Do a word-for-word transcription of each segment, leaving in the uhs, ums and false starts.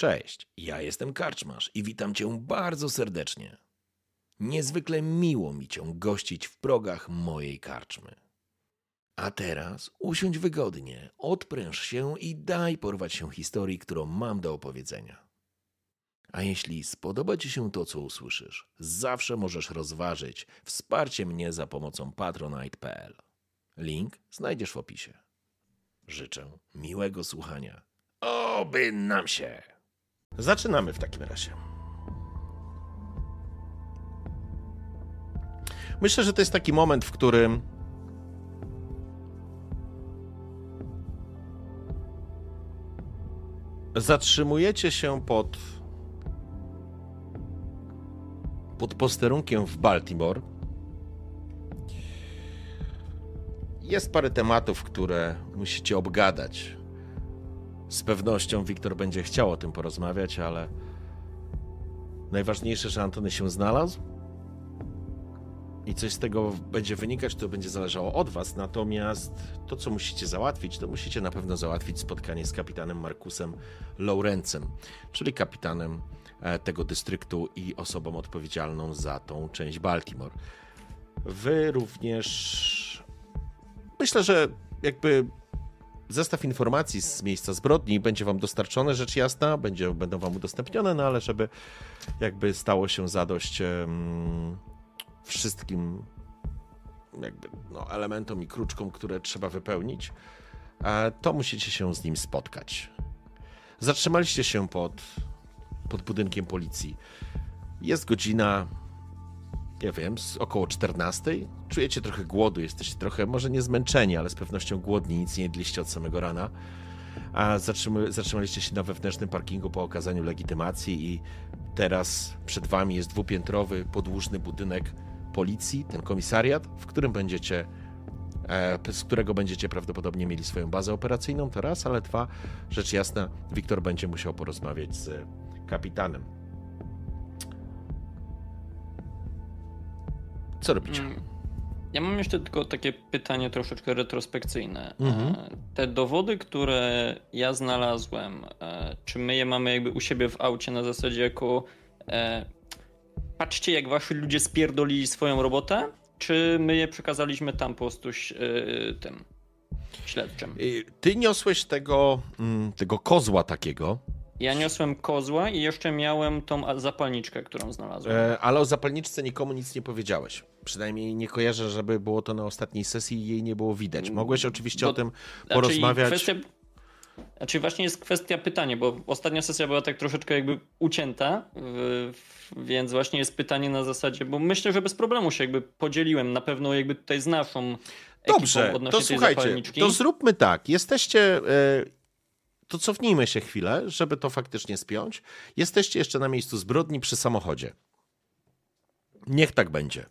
Cześć, ja jestem Karczmarz i witam cię bardzo serdecznie. Niezwykle miło mi cię gościć w progach mojej karczmy. A teraz usiądź wygodnie, odpręż się i daj porwać się historii, którą mam do opowiedzenia. A jeśli spodoba ci się to, co usłyszysz, zawsze możesz rozważyć wsparcie mnie za pomocą patronite kropka p l. Link znajdziesz w opisie. Życzę miłego słuchania. Oby nam się! Zaczynamy w takim razie. Myślę, że to jest taki moment, w którym zatrzymujecie się pod pod posterunkiem w Baltimore. Jest parę tematów, które musicie obgadać. Z pewnością Wiktor będzie chciał o tym porozmawiać, ale najważniejsze, że Antony się znalazł i coś z tego będzie wynikać, to będzie zależało od was. Natomiast to, co musicie załatwić, to musicie na pewno załatwić spotkanie z kapitanem Markusem Lawrencem, czyli kapitanem tego dystryktu i osobą odpowiedzialną za tą część Baltimore. Wy również... Myślę, że jakby zestaw informacji z miejsca zbrodni będzie wam dostarczony, rzecz jasna, będzie, będą wam udostępnione, no ale żeby jakby stało się zadość um, wszystkim jakby no, elementom i kruczkom, które trzeba wypełnić, to musicie się z nim spotkać. Zatrzymaliście się pod, pod budynkiem policji. Jest godzina, nie wiem, około czternastej. Czujecie trochę głodu, jesteście trochę, może nie zmęczeni, ale z pewnością głodni, nic nie jedliście od samego rana. A zatrzyma, zatrzymaliście się na wewnętrznym parkingu po okazaniu legitymacji i teraz przed wami jest dwupiętrowy, podłużny budynek policji, ten komisariat, w którym będziecie, e, z którego będziecie prawdopodobnie mieli swoją bazę operacyjną, to raz, ale dwa, rzecz jasna, Wiktor będzie musiał porozmawiać z kapitanem. Co robicie? Ja mam jeszcze tylko takie pytanie troszeczkę retrospekcyjne. Mhm. Te dowody, które ja znalazłem, czy my je mamy jakby u siebie w aucie na zasadzie jako e, patrzcie, jak wasi ludzie spierdolili swoją robotę, czy my je przekazaliśmy tam po prostu e, tym śledczym? Ty niosłeś tego, tego kozła takiego. Ja niosłem kozła i jeszcze miałem tą zapalniczkę, którą znalazłem. E, ale o zapalniczce nikomu nic nie powiedziałeś. Przynajmniej nie kojarzę, żeby było to na ostatniej sesji i jej nie było widać. Mogłeś oczywiście bo, o tym znaczy porozmawiać. Kwestia, znaczy właśnie jest kwestia pytania, bo ostatnia sesja była tak troszeczkę jakby ucięta, w, w, więc właśnie jest pytanie na zasadzie, bo myślę, że bez problemu się jakby podzieliłem na pewno jakby tutaj z naszą Dobrze, ekipą odnośnie to tej słuchajcie, zapalniczki. to zróbmy tak. Jesteście... E, to cofnijmy się chwilę, żeby to faktycznie spiąć. Jesteście jeszcze na miejscu zbrodni przy samochodzie. Niech tak będzie.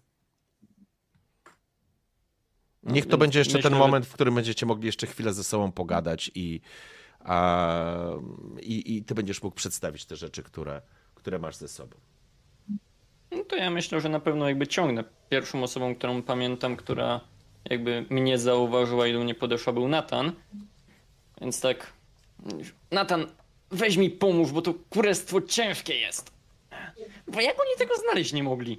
Niech to No, będzie jeszcze myślę, ten moment, że... w którym będziecie mogli jeszcze chwilę ze sobą pogadać i, a, i, i ty będziesz mógł przedstawić te rzeczy, które, które masz ze sobą. No to ja myślę, że na pewno jakby ciągnę. Pierwszą osobą, którą pamiętam, która jakby mnie zauważyła i do mnie podeszła, był Nathan. Więc tak, Nathan, weź mi pomóż, bo to kurestwo ciężkie jest. Bo jak oni tego znaleźć nie mogli?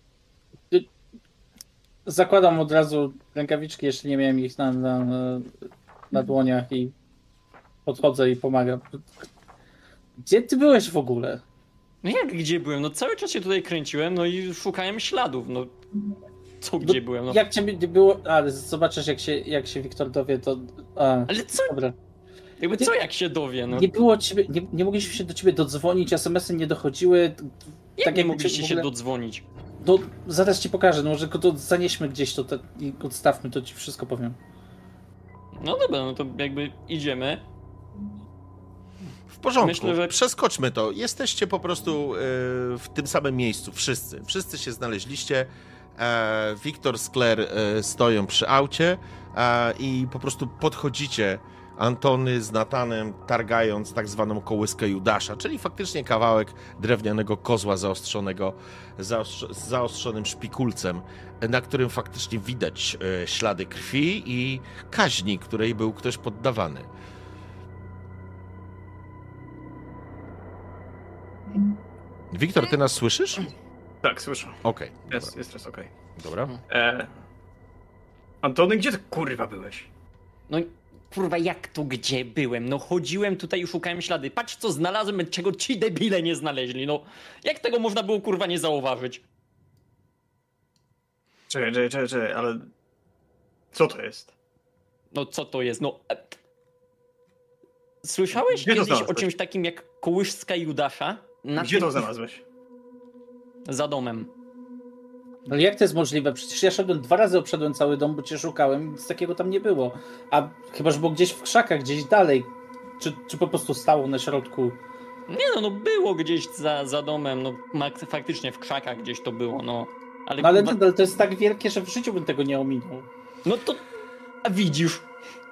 Zakładam od razu rękawiczki, jeszcze nie miałem ich na, na, na dłoniach i podchodzę i pomagam. Gdzie ty byłeś w ogóle? No jak gdzie byłem? No cały czas się tutaj kręciłem, no i szukałem śladów, no. Co gdzie no, byłem? No. Jak cię nie było... Ale zobaczysz jak się, jak się Wiktor dowie, to... A, ale co? Dobra. Jakby co jak się dowie? No. Nie było ciebie, nie, nie mogliśmy się do ciebie dodzwonić, es em esy nie dochodziły. Jak tak nie mogliście się ogóle... dodzwonić? Do, zaraz ci pokażę, no może go to zanieśmy gdzieś to, to i odstawmy, to ci wszystko powiem. No dobra, no to jakby idziemy. W porządku, Myślę, że... przeskoczmy to. Jesteście po prostu w tym samym miejscu, wszyscy. Wszyscy się znaleźliście. Wiktor z Claire stoją przy aucie i po prostu podchodzicie Antony z Natanem, targając tak zwaną kołyskę Judasza, czyli faktycznie kawałek drewnianego kozła zaostrzonego, zaostrz- z zaostrzonym szpikulcem, na którym faktycznie widać e, ślady krwi i kaźni, której był ktoś poddawany. Wiktor, ty nas słyszysz? Tak, słyszę. Okej, Jest, dobra. jest teraz okej. dobra. E... Antony, gdzie ty kurwa byłeś? No kurwa, jak to gdzie byłem? No chodziłem tutaj i szukałem ślady. Patrz co znalazłem, czego ci debile nie znaleźli. No jak tego można było kurwa nie zauważyć? Czekaj, czekaj, czekaj, czekaj, ale... Co to jest? No co to jest? No... e, Słyszałeś Gdzie to kiedyś o znalazłeś? czymś takim jak kołyszka Judasza? Na Gdzie tym- to znalazłeś? Za domem. Ale jak to jest możliwe? Przecież ja szedłem dwa razy, obszedłem cały dom, bo cię szukałem, nic takiego tam nie było. A chyba, że było gdzieś w krzakach, gdzieś dalej. Czy, czy po prostu stało na środku? Nie no, no było gdzieś za, za domem, no mak- faktycznie w krzakach gdzieś to było, no. Ale, No ale kurwa, nadal to jest tak wielkie, że w życiu bym tego nie ominął. no to... A widzisz?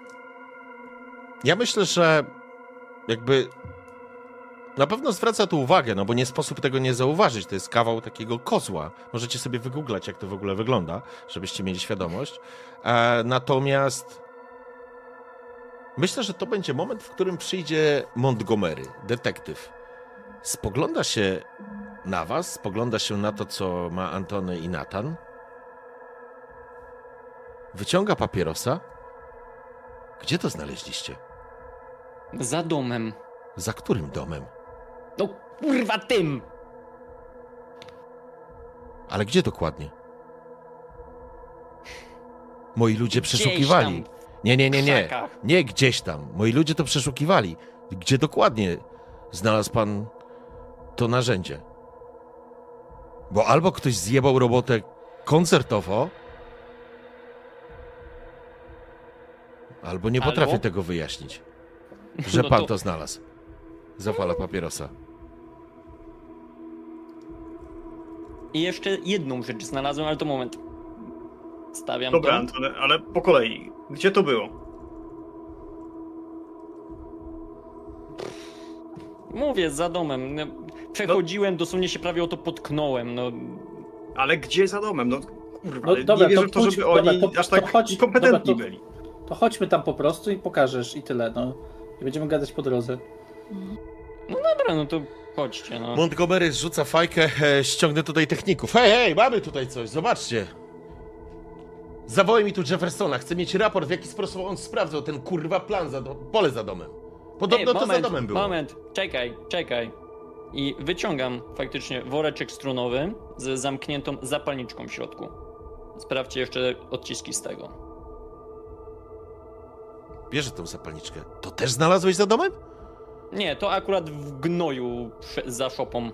Ja myślę, że jakby na pewno zwraca tu uwagę, no bo nie sposób tego nie zauważyć. To jest kawał takiego kozła. Możecie sobie wygooglać, jak to w ogóle wygląda, żebyście mieli świadomość. E, natomiast myślę, że to będzie moment, w którym przyjdzie Montgomery, detektyw. Spogląda się na was, spogląda się na to, co ma Antony i Nathan. Wyciąga papierosa. Gdzie to znaleźliście? Za domem. Za którym domem? No kurwa tym! Ale gdzie dokładnie? Moi ludzie Gdzieś przeszukiwali. tam, Nie, nie, nie, w nie. krzakach. Nie gdzieś tam. Moi ludzie to przeszukiwali. Gdzie dokładnie znalazł pan to narzędzie? Bo albo ktoś zjebał robotę koncertowo, albo nie potrafi Albo? tego wyjaśnić, że No pan to- to znalazł. Zapala papierosa. I jeszcze jedną rzecz znalazłem, ale to moment. Stawiam Dobra, to. Antony, ale po kolei. Gdzie to było? Mówię, za domem. No, przechodziłem, dosłownie się prawie o to potknąłem, no. Ale gdzie za domem? No kurwa, No ale dobra, nie wierzę to w to, żeby pójdź- dobra, oni to- aż to tak chodź- inkompetentni dobra, to- byli. To chodźmy tam po prostu i pokażesz i tyle, no. I będziemy gadać po drodze. Dobra, no to chodźcie, no. Montgomery zrzuca fajkę, e, ściągnę tutaj techników. Hej, hej, mamy tutaj coś, zobaczcie. Zawołaj mi tu Jeffersona, chcę mieć raport, w jaki sposób on sprawdzał ten kurwa plan, za do... pole za domem. Podobno Ej, to za moment, domem było. Moment, czekaj, czekaj. I wyciągam faktycznie woreczek strunowy z zamkniętą zapalniczką w środku. Sprawdźcie jeszcze odciski z tego. Bierze tą zapalniczkę. To też znalazłeś za domem? Nie, to akurat w gnoju prze- za szopą.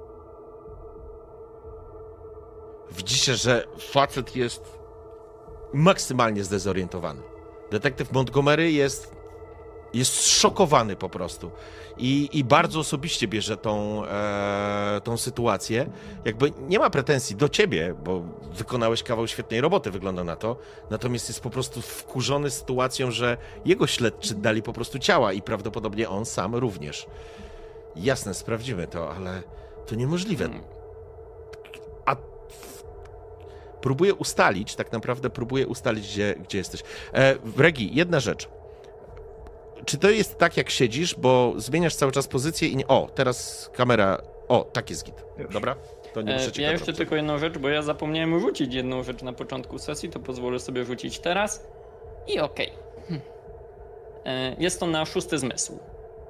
Widzicie, że facet jest maksymalnie zdezorientowany. Detektyw Montgomery jest, jest zszokowany po prostu. I, i bardzo osobiście bierze tą, e, tą sytuację. Jakby nie ma pretensji do ciebie, bo wykonałeś kawał świetnej roboty, wygląda na to. Natomiast jest po prostu wkurzony sytuacją, że jego śledczy dali po prostu ciała i prawdopodobnie on sam również. Jasne, sprawdzimy to, ale to niemożliwe. A próbuję ustalić, tak naprawdę próbuję ustalić, gdzie, gdzie jesteś. E, Regi, jedna rzecz. Czy to jest tak, jak siedzisz, bo zmieniasz cały czas pozycję i nie... O, teraz kamera... O, tak jest git. Już. Dobra? To nie E, muszę cię ja jeszcze kadrować. tylko jedną rzecz, bo ja zapomniałem rzucić jedną rzecz na początku sesji, to pozwolę sobie rzucić teraz. I okej. Hm. E, Jest to na szósty zmysł.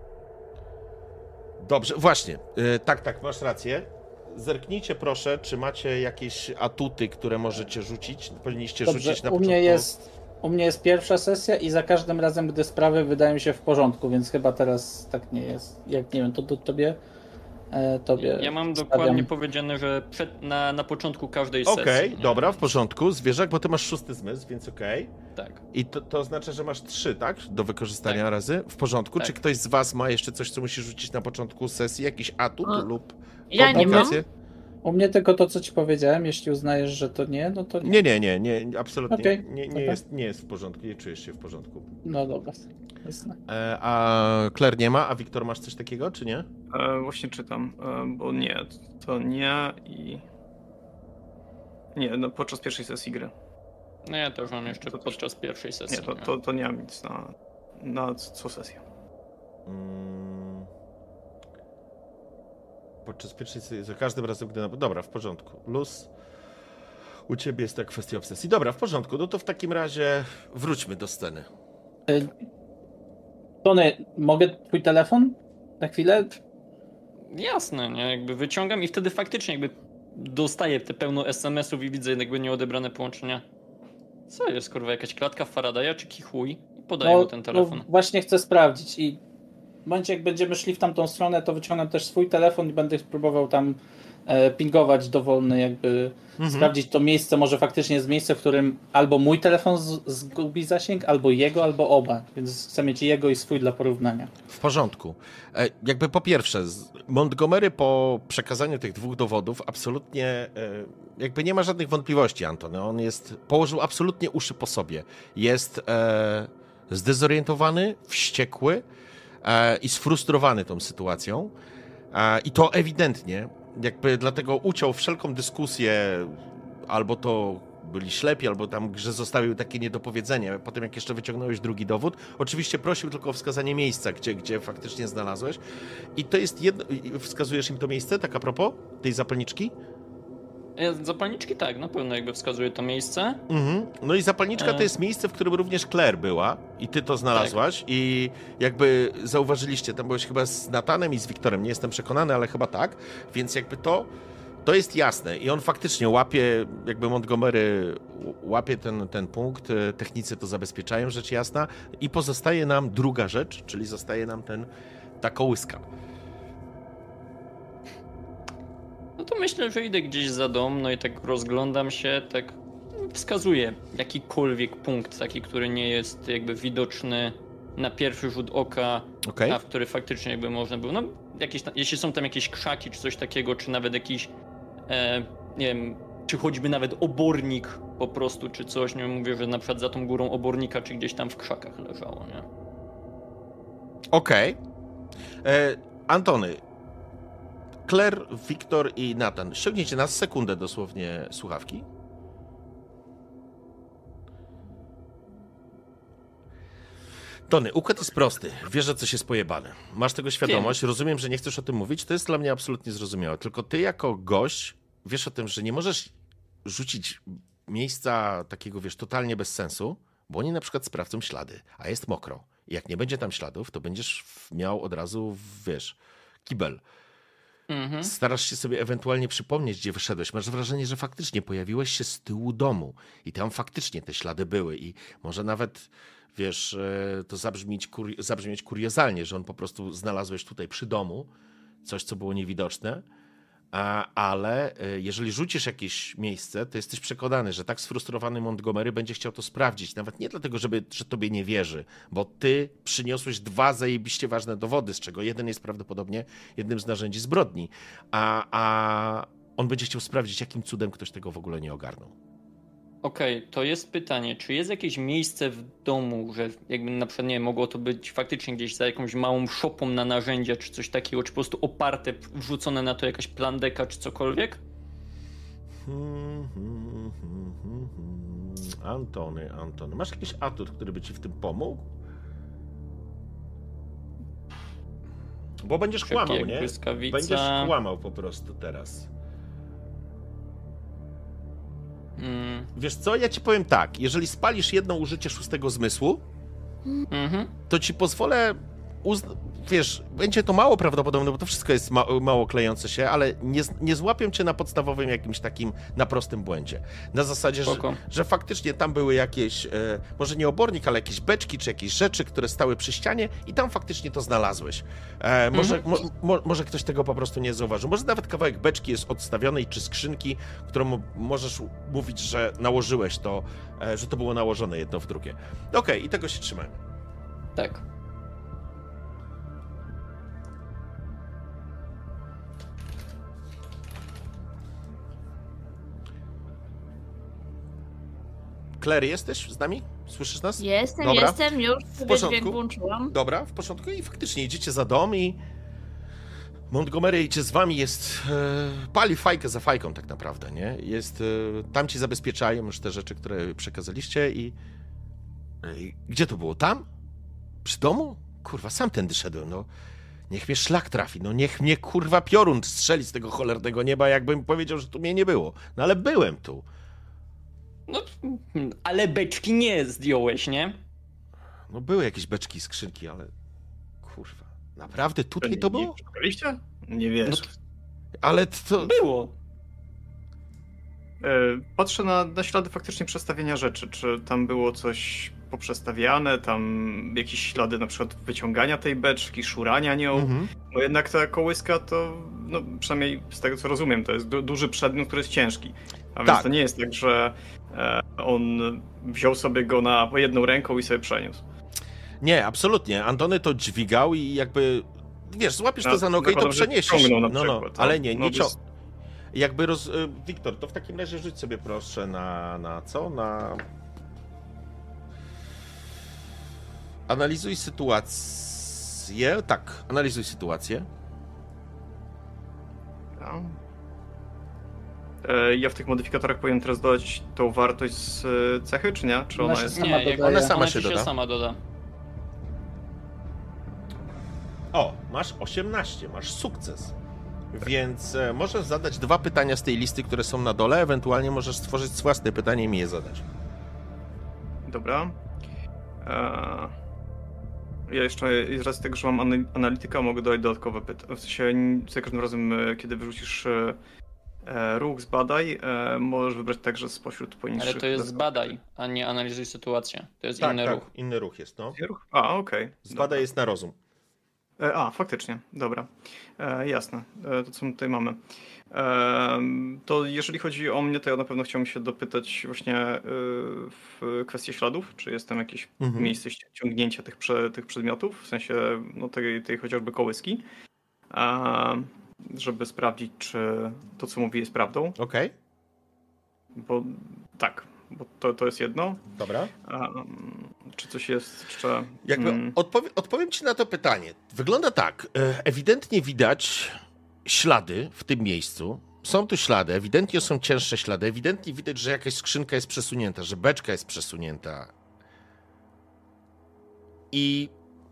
Dobrze, właśnie. E, tak, tak, masz rację. Zerknijcie proszę, czy macie jakieś atuty, które możecie rzucić. Powinniście Dobrze, rzucić na u początku. mnie jest... U mnie jest pierwsza sesja i za każdym razem, gdy sprawy wydają się w porządku, więc chyba teraz tak nie jest. Jak nie wiem, to do tobie... E, tobie Ja mam stawiam. dokładnie powiedziane, że przed, na, na początku każdej Okej, sesji. nie? dobra, w porządku. Zwierzak, bo ty masz szósty zmysł, więc okej. Tak. I to, to oznacza, że masz trzy, tak? Do wykorzystania Tak. razy. W porządku. Tak. Czy ktoś z was ma jeszcze coś, co musi rzucić na początku sesji? Jakiś atut O, lub Ja nie mam. komplikacje? U mnie tylko to, co ci powiedziałem. Jeśli uznajesz, że to nie, no to nie. Nie, nie, nie, nie, absolutnie Okej, nie, nie, dobra. jest, nie jest w porządku, nie czujesz się w porządku. No dobra, jasne. E, a Claire nie ma, a Wiktor masz coś takiego, czy nie? E, właśnie czytam, e, bo nie, to nie i... Nie, no podczas pierwszej sesji gry. No ja też mam jeszcze To też- podczas pierwszej sesji. Nie, to, to, to nie mam nic na, na co sesję. Mm. podczas pierwszej sesji, za każdym razem, gdy... Na... Dobra, w porządku. Luz. U ciebie jest to kwestia obsesji. Dobra, w porządku. No to w takim razie wróćmy do sceny. Tony, mogę twój telefon na chwilę? Jasne, nie? Jakby wyciągam i wtedy faktycznie jakby dostaję te pełno es em esów i widzę jakby nieodebrane połączenia. Co jest, kurwa, jakaś klatka Faradaya czy kichuj? I podaję No, mu ten telefon. no właśnie chcę sprawdzić i w momencie jak będziemy szli w tamtą stronę, to wyciągnę też swój telefon i będę próbował tam e, pingować dowolny jakby, Mhm. sprawdzić to miejsce, może faktycznie jest miejsce, w którym albo mój telefon z, zgubi zasięg, albo jego, albo oba, więc chcę mieć jego i swój dla porównania. W porządku. E, jakby po pierwsze, z- Montgomery po przekazaniu tych dwóch dowodów absolutnie, e, jakby nie ma żadnych wątpliwości, Antony. On jest, położył absolutnie uszy po sobie. Jest e, zdezorientowany, wściekły e, i sfrustrowany tą sytuacją. E, I to ewidentnie, jakby dlatego uciął wszelką dyskusję, albo to byli ślepi, albo tam, że zostawił takie niedopowiedzenie. Potem jak jeszcze wyciągnąłeś drugi dowód, oczywiście prosił tylko o wskazanie miejsca, gdzie, gdzie faktycznie znalazłeś. I to jest jedno... i wskazujesz im to miejsce, tak a propos tej zapalniczki? Ja- Zapalniczki tak, na pewno jakby wskazuje to miejsce. Mhm. No i zapalniczka to E. jest miejsce, w którym również Claire była i ty to znalazłaś i jakby zauważyliście, tam byłeś chyba z Natanem i z Wiktorem, nie jestem przekonany, ale chyba tak, więc jakby to, to jest jasne i on faktycznie łapie, jakby Montgomery łapie ten, ten punkt, technicy to zabezpieczają, rzecz jasna i pozostaje nam druga rzecz, czyli zostaje nam ten, ta kołyska. No to myślę, że idę gdzieś za dom, no i tak rozglądam się, tak wskazuję jakikolwiek punkt, taki, który nie jest jakby widoczny na pierwszy rzut oka, Okej? a w który faktycznie jakby można było, no jakieś, tam- jeśli są tam jakieś krzaki czy coś takiego, czy nawet jakiś, e, nie wiem, czy choćby nawet obornik po prostu, czy coś, nie wiem, mówię, że na przykład za tą górą obornika, czy gdzieś tam w krzakach leżało, nie? Okej. E, Antony, Claire, Wiktor i Nathan, ściągnijcie na sekundę dosłownie słuchawki. Tony, układ jest prosty. Wiesz, że coś jest pojebane. Masz tego świadomość, rozumiem, że nie chcesz o tym mówić, to jest dla mnie absolutnie zrozumiałe. Tylko ty jako gość wiesz o tym, że nie możesz rzucić miejsca takiego, wiesz, totalnie bez sensu, bo oni na przykład sprawdzą ślady, a jest mokro. I jak nie będzie tam śladów, to będziesz miał od razu, wiesz, kibel. Mhm. Starasz się sobie ewentualnie przypomnieć, gdzie wyszedłeś. Masz wrażenie, że faktycznie pojawiłeś się z tyłu domu i tam faktycznie te ślady były i może nawet, wiesz, e, to zabrzmieć, kuri- zabrzmieć kuriozalnie, że on po prostu znalazłeś tutaj przy domu coś, co było niewidoczne, a, ale e, jeżeli rzucisz jakieś miejsce, to jesteś przekonany, że tak sfrustrowany Montgomery będzie chciał to sprawdzić. Nawet nie dlatego, żeby, że tobie nie wierzy, bo ty przyniosłeś dwa zajebiście ważne dowody, z czego jeden jest prawdopodobnie jednym z narzędzi zbrodni, a, a on będzie chciał sprawdzić, jakim cudem ktoś tego w ogóle nie ogarnął. Okej, to jest pytanie, czy jest jakieś miejsce w domu, że jakby na przykład, nie wiem, mogło to być faktycznie gdzieś za jakąś małą szopą na narzędzia, czy coś takiego, czy po prostu oparte, wrzucone na to jakaś plandeka, czy cokolwiek? Hmm, hmm, hmm, hmm, hmm. Antony, Antony. Masz jakiś atut, który by ci w tym pomógł? Bo będziesz Szybki kłamał, jak nie? błyskawica. Będziesz kłamał po prostu teraz. Mm, Wiesz co, ja ci powiem tak, jeżeli spalisz jedno użycie szóstego zmysłu, mhm. to ci pozwolę, uzna- wiesz, będzie to mało prawdopodobne, bo to wszystko jest ma- mało klejące się, ale nie, z- nie złapią cię na podstawowym jakimś takim, na prostym błędzie. Na zasadzie, że, Spoko. że faktycznie tam były jakieś, e, może nie obornik, ale jakieś beczki, czy jakieś rzeczy, które stały przy ścianie i tam faktycznie to znalazłeś. E, może, mo, mo, może ktoś tego po prostu nie zauważył. Może nawet kawałek beczki jest odstawionej, czy skrzynki, którą możesz mówić, że nałożyłeś to, e, że to było nałożone jedno w drugie. Okej, i tego się trzymajmy. Tak. Claire, jesteś z nami? Słyszysz nas? Jestem, Dobra. jestem, już sobie porządku. dźwięk włączyłam. Dobra, w porządku. I faktycznie idziecie za dom i Montgomery idzie z wami, jest... E, pali fajkę za fajką tak naprawdę, nie? Jest... E, tam ci zabezpieczają już te rzeczy, które przekazaliście i... E, gdzie to było? Tam? Przy domu? Kurwa, sam tędy szedłem, no. Niech mnie szlak trafi, no niech mnie kurwa piorun strzeli z tego cholernego nieba, jakbym powiedział, że tu mnie nie było. No ale byłem tu. No, ale beczki nie zdjąłeś, nie? No były jakieś beczki, skrzynki, ale kurwa, naprawdę tutaj to Nie było? szukaliście? Nie wiesz. No to Ale to... było. E, Patrzę na, na ślady faktycznie przestawienia rzeczy. Czy tam było coś poprzestawiane, tam jakieś ślady na przykład wyciągania tej beczki, szurania nią, Mhm. bo jednak ta kołyska to, no przynajmniej z tego co rozumiem, to jest du duży przedmiot, który jest ciężki. A więc Tak. to nie jest tak, że e, on wziął sobie go na jedną ręką i sobie przeniósł. Nie, absolutnie. Antony to dźwigał i jakby, wiesz, złapiesz to Na- za nogę i to zakładam, że przeniesiesz. ciągnął na No, no, przykład, ale tak? nie, No nie to cią... jest- Jakby roz... y, Wiktor, to w takim razie rzuć sobie proszę na, na co? Na... Analizuj sytuację. Tak, analizuj sytuację. Ja. E, ja w tych modyfikatorach powinien teraz dodać tą wartość z e, cechy, czy nie? Czy ona Ona się jest... sama Nie, jak dodaje. Ona sama ona się ci doda. sama doda. O, masz osiemnaście, masz sukces. Więc e, możesz zadać dwa pytania z tej listy, które są na dole, ewentualnie możesz stworzyć własne pytanie i mi je zadać. Dobra. E, ja jeszcze z racji tego, że mam ana- analityka, mogę dodać dodatkowe pytania. W sensie za każdym razem, e, kiedy wyrzucisz e, e, ruch, zbadaj, e, możesz wybrać także spośród poniższych... Ale to jest dodatkowych zbadaj, a nie analizuj sytuację. To jest Tak, inny tak, ruch. inny ruch jest, no. pytań. Ruch? A, okej. Zbadaj Dobra. jest na rozum. E, A, faktycznie, dobra. E, jasne, e, to co my tutaj mamy. E, to jeżeli chodzi o mnie, to ja na pewno chciałbym się dopytać właśnie e, w kwestii śladów, czy jest tam jakieś Mhm. miejsce ciągnięcia tych, prze, tych przedmiotów, w sensie no, tej, tej chociażby kołyski, e, żeby sprawdzić, czy to, co mówi, jest prawdą, Okej, bo tak, bo to, to jest jedno. dobra. A, czy coś jest jeszcze... Jakby mm, odpowie, odpowiem ci na to pytanie. Wygląda tak. e, Ewidentnie widać ślady w tym miejscu. Są tu ślady, ewidentnie są cięższe ślady, ewidentnie widać, że jakaś skrzynka jest przesunięta, że beczka jest przesunięta. I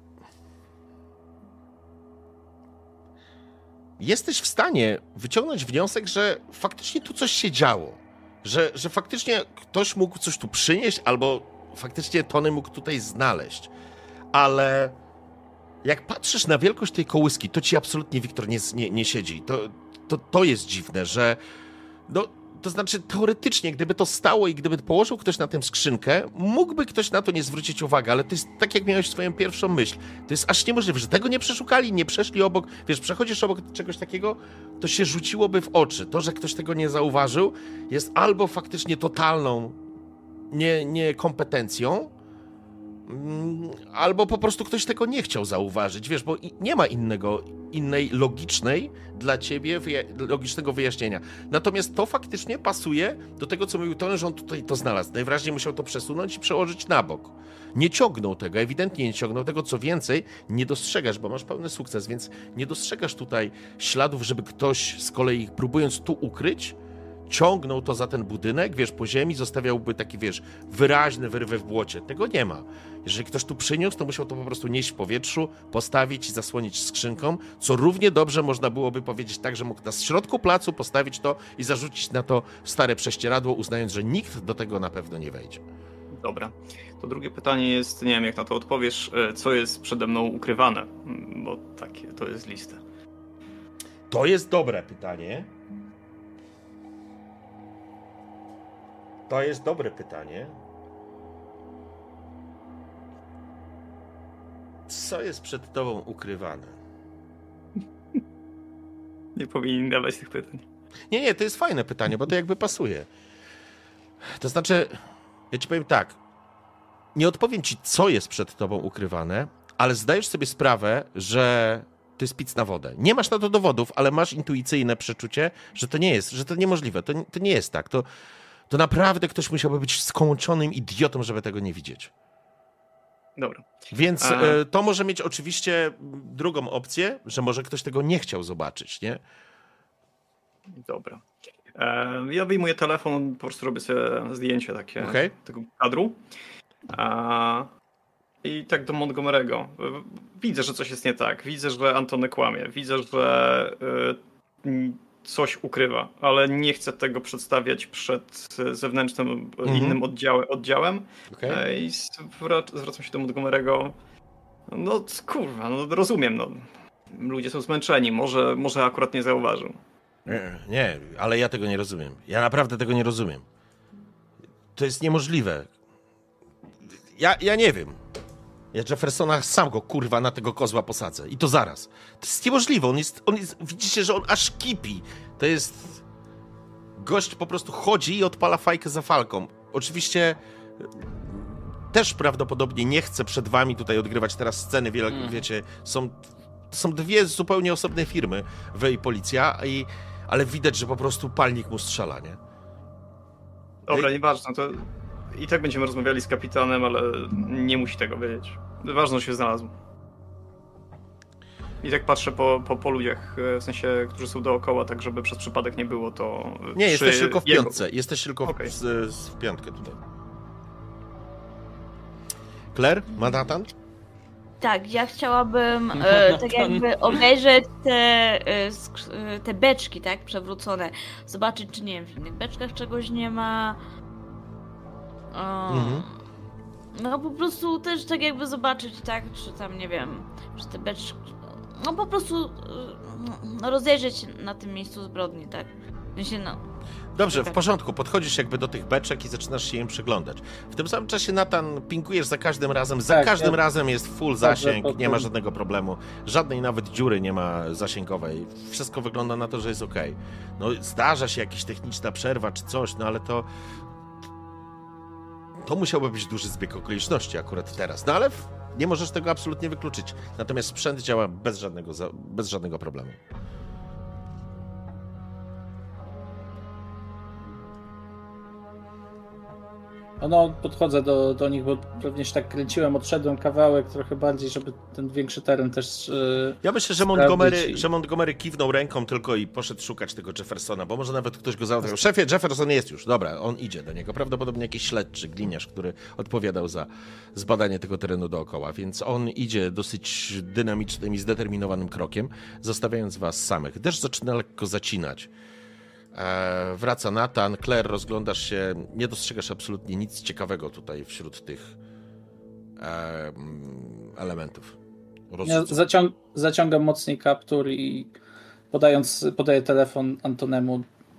jesteś w stanie wyciągnąć wniosek, że faktycznie tu coś się działo. Że, że faktycznie ktoś mógł coś tu przynieść, albo faktycznie Tony mógł tutaj znaleźć. Ale jak patrzysz na wielkość tej kołyski, to ci absolutnie, Wiktor, nie, nie, nie siedzi. To, to, to jest dziwne, że... No, to znaczy, teoretycznie, gdyby to stało i gdyby położył ktoś na tym skrzynkę, mógłby ktoś na to nie zwrócić uwagi, ale to jest tak, jak miałeś swoją pierwszą myśl. To jest aż niemożliwe, że tego nie przeszukali, nie przeszli obok. Wiesz, przechodzisz obok czegoś takiego, to się rzuciłoby w oczy. To, że ktoś tego nie zauważył, jest albo faktycznie totalną nie, niekompetencją, mm, albo po prostu ktoś tego nie chciał zauważyć, wiesz, bo i- nie ma innego, innej logicznej dla ciebie wyja- logicznego wyjaśnienia. Natomiast to faktycznie pasuje do tego, co mówił Tony, że on tutaj to znalazł. Najwyraźniej musiał to przesunąć i przełożyć na bok. Nie ciągnął tego, ewidentnie nie ciągnął tego, co więcej, nie dostrzegasz, bo masz pełny sukces, więc nie dostrzegasz tutaj śladów, żeby ktoś z kolei, próbując tu ukryć, ciągnął to za ten budynek, wiesz, po ziemi, zostawiałby taki, wiesz, wyraźny wyrwy w błocie. Tego nie ma. Jeżeli ktoś tu przyniósł, to musiał to po prostu nieść w powietrzu, postawić i zasłonić skrzynką, co równie dobrze można byłoby powiedzieć tak, że mógł na środku placu postawić to i zarzucić na to stare prześcieradło, uznając, że nikt do tego na pewno nie wejdzie. Dobra. To drugie pytanie jest, nie wiem jak na to odpowiesz, e, co jest przede mną ukrywane, Mm, bo takie to jest lista. To jest dobre pytanie. To jest dobre pytanie. Co jest przed tobą ukrywane? Nie powinien dawać tych pytań. Nie, nie, to jest fajne pytanie, bo to jakby pasuje. To znaczy, ja ci powiem tak, nie odpowiem ci, co jest przed tobą ukrywane, ale zdajesz sobie sprawę, że to jest pic na wodę. Nie masz na to dowodów, ale masz intuicyjne przeczucie, że to nie jest, że to niemożliwe. To, to nie jest tak. To, to naprawdę ktoś musiałby być skończonym idiotą, żeby tego nie widzieć. Dobra. Więc A- e, to może mieć oczywiście drugą opcję, że może ktoś tego nie chciał zobaczyć, nie? Dobra. E, ja wyjmuję telefon, po prostu robię sobie zdjęcie takie Okej. tego kadru. A, i tak do Montgomery'ego. Widzę, że coś jest nie tak. Widzę, że Antony kłamie. Widzę, że y, coś ukrywa, ale nie chcę tego przedstawiać przed zewnętrznym, mhm. innym oddziałem. oddziałem. Okay. I zwrac- zwracam się do Montgomery'ego. No kurwa, no rozumiem, no. Ludzie są zmęczeni, może, może akurat nie zauważył. Nie, nie, ale ja tego nie rozumiem. Ja naprawdę tego nie rozumiem. To jest niemożliwe. Ja, ja nie wiem. Ja Jeffersona sam go, kurwa, na tego kozła posadzę. I to zaraz. To jest niemożliwe. On jest, on jest, widzicie, że on aż kipi. To jest... Gość po prostu chodzi i odpala fajkę za falką. Oczywiście też prawdopodobnie nie chcę przed wami tutaj odgrywać teraz sceny. Wiele, mm. wiecie, są, są dwie zupełnie osobne firmy, wy i policja, i, ale widać, że po prostu palnik mu strzela, nie? Dobra, I... nieważne, to i tak będziemy rozmawiali z kapitanem, ale nie musi tego wiedzieć. Ważne, że się znalazł. I tak patrzę po, po, po ludziach, w sensie, którzy są dookoła, tak żeby przez przypadek nie było to... Nie, jesteś tylko w jego... piątce. Jesteś tylko okay. w, w, w piątkę tutaj. Claire? Manhattan? Tak, ja chciałabym e, tak jakby obejrzeć te, e, te beczki, tak, przewrócone. Zobaczyć, czy nie wiem, w innych beczkach czegoś nie ma. O, mhm. No po prostu też tak jakby zobaczyć, tak, czy tam, nie wiem, czy te beczki... No po prostu no, rozejrzeć się na tym miejscu zbrodni, tak. W sensie, no... Dobrze, w porządku. Podchodzisz jakby do tych beczek i zaczynasz się im przyglądać. W tym samym czasie, Nathan, pinkujesz za każdym razem. Za tak, każdym ja... razem jest full zasięg, nie ma żadnego problemu. Żadnej nawet dziury nie ma zasięgowej. Wszystko wygląda na to, że jest okej. Okay. No, zdarza się jakaś techniczna przerwa czy coś, no ale to... To musiałby być duży zbieg okoliczności akurat teraz. No ale nie możesz tego absolutnie wykluczyć. Natomiast sprzęt działa bez żadnego, bez żadnego problemu. No, podchodzę do, do nich, bo pewnie się tak kręciłem, odszedłem kawałek trochę bardziej, żeby ten większy teren też yy, Ja myślę, że Montgomery, i... że Montgomery kiwnął ręką tylko i poszedł szukać tego Jeffersona, bo może nawet ktoś go załatwiał. Szefie, Jefferson jest już, dobra, on idzie do niego. Prawdopodobnie jakiś śledczy, gliniarz, który odpowiadał za zbadanie tego terenu dookoła, więc on idzie dosyć dynamicznym i zdeterminowanym krokiem, zostawiając was samych. Deszcz zaczyna lekko zacinać. E, wraca Nathan, Claire, rozglądasz się, nie dostrzegasz absolutnie nic ciekawego tutaj wśród tych e, elementów. Ja zaciąg zaciągam mocniej kaptur i podając, podaję telefon Antonemu.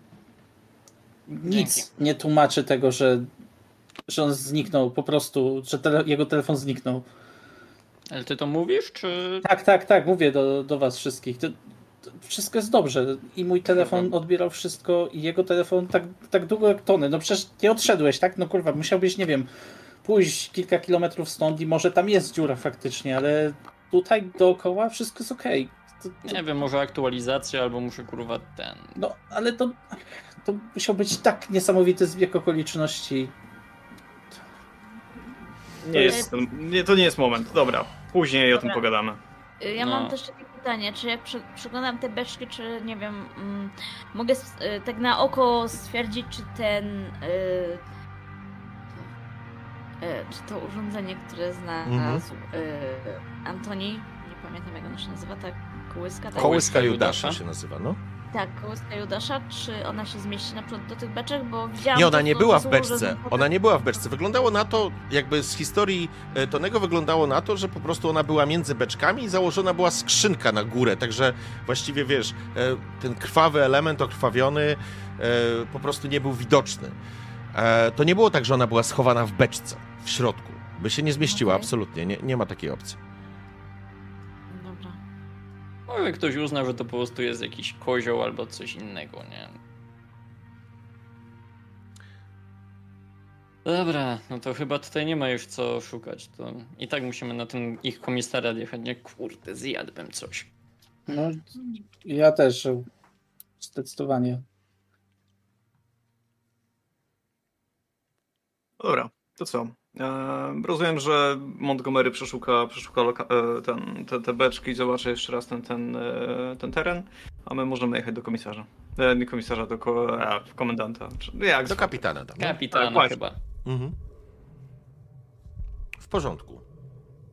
Nic Dzięki. nie tłumaczy tego, że, że on zniknął, po prostu, że tele jego telefon zniknął. Ale ty to mówisz, czy... Tak, tak, tak, mówię do, do was wszystkich. To, wszystko jest dobrze. I mój telefon odbierał wszystko i jego telefon tak, tak długo jak Tony. No przecież nie odszedłeś, tak? No kurwa, musiałbyś, nie wiem, pójść kilka kilometrów stąd i może tam jest dziura faktycznie, ale tutaj dookoła wszystko jest okej. Okay. To, to... Nie wiem, może aktualizacja albo muszę kurwa ten... No, ale to, to musiał być tak niesamowity zbieg okoliczności. Nie jest, nie, to nie jest moment. Dobra, później Dobra. o tym pogadamy. Ja no. mam też takie pytanie, czy jak przy, przyglądam te beczki, czy nie wiem, mm, mogę y, tak na oko stwierdzić, czy ten, y, y, czy to urządzenie, które znalazł mm-hmm. y, Antoni, nie pamiętam jak ono się nazywa, ta kołyska? Tak? Kołyska Judasza się nazywa, no. Tak, kołyska Judasza, czy ona się zmieści na przykład do tych beczek, bo widziałam... Nie, ona nie była w beczce, ona nie była w beczce. Wyglądało na to, jakby z historii Tonego wyglądało na to, że po prostu ona była między beczkami i założona była skrzynka na górę, także właściwie, wiesz, ten krwawy element, okrwawiony, po prostu nie był widoczny. To nie było tak, że ona była schowana w beczce, w środku, by się nie zmieściła, okay. absolutnie, nie, nie ma takiej opcji. Może ktoś uznał, że to po prostu jest jakiś kozioł albo coś innego, nie? Dobra, no to chyba tutaj nie ma już co szukać. To i tak musimy na ten ich komisariat jechać. Nie, kurde, zjadłbym coś. No, ja też. Zdecydowanie. Dobra, to co? Eee, rozumiem, że Montgomery przeszuka, przeszuka e, ten, te, te beczki i zobaczy jeszcze raz ten, ten, e, ten teren, a my możemy jechać do komisarza. E, nie komisarza, do ko a, komendanta. Czy, jak do kapitana. Tam, kapitana tak, chyba. Mhm. W porządku.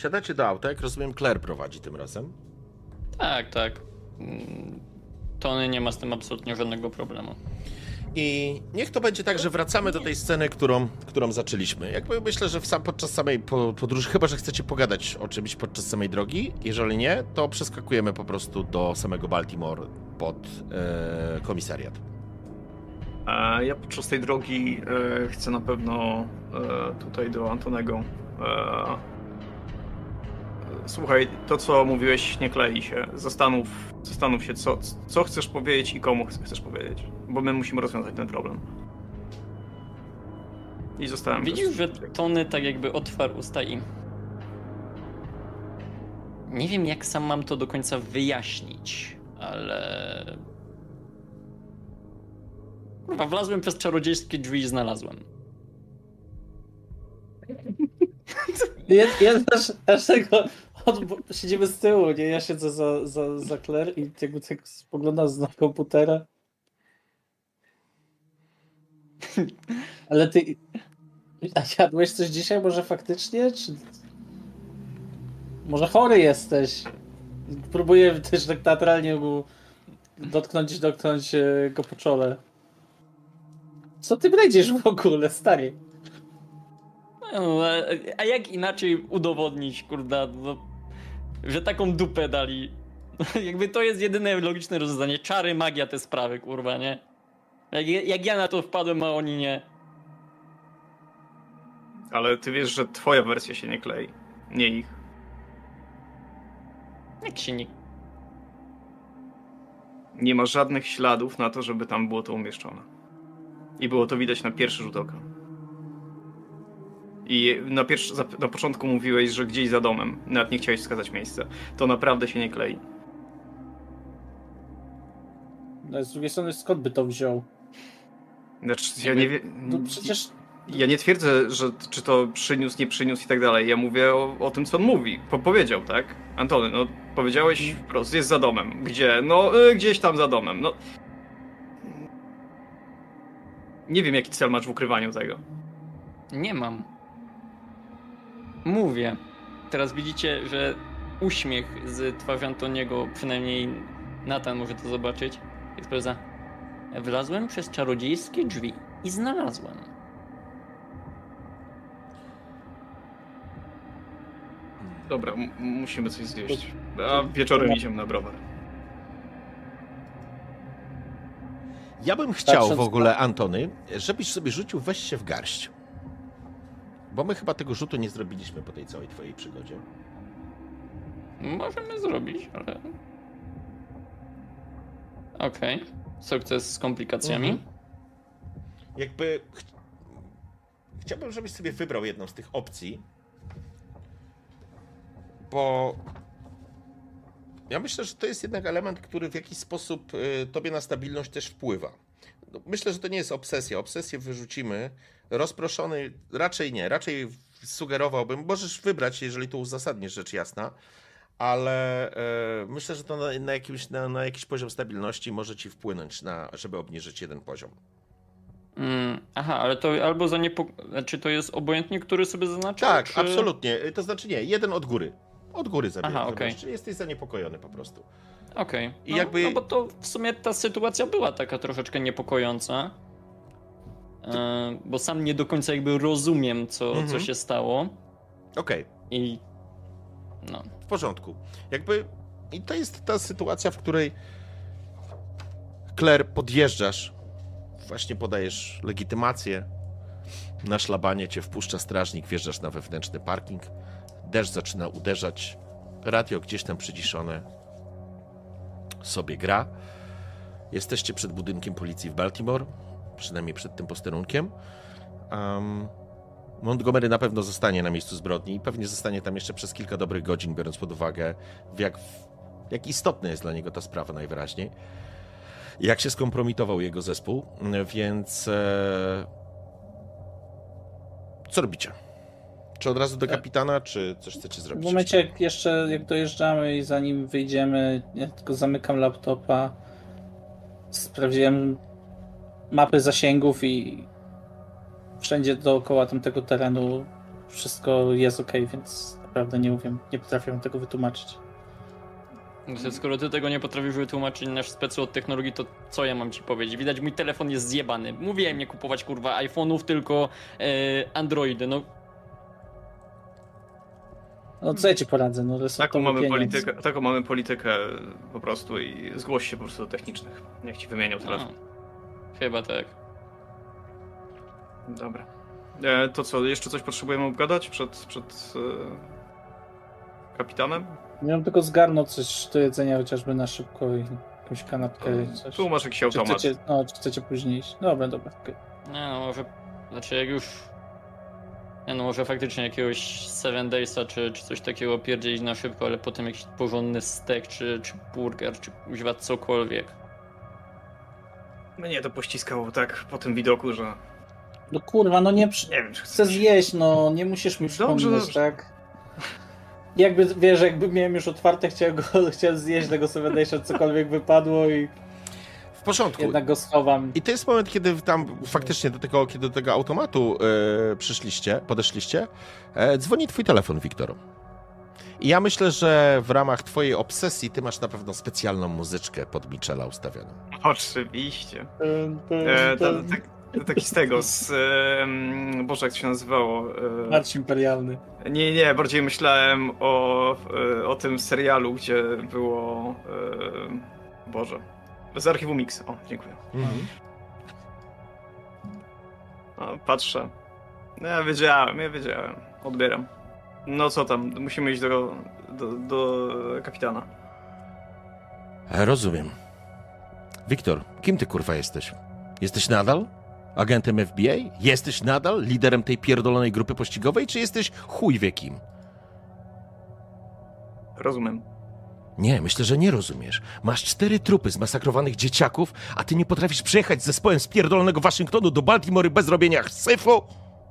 Wsiadacie do auta, jak rozumiem, Claire prowadzi tym razem. Tak, tak. Mm, Tony nie ma z tym absolutnie żadnego problemu. I niech to będzie tak, że wracamy do tej sceny, którą, którą zaczęliśmy. Jakby myślę, że w sam, podczas samej po- podróży, chyba że chcecie pogadać o czymś podczas samej drogi, jeżeli nie, to przeskakujemy po prostu do samego Baltimore pod e, komisariat. E, Ja podczas tej drogi e, chcę na pewno e, tutaj do Antonego. E, Słuchaj, to co mówiłeś nie klei się. Zastanów, zastanów się, co, co chcesz powiedzieć i komu chcesz powiedzieć. Bo my musimy rozwiązać ten problem. I zostałem... Widzisz, bez- że Tony tak jakby otwarł usta i... Nie wiem, jak sam mam to do końca wyjaśnić, ale... Kurwa, wlazłem przez czarodziejskie drzwi i znalazłem. Ja, ja też, też tego od, bo siedzimy z tyłu, nie? Ja siedzę za, za, za Claire i jakby tak spoglądam na komputera. Ale ty... A jadłeś coś dzisiaj może faktycznie? Czy... Może chory jesteś? Próbuję też tak teatralnie mu dotknąć, dotknąć e, go po czole. Co ty będziesz w ogóle, stary? No, a- a jak inaczej udowodnić, kurda, no, że taką dupę dali? Jakby to jest jedyne logiczne rozwiązanie. Czary, magia, te sprawy, kurwa, nie? Jak, jak ja na to wpadłem, a oni nie. Ale ty wiesz, że twoja wersja się nie klei, nie ich. Jak się nie... Nie ma żadnych śladów na to, żeby tam było to umieszczone. I było to widać na pierwszy rzut oka. I na, pierwszy, na początku mówiłeś, że gdzieś za domem, nawet nie chciałeś wskazać miejsca. To naprawdę się nie klei. No, z drugiej strony skąd by to wziął? Znaczy, ja nie wiem. No przecież... Ja nie twierdzę, że czy to przyniósł, nie przyniósł i tak dalej. Ja mówię o, o tym, co on mówi. Po, powiedział, tak? Antony, no powiedziałeś wprost, jest za domem. Gdzie? No y, gdzieś tam za domem. No. Nie wiem, jaki cel masz w ukrywaniu tego. Nie mam. Mówię. Teraz widzicie, że uśmiech z twarzy Antoniego, przynajmniej Nathan może to zobaczyć, jest poza. Wlazłem przez czarodziejskie drzwi i znalazłem. Dobra, m- musimy coś zjeść. A wieczorem idziemy na browar. Ja bym chciał Patrząc w ogóle, Antony, żebyś sobie rzucił weź się w garść. Bo my chyba tego rzutu nie zrobiliśmy po tej całej twojej przygodzie. Możemy zrobić, ale... Okej. Okay. Sukces z komplikacjami. Mhm. Jakby... ch- Chciałbym, żebyś sobie wybrał jedną z tych opcji. Bo... Ja myślę, że to jest jednak element, który w jakiś sposób y, tobie na stabilność też wpływa. No, myślę, że to nie jest obsesja. Obsesję wyrzucimy. Rozproszony raczej nie. Raczej sugerowałbym, możesz wybrać, jeżeli to uzasadnisz, rzecz jasna, ale y, myślę, że to na, na, jakimś, na, na jakiś poziom stabilności może ci wpłynąć, na, żeby obniżyć jeden poziom. Mm, aha, ale to albo za niepo... Czy to jest obojętnie, który sobie zaznaczył? Tak, czy... absolutnie. To znaczy nie, jeden od góry. Od góry zabieram. Aha, okej. Czyli jesteś zaniepokojony po prostu. Okej. Okay. I No, jakby- no bo to w sumie ta sytuacja była taka troszeczkę niepokojąca. E, bo sam nie do końca jakby rozumiem, co, Mhm. co się stało. Okej. I no. W porządku. Jakby i to jest ta sytuacja, w której Claire, podjeżdżasz, właśnie podajesz legitymację, na szlabanie cię wpuszcza strażnik, wjeżdżasz na wewnętrzny parking, deszcz zaczyna uderzać, radio gdzieś tam przyciszone sobie gra. Jesteście przed budynkiem policji w Baltimore, przynajmniej przed tym posterunkiem. Um, Montgomery na pewno zostanie na miejscu zbrodni i pewnie zostanie tam jeszcze przez kilka dobrych godzin, biorąc pod uwagę, w jak, jak istotna jest dla niego ta sprawa najwyraźniej. Jak się skompromitował jego zespół, więc e... co robicie? Czy od razu do kapitana, czy coś chcecie W zrobić? momencie jak jeszcze jak dojeżdżamy i zanim wyjdziemy, ja tylko zamykam laptopa, sprawdziłem mapy zasięgów i wszędzie dookoła tamtego terenu wszystko jest ok, więc Prawda, nie umiem, nie potrafię tego wytłumaczyć. Skoro ty tego nie potrafisz wytłumaczyć, nasz specu od technologii, to co ja mam ci powiedzieć? Widać, mój telefon jest zjebany. Mówiłem nie kupować, kurwa, iPhone'ów, tylko e, Androidy, no. No co ja ci poradzę, no Taką mamy, pieniądz. politykę, taką mamy politykę po prostu i zgłoś się po prostu do technicznych. Niech ci wymienią telefon. A, chyba tak. Dobra. E, to co, jeszcze coś potrzebujemy obgadać przed, przed e, kapitanem? Miałem tylko zgarnąć coś do jedzenia chociażby na szybko i jakąś kanapkę, coś. Tu masz jakiś Czy automat. chcecie, no, czy chcecie później iść? Dobra, dobra. Okay. Nie no, może, znaczy jak już, nie no, może faktycznie jakiegoś Seven Daysa czy, czy coś takiego pierdzielić na szybko, ale potem jakiś porządny stek, czy, czy burger, czy używać cokolwiek. Mnie to pościskało tak po tym widoku, że No kurwa, no nie, przy... nie wiem, czy chcę zjeść, no nie musisz mi przypominać, dobrze. tak? Jakby, wiesz, jakby miałem już otwarte, chciałem, go, chciałem zjeść tego Seven Daysa, cokolwiek wypadło i W porządku. jednak go schowam. I to jest moment, kiedy tam faktycznie do tego, kiedy do tego automatu e, przyszliście, podeszliście, e, dzwoni twój telefon, Wiktor. I ja myślę, że w ramach twojej obsesji ty masz na pewno specjalną muzyczkę pod Michela ustawioną. Oczywiście. E, ta, ta, taki z tego, z... E, Boże, jak to się nazywało? E, Marcin Imperialny. nie, nie, bardziej myślałem o, e, o tym serialu, gdzie było... E, Boże. Z archiwum Mix. O, dziękuję. Mhm. O, patrzę. No, ja wiedziałem, ja wiedziałem. Odbieram. No co tam, musimy iść do, do, do kapitana. Rozumiem. Wiktor, kim ty kurwa jesteś? Jesteś nadal agentem F B I? Jesteś nadal liderem tej pierdolonej grupy pościgowej, czy jesteś chuj wie kim? Rozumiem. Nie, myślę, że nie rozumiesz. Masz cztery trupy zmasakrowanych dzieciaków, a ty nie potrafisz przyjechać z zespołem z pierdolonego Waszyngtonu do Baltimore bez robienia syfu?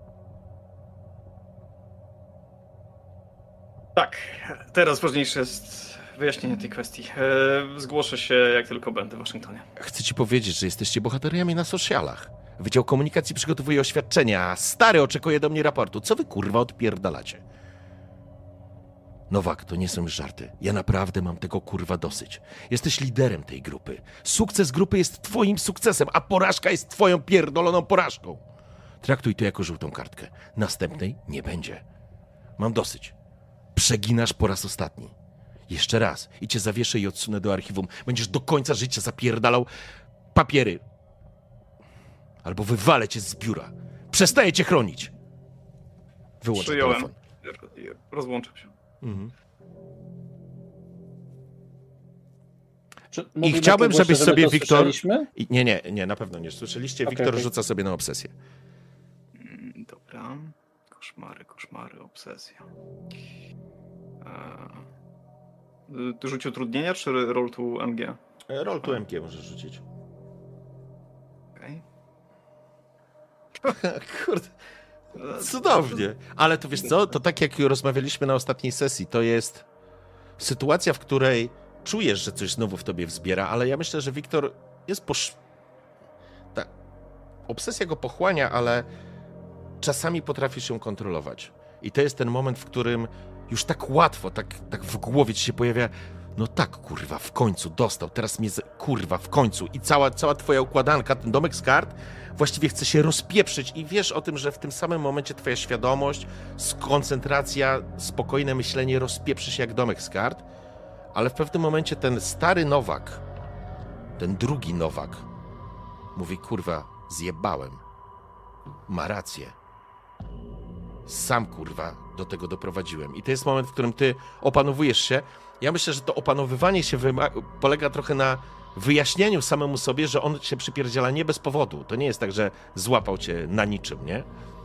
Tak, teraz ważniejsze jest wyjaśnienie tej kwestii. E, zgłoszę się, jak tylko będę w Waszyngtonie. Chcę ci powiedzieć, że jesteście bohaterami na socialach. Wydział Komunikacji przygotowuje oświadczenia, a stary oczekuje do mnie raportu. Co wy kurwa odpierdalacie? Nowak, to nie są już żarty. Ja naprawdę mam tego kurwa dosyć. Jesteś liderem tej grupy. Sukces grupy jest twoim sukcesem, a porażka jest twoją pierdoloną porażką. Traktuj to jako żółtą kartkę. Następnej nie będzie. Mam dosyć. Przeginasz po raz ostatni. Jeszcze raz i cię zawieszę i odsunę do archiwum. Będziesz do końca życia zapierdalał papiery. Albo wywalę cię z biura. Przestaję cię chronić. Wyłączę Przyjąłem. telefon. Rozłączam się. Mhm. Czy I mówimy chciałbym, tak głośno, żebyś żeby sobie, to Wiktor... słyszeliśmy? I, nie, nie, nie, na pewno nie słyszeliście. Okay, Wiktor okay. rzuca sobie na obsesję. Mm, Dobra. Koszmary, koszmary, obsesja. Eee, ty rzuć utrudnienia, czy roll to M G? Roll to M G możesz rzucić. Okej. Kurde, cudownie. Ale to wiesz co, to tak jak rozmawialiśmy na ostatniej sesji, to jest sytuacja, w której czujesz, że coś znowu w tobie wzbiera, ale ja myślę, że Wiktor jest posz... Ta obsesja go pochłania, ale czasami potrafisz ją kontrolować. I to jest ten moment, w którym już tak łatwo, tak, tak w głowie ci się pojawia, no tak, kurwa, w końcu dostał, teraz mnie, z... kurwa, w końcu. I cała, cała twoja układanka, ten domek z kart, właściwie chce się rozpieprzyć i wiesz o tym, że w tym samym momencie twoja świadomość, koncentracja, spokojne myślenie rozpieprzy się jak domek z kart, ale w pewnym momencie ten stary Nowak, ten drugi Nowak mówi, kurwa, zjebałem. Ma rację. Sam, kurwa, do tego doprowadziłem. I to jest moment, w którym ty opanowujesz się. Ja myślę, że to opanowywanie się wyma- polega trochę na wyjaśnieniu samemu sobie, że on się przypierdziela nie bez powodu. To nie jest tak, że złapał cię na niczym, nie?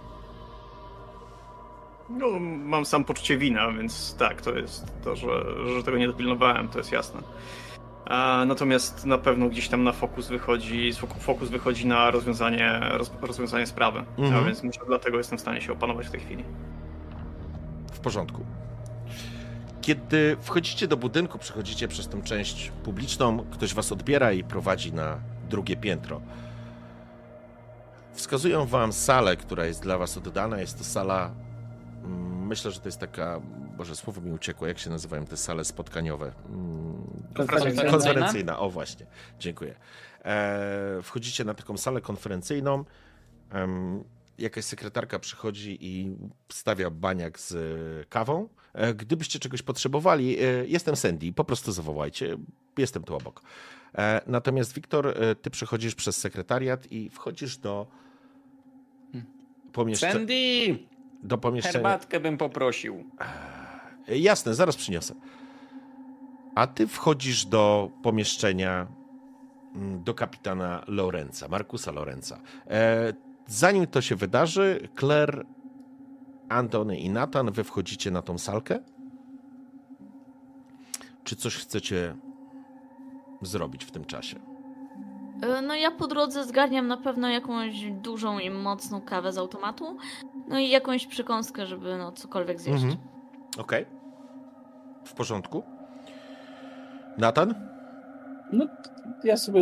No, mam sam poczucie wina, więc tak, to jest to, że, że tego nie dopilnowałem, to jest jasne. A, natomiast na pewno gdzieś tam na fokus wychodzi, fokus wychodzi na rozwiązanie, roz, rozwiązanie sprawy. Mhm. A więc myślę, dlatego jestem w stanie się opanować w tej chwili. W porządku. Kiedy wchodzicie do budynku, przechodzicie przez tę część publiczną, ktoś was odbiera i prowadzi na drugie piętro. Wskazują wam salę, która jest dla was oddana. Jest to sala Myślę, że to jest taka, Boże, słowo mi uciekło, jak się nazywają te sale spotkaniowe? Konferencyjna. Konferencyjna, o właśnie, dziękuję. E, wchodzicie na taką salę konferencyjną, e, jakaś sekretarka przychodzi i stawia baniak z kawą. E, gdybyście czegoś potrzebowali, e, jestem Sandy, po prostu zawołajcie, jestem tu obok. E, natomiast Wiktor, e, ty przechodzisz przez sekretariat i wchodzisz do pomieszczenia. Sandy! Do pomieszczenia. Herbatkę bym poprosił. Jasne, zaraz przyniosę. A ty wchodzisz do pomieszczenia do kapitana Lorenza, Markusa Lorenza. E, zanim to się wydarzy, Claire, Antony i Nathan, wy wchodzicie na tą salkę? Czy coś chcecie zrobić w tym czasie? No ja po drodze zgarniam na pewno jakąś dużą i mocną kawę z automatu, no i jakąś przekąskę, żeby no cokolwiek zjeść. Mhm. Okej. Okay. W porządku. Nathan? No, ja sobie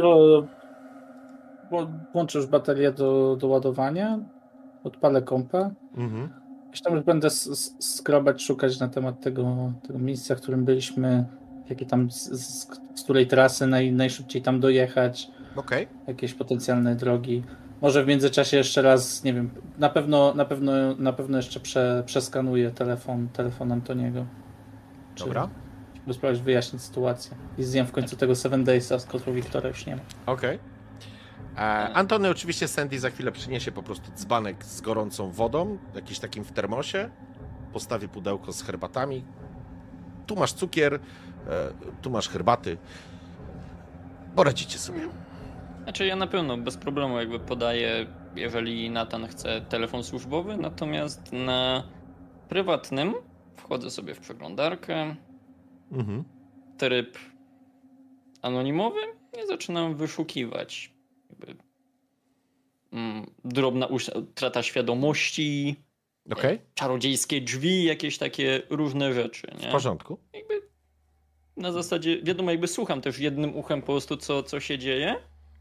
włączę już baterię do, do ładowania, odpalę kompa. Mhm. Gdzieś tam już będę skrobać, szukać na temat tego, tego miejsca, w którym byliśmy, jakie tam, z, z, z której trasy naj, najszybciej tam dojechać. Okej. Okay. Jakieś potencjalne drogi. Może w międzyczasie jeszcze raz, nie wiem, na pewno, na pewno, na pewno jeszcze prze, przeskanuję telefon, telefon Antoniego. Dobra. By spróbować wyjaśnić sytuację. I zjem w końcu tego Seven Daysa, z którego Wiktora już nie ma. Okej. Okay. Antony oczywiście Sandy za chwilę przyniesie po prostu dzbanek z gorącą wodą, jakiś takim w termosie. Postawi pudełko z herbatami. Tu masz cukier, tu masz herbaty. Poradzicie sobie. Znaczy ja na pewno bez problemu jakby podaję, jeżeli Nathan chce telefon służbowy, natomiast na prywatnym wchodzę sobie w przeglądarkę, mhm. tryb anonimowy i zaczynam wyszukiwać jakby, mm, drobna utrata świadomości, okay. czarodziejskie drzwi, jakieś takie różne rzeczy. Nie? W porządku. Jakby na zasadzie, wiadomo, jakby słucham też jednym uchem po prostu co, co się dzieje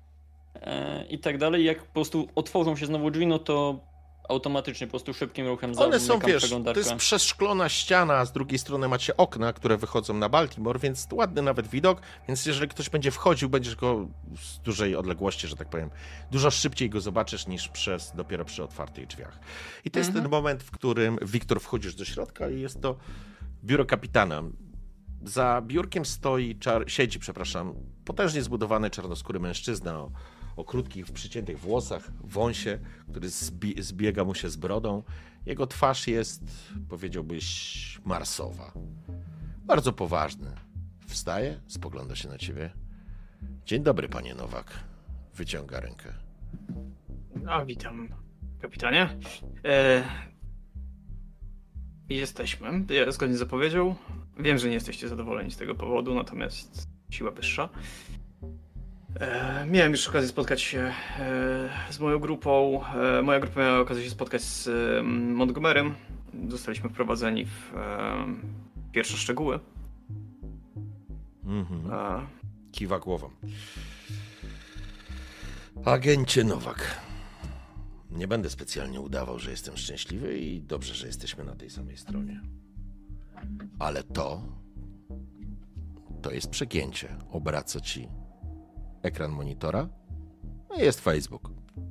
e, i tak dalej. Jak po prostu otworzą się znowu drzwi, no to automatycznie po prostu szybkim ruchem One są, wiesz, przeglądarkę. to jest przeszklona ściana, a z drugiej strony macie okna, które wychodzą na Baltimore, więc ładny nawet widok, więc jeżeli ktoś będzie wchodził, będziesz go z dużej odległości, że tak powiem, dużo szybciej go zobaczysz niż przez, dopiero przy otwartych drzwiach. I to jest mhm. ten moment, w którym Wiktor wchodzisz do środka i jest to biuro kapitana. Za biurkiem stoi, czar, siedzi, przepraszam, potężnie zbudowany czarnoskóry mężczyzna o, o krótkich, przyciętych włosach, wąsie, który zbi, zbiega mu się z brodą. Jego twarz jest, powiedziałbyś, marsowa. Bardzo poważny. Wstaje, spogląda się na ciebie. Dzień dobry, panie Nowak. Wyciąga rękę. A, witam, kapitanie. E... Jesteśmy, ja, zgodnie z zapowiedzią. Wiem, że nie jesteście zadowoleni z tego powodu, natomiast siła wyższa. E, miałem już okazję spotkać się e, z moją grupą. E, moja grupa miała okazję się spotkać z e, Montgomerym. Zostaliśmy wprowadzeni w e, pierwsze szczegóły. Mhm. E, Kiwa głową. Agencie Nowak. Nie będę specjalnie udawał, że jestem szczęśliwy i dobrze, że jesteśmy na tej samej stronie. Ale to, to jest przegięcie. Obraca ci ekran monitora, no jest Facebook.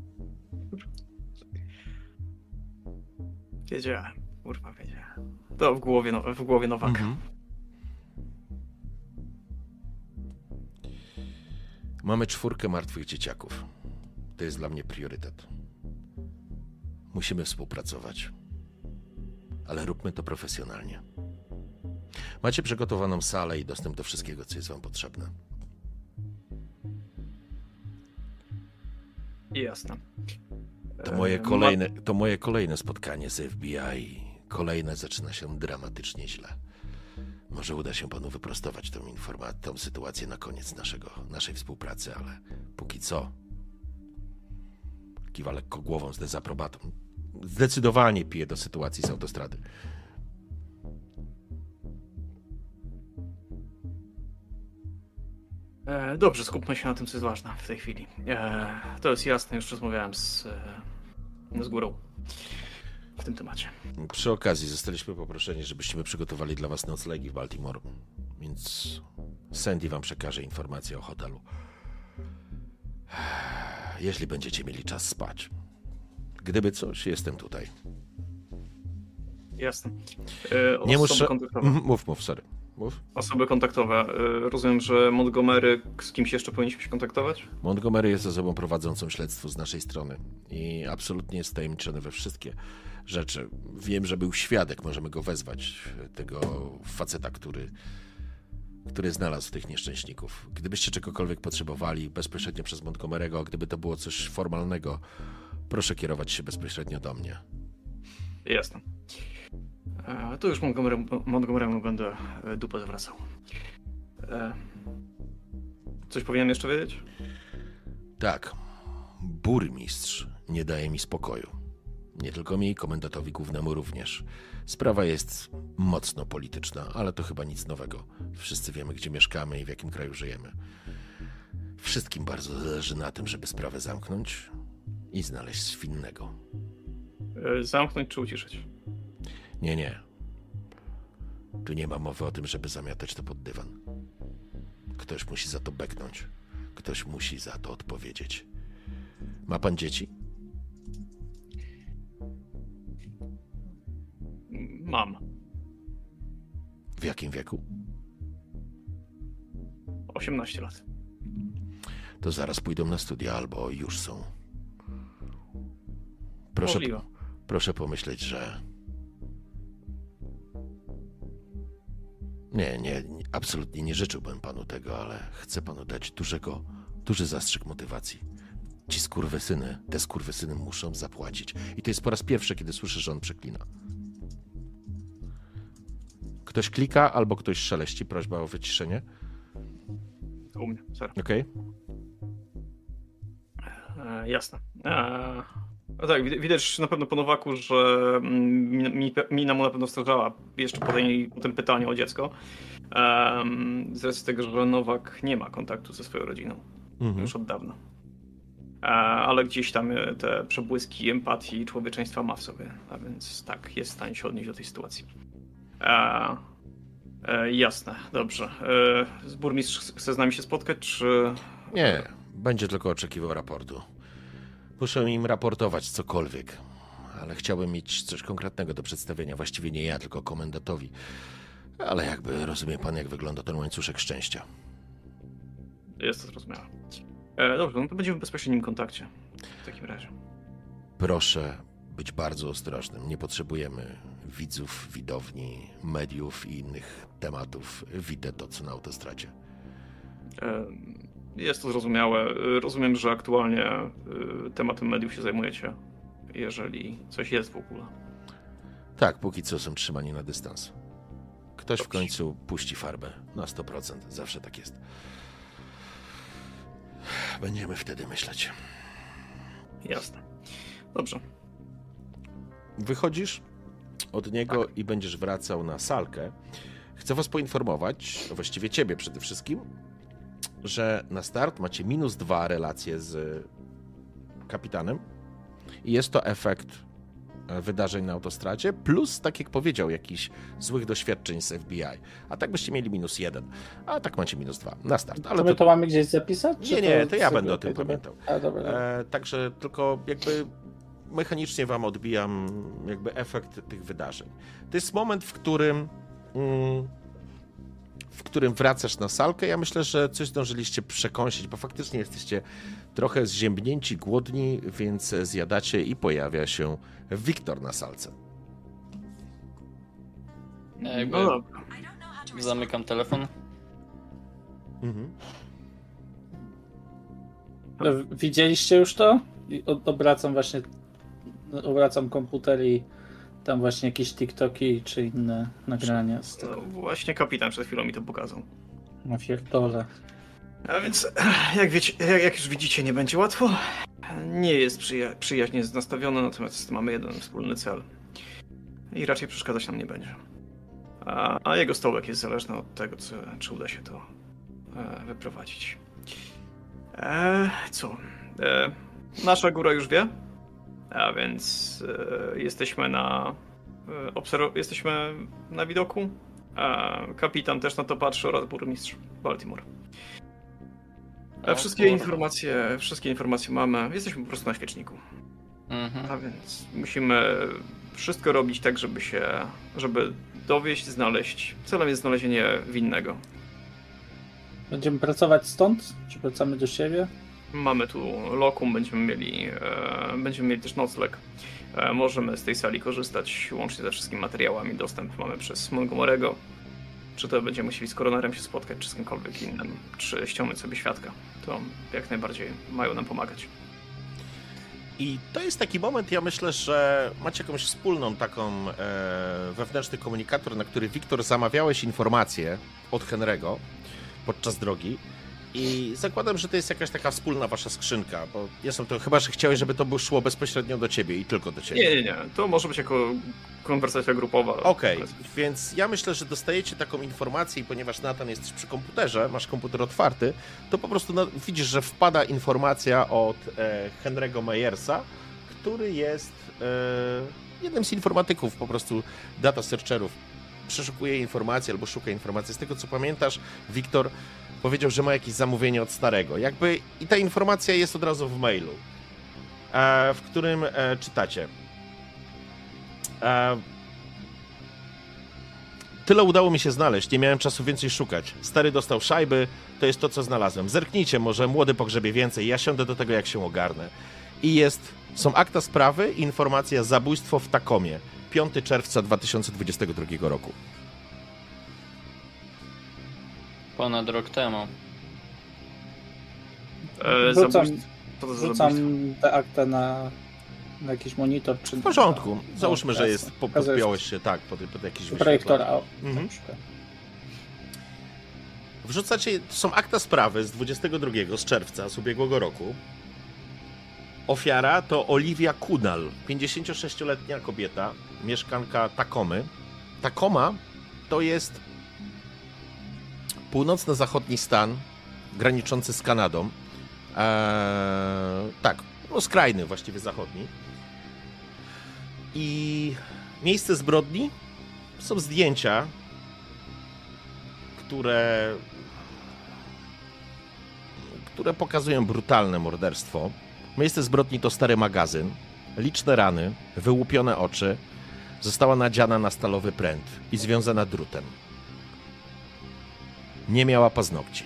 Wiedziałem, kurwa wiedziałem. To w głowie, no, w głowie Nowaka. Mhm. Mamy czwórkę martwych dzieciaków. To jest dla mnie priorytet. Musimy współpracować. Ale róbmy to profesjonalnie. Macie przygotowaną salę i dostęp do wszystkiego, co jest wam potrzebne. Jasne. To moje kolejne, to moje kolejne spotkanie z F B I. Kolejne zaczyna się dramatycznie źle. Może uda się panu wyprostować tą informację, tą sytuację na koniec naszego, naszej współpracy, ale póki co kiwa lekko głową z dezaprobatą. Zdecydowanie pije do sytuacji z autostrady. E, dobrze, skupmy się na tym, co jest ważne w tej chwili. E, to jest jasne, już rozmawiałem z, z górą. w tym temacie. Przy okazji zostaliśmy poproszeni, żebyśmy przygotowali dla was noclegi w Baltimore, więc Sandy wam przekaże informacje o hotelu. Jeśli będziecie mieli czas spać. Gdyby coś, jestem tutaj. Jasne. E, Nie muszę... kontaktowe. Mów, mów, sorry. Mów. Osoby kontaktowe. E, rozumiem, że Montgomery, z kimś jeszcze powinniśmy się kontaktować? Montgomery jest osobą prowadzącą śledztwo z naszej strony i absolutnie jest wtajemniczony we wszystkie rzeczy. Wiem, że był świadek, możemy go wezwać, tego faceta, który, który znalazł tych nieszczęśników. Gdybyście czegokolwiek potrzebowali bezpośrednio przez Montgomery'ego, a gdyby to było coś formalnego, proszę kierować się bezpośrednio do mnie. Jasne. E, to już Montgomery, Montgomery'emu będę dupę zwracał. E, coś powinienem jeszcze wiedzieć? Tak. Burmistrz nie daje mi spokoju. Nie tylko mi, komendantowi głównemu również. Sprawa jest mocno polityczna, ale to chyba nic nowego. Wszyscy wiemy, gdzie mieszkamy i w jakim kraju żyjemy. Wszystkim bardzo zależy na tym, żeby sprawę zamknąć i znaleźć winnego. E, zamknąć czy uciszyć? Nie, nie. Tu nie ma mowy o tym, żeby zamiatać to pod dywan. Ktoś musi za to beknąć. Ktoś musi za to odpowiedzieć. Ma pan dzieci? Mam. W jakim wieku? osiemnaście lat. To zaraz pójdą na studia albo już są. Proszę, Możliwe. proszę pomyśleć, że... Nie, nie, nie, absolutnie nie życzyłbym panu tego, ale chcę panu dać dużego, duży zastrzyk motywacji. Ci skurwysyny, te skurwysyny muszą zapłacić. I to jest po raz pierwszy, kiedy słyszę, że on przeklina. Ktoś klika albo ktoś szeleści. Prośba o wyciszenie. To u mnie, sorry. Okej. E, jasne. E, no tak, wid- widać na pewno po Nowaku, że mi- mi- mina mu na pewno starzała jeszcze po, tej, po tym pytaniu o dziecko. Um, z racji tego, że Nowak nie ma kontaktu ze swoją rodziną. Mhm. Już od dawna. E, ale gdzieś tam e, te przebłyski empatii i człowieczeństwa ma w sobie. A więc tak, jest w stanie się odnieść do tej sytuacji. E, e, jasne, dobrze. E, burmistrz chce z nami się spotkać, czy... Nie, będzie tylko oczekiwał raportu. Muszę im raportować cokolwiek, ale chciałbym mieć coś konkretnego do przedstawienia. Właściwie nie ja, tylko komendantowi. Ale jakby rozumie pan, jak wygląda ten łańcuszek szczęścia. Jest to zrozumiałe. E, dobrze, no to będziemy w bezpośrednim kontakcie. W takim razie. Proszę być bardzo ostrożnym. Nie potrzebujemy widzów, widowni, mediów i innych tematów. Widzę to, co na autostradzie. E, jest to zrozumiałe. E, Rozumiem, że aktualnie e, tematem mediów się zajmujecie. Jeżeli coś jest w ogóle. Tak, póki co są trzymani na dystans. Ktoś w Dobrze. końcu puści farbę. Na sto procent. Zawsze tak jest. Będziemy wtedy myśleć. Jasne. Dobrze. Wychodzisz od niego i będziesz wracał na salkę. Chcę was poinformować, a właściwie ciebie przede wszystkim, że na start macie minus dwa relacje z kapitanem i jest to efekt wydarzeń na autostradzie, plus, tak jak powiedział, jakichś złych doświadczeń z F B I. A tak byście mieli minus jeden, a tak macie minus dwa na start. Ale to my to... to mamy gdzieś zapisać? czy Nie, nie, to ja sobie- będę o tym dobra. pamiętał. A, dobra, dobra. E, także tylko jakby mechanicznie wam odbijam jakby efekt tych wydarzeń. To jest moment, w którym mm, w którym wracasz na salkę. Ja myślę, że coś zdążyliście przekąsić, bo faktycznie jesteście trochę zziębnięci, głodni, więc zjadacie i pojawia się Wiktor na salce. Ja jakby No dobra. zamykam telefon. Mhm. No, widzieliście już to? I od- obracam właśnie, obracam komputer i tam właśnie jakieś TikToki czy inne nagrania z No, tego. właśnie kapitan przed chwilą mi to pokazał. Na pierdolę. A więc, jak wiecie, jak, jak już widzicie, nie będzie łatwo. Nie jest przyja- przyjaźnie nastawione, natomiast mamy jeden wspólny cel. I raczej przeszkadzać nam nie będzie. A, a jego stołek jest zależny od tego, co, czy uda się to e, wyprowadzić. E, co? E, nasza góra już wie, A więc e, jesteśmy na e, obserw- jesteśmy na widoku. A kapitan też na to patrzy oraz burmistrz Baltimore. A O, wszystkie kurwa. informacje, wszystkie informacje mamy. Jesteśmy po prostu na świeczniku. Mhm. A więc musimy wszystko robić tak, żeby się, żeby dowieść, znaleźć. Celem jest znalezienie winnego. Będziemy pracować stąd? Czy wracamy do siebie? Mamy tu lokum, będziemy mieli, e, będziemy mieli też nocleg. E, możemy z tej sali korzystać łącznie ze wszystkimi materiałami. Dostęp mamy przez Montgomery'ego. Czy to będziemy musieli z koronerem się spotkać, czy z kimkolwiek innym, czy ściągnąć sobie świadka. To jak najbardziej mają nam pomagać. I to jest taki moment, ja myślę, że macie jakąś wspólną taką e, wewnętrzny komunikator, na który Wiktor zamawiałeś informacje od Henry'ego podczas drogi i zakładam, że to jest jakaś taka wspólna wasza skrzynka, bo jestem to chyba, że chciałeś, żeby to szło bezpośrednio do ciebie i tylko do ciebie. Nie, nie, nie. To może być jako konwersacja grupowa. Okej, okay. Więc ja myślę, że dostajecie taką informację i ponieważ Nathan jesteś przy komputerze, masz komputer otwarty, to po prostu no, widzisz, że wpada informacja od e, Henry'ego Myersa, który jest e, jednym z informatyków, po prostu data searcherów. Przeszukuje informacje albo szuka informacji. Z tego co pamiętasz, Wiktor powiedział, że ma jakieś zamówienie od starego. Jakby i ta informacja jest od razu w mailu, e, w którym e, czytacie. E, tyle udało mi się znaleźć, nie miałem czasu więcej szukać. Stary dostał szajby, to jest to, co znalazłem. Zerknijcie, może młody pogrzebie więcej, ja siądę do tego, jak się ogarnę. I jest, są akta sprawy i informacja zabójstwo w Takomie. piątego czerwca dwa tysiące dwudziestego drugiego roku. Ponad rok temu. E, Wrzucam, zabójstwo. Co to za wrzucam zabójstwo? te akta na, na jakiś monitor. Czy W porządku, na, załóżmy, na że jest, po, Pokazujesz podpiąłeś się tak, pod, pod jakiś do projektora. O, Mhm. na przykład. Wrzucacie, to są akta sprawy z dwudziestego drugiego z czerwca z ubiegłego roku. Ofiara to Olivia Kunal, pięćdziesięciosześcioletnia kobieta, mieszkanka Takomy. Takoma to jest północno-zachodni stan graniczący z Kanadą. Eee, tak, no skrajny właściwie zachodni. I miejsce zbrodni są zdjęcia, które które pokazują brutalne morderstwo. Miejsce zbrodni to stary magazyn, liczne rany, wyłupione oczy, została nadziana na stalowy pręt i związana drutem. Nie miała paznokci.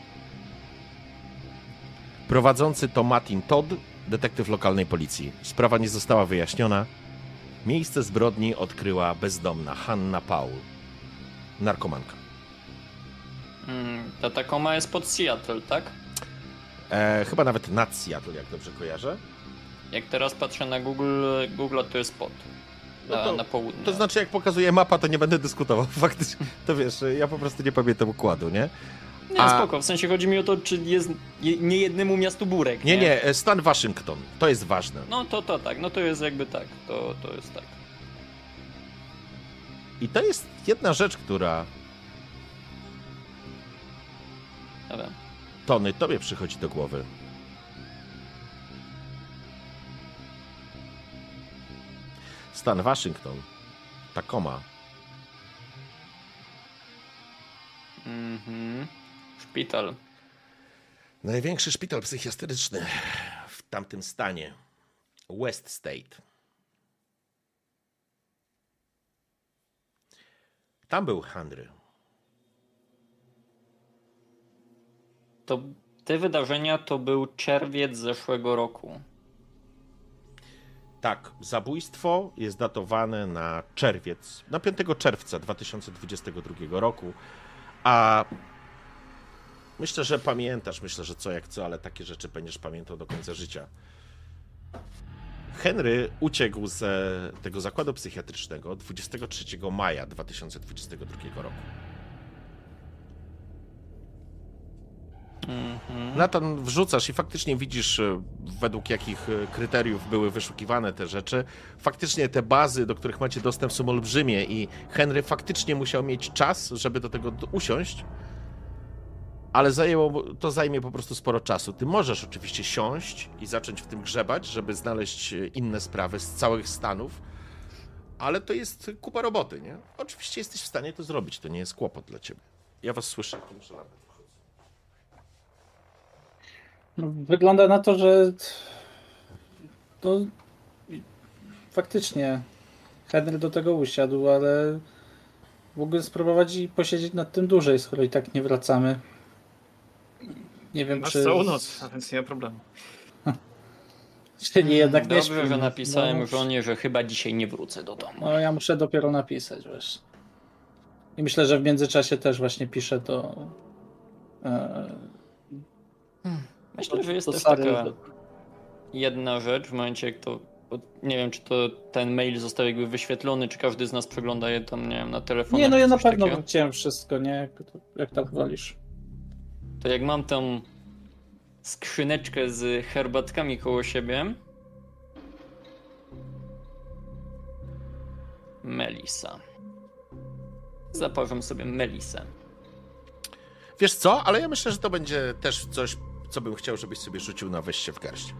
Prowadzący to Martin Todd, detektyw lokalnej policji. Sprawa nie została wyjaśniona. Miejsce zbrodni odkryła bezdomna Hanna Paul, narkomanka. Mm, ta Tacoma jest pod Seattle, tak? E, chyba nawet nad Seattle, jak dobrze kojarzę. Jak teraz patrzę na Google, Google to jest pod. Na, No to, na południe. to znaczy, jak pokazuje mapa, to nie będę dyskutował. Faktycznie, to wiesz, ja po prostu nie pamiętam układu, nie? Nie, A- spoko, w sensie chodzi mi o to, czy jest je, nie jednemu miastu Burek, Nie, nie, e, stan Waszyngton. To jest ważne. No to, to tak, no to jest jakby tak, to, to jest tak. I to jest jedna rzecz, która, Dobra. Tony, tobie przychodzi do głowy. Stan Waszyngton, Tacoma. Mhm. Szpital. Największy szpital psychiatryczny w tamtym stanie. West State. Tam był Henry. To te wydarzenia to był czerwiec zeszłego roku. Tak, zabójstwo jest datowane na czerwiec, na piątego czerwca dwa tysiące dwudziestego drugiego roku, a myślę, że pamiętasz, myślę, że co jak co, ale takie rzeczy będziesz pamiętał do końca życia. Henry uciekł z tego zakładu psychiatrycznego dwudziestego trzeciego maja dwa tysiące dwudziestego drugiego roku. Mhm. Nathan, wrzucasz i faktycznie widzisz, według jakich kryteriów były wyszukiwane te rzeczy. Faktycznie te bazy, do których macie dostęp, są olbrzymie i Henry faktycznie musiał mieć czas, żeby do tego usiąść. ale zajęło, to zajmie po prostu sporo czasu. Ty możesz oczywiście siąść i zacząć w tym grzebać, żeby znaleźć inne sprawy z całych Stanów, ale to jest kupa roboty, nie? Oczywiście jesteś w stanie to zrobić, to nie jest kłopot dla ciebie. Ja was słyszę. To muszę nawet wychodzić. No, wygląda na to, że no, faktycznie Henry do tego usiadł, ale mógłbym spróbować i posiedzieć nad tym dłużej, skoro i tak nie wracamy. Nie wiem, Masz czy... całą noc, a więc nie ma problemu. Czyli jednak nie Dobrze, śpimy. że napisałem no, żonie, że chyba dzisiaj nie wrócę do domu. No ja muszę dopiero napisać, wiesz. I myślę, że w międzyczasie też właśnie piszę to... E, Myślę, że jest to też Sary- taka jedna rzecz w momencie, jak to... bo nie wiem, czy to ten mail został jakby wyświetlony, czy każdy z nas przegląda je tam, nie wiem, na telefonie. Nie, no ja na coś pewno takiego. wróciłem wszystko, nie? Jak, jak tam wolisz. To jak mam tą skrzyneczkę z herbatkami koło siebie. Melisa. Zaparzę sobie Melisę. Wiesz co, ale ja myślę, że to będzie też coś, co bym chciał, żebyś sobie rzucił na weźcie w garść.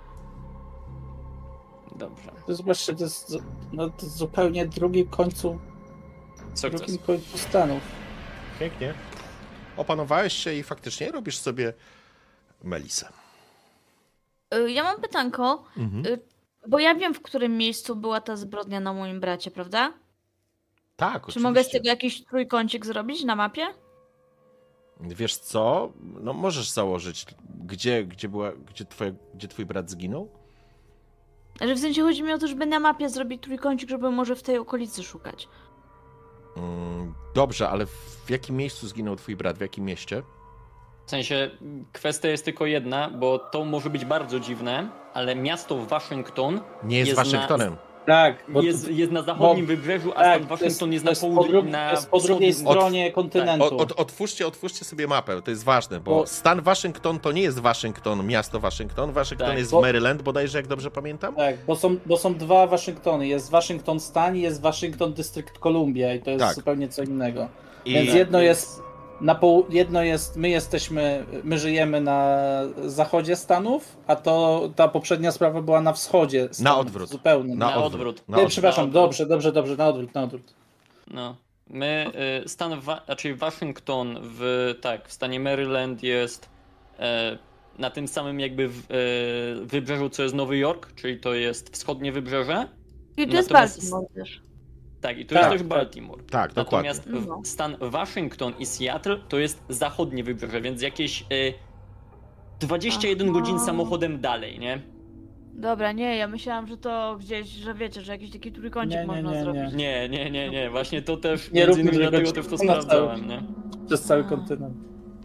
Dobrze. To jest właśnie to jest, zu- no, to jest zupełnie drugim końcu, Sukces. drugim końcu Stanów. Pięknie. Opanowałeś się i faktycznie robisz sobie Melisę. Y, Ja mam pytanko, Mhm. y, bo ja wiem, w którym miejscu była ta zbrodnia na moim bracie, prawda? Tak, Czy oczywiście. mogę z tego jakiś trójkącik zrobić na mapie? Wiesz co? No możesz założyć, gdzie, gdzie, była, gdzie, twoje, gdzie twój brat zginął? Że w sensie chodzi mi o to, żeby na mapie zrobić trójkącik, żeby może w tej okolicy szukać. Mm, dobrze, ale w jakim miejscu zginął twój brat? W jakim mieście? W sensie kwestia jest tylko jedna, bo to może być bardzo dziwne, ale miasto Waszyngton Nie jest, Jest na- Waszyngtonem. Tak, bo jest, jest na zachodnim bo- wybrzeżu, a tak, stan to jest, Waszyngton jest, to jest, na po, południu. dru- na to jest po drugiej wschodnim- stronie kontynentu. O, od, otwórzcie, otwórzcie sobie mapę, to jest ważne, bo, Bo- stan Waszyngton to nie jest Waszyngton, miasto Waszyngton. Waszyngton Tak, jest bo- w Maryland bodajże, jak dobrze pamiętam. Tak, bo są, bo są dwa Waszyngtony. Jest Waszyngton Stan i jest Waszyngton District Columbia i to jest Tak. zupełnie co innego. I Więc Tak, jedno więc- jest na poł- jedno jest, my jesteśmy, my żyjemy na zachodzie Stanów, a to ta poprzednia sprawa była na wschodzie Stanów. odwrót. Zupełnie. na, na odwrót. odwrót. Na Nie, odwrót. przepraszam, Na odwrót. dobrze, dobrze, dobrze, na odwrót, na odwrót. No. My, y, stan, Wa- raczej Waszyngton w, tak, w stanie Maryland jest e, na tym samym jakby w, e, wybrzeżu, co jest Nowy Jork, czyli to jest wschodnie wybrzeże. I to jest Natomiast- Baltimore też. Tak, i to Tak, jest też tak. Baltimore. Tak, dokładnie. Natomiast w- No. stan Waszyngton i Seattle to jest zachodnie wybrzeże, więc jakieś e, dwadzieścia jeden Aha. godzin samochodem dalej, nie? Dobra, nie, ja myślałam, że to gdzieś, że wiecie, że jakiś taki trójkącik Nie, nie, można nie, nie. zrobić. Nie, nie, nie, nie, właśnie to też, Nie między róbmy innymi tego dlatego też to na cały- sprawdzałem, nie? Przez cały A. kontynent.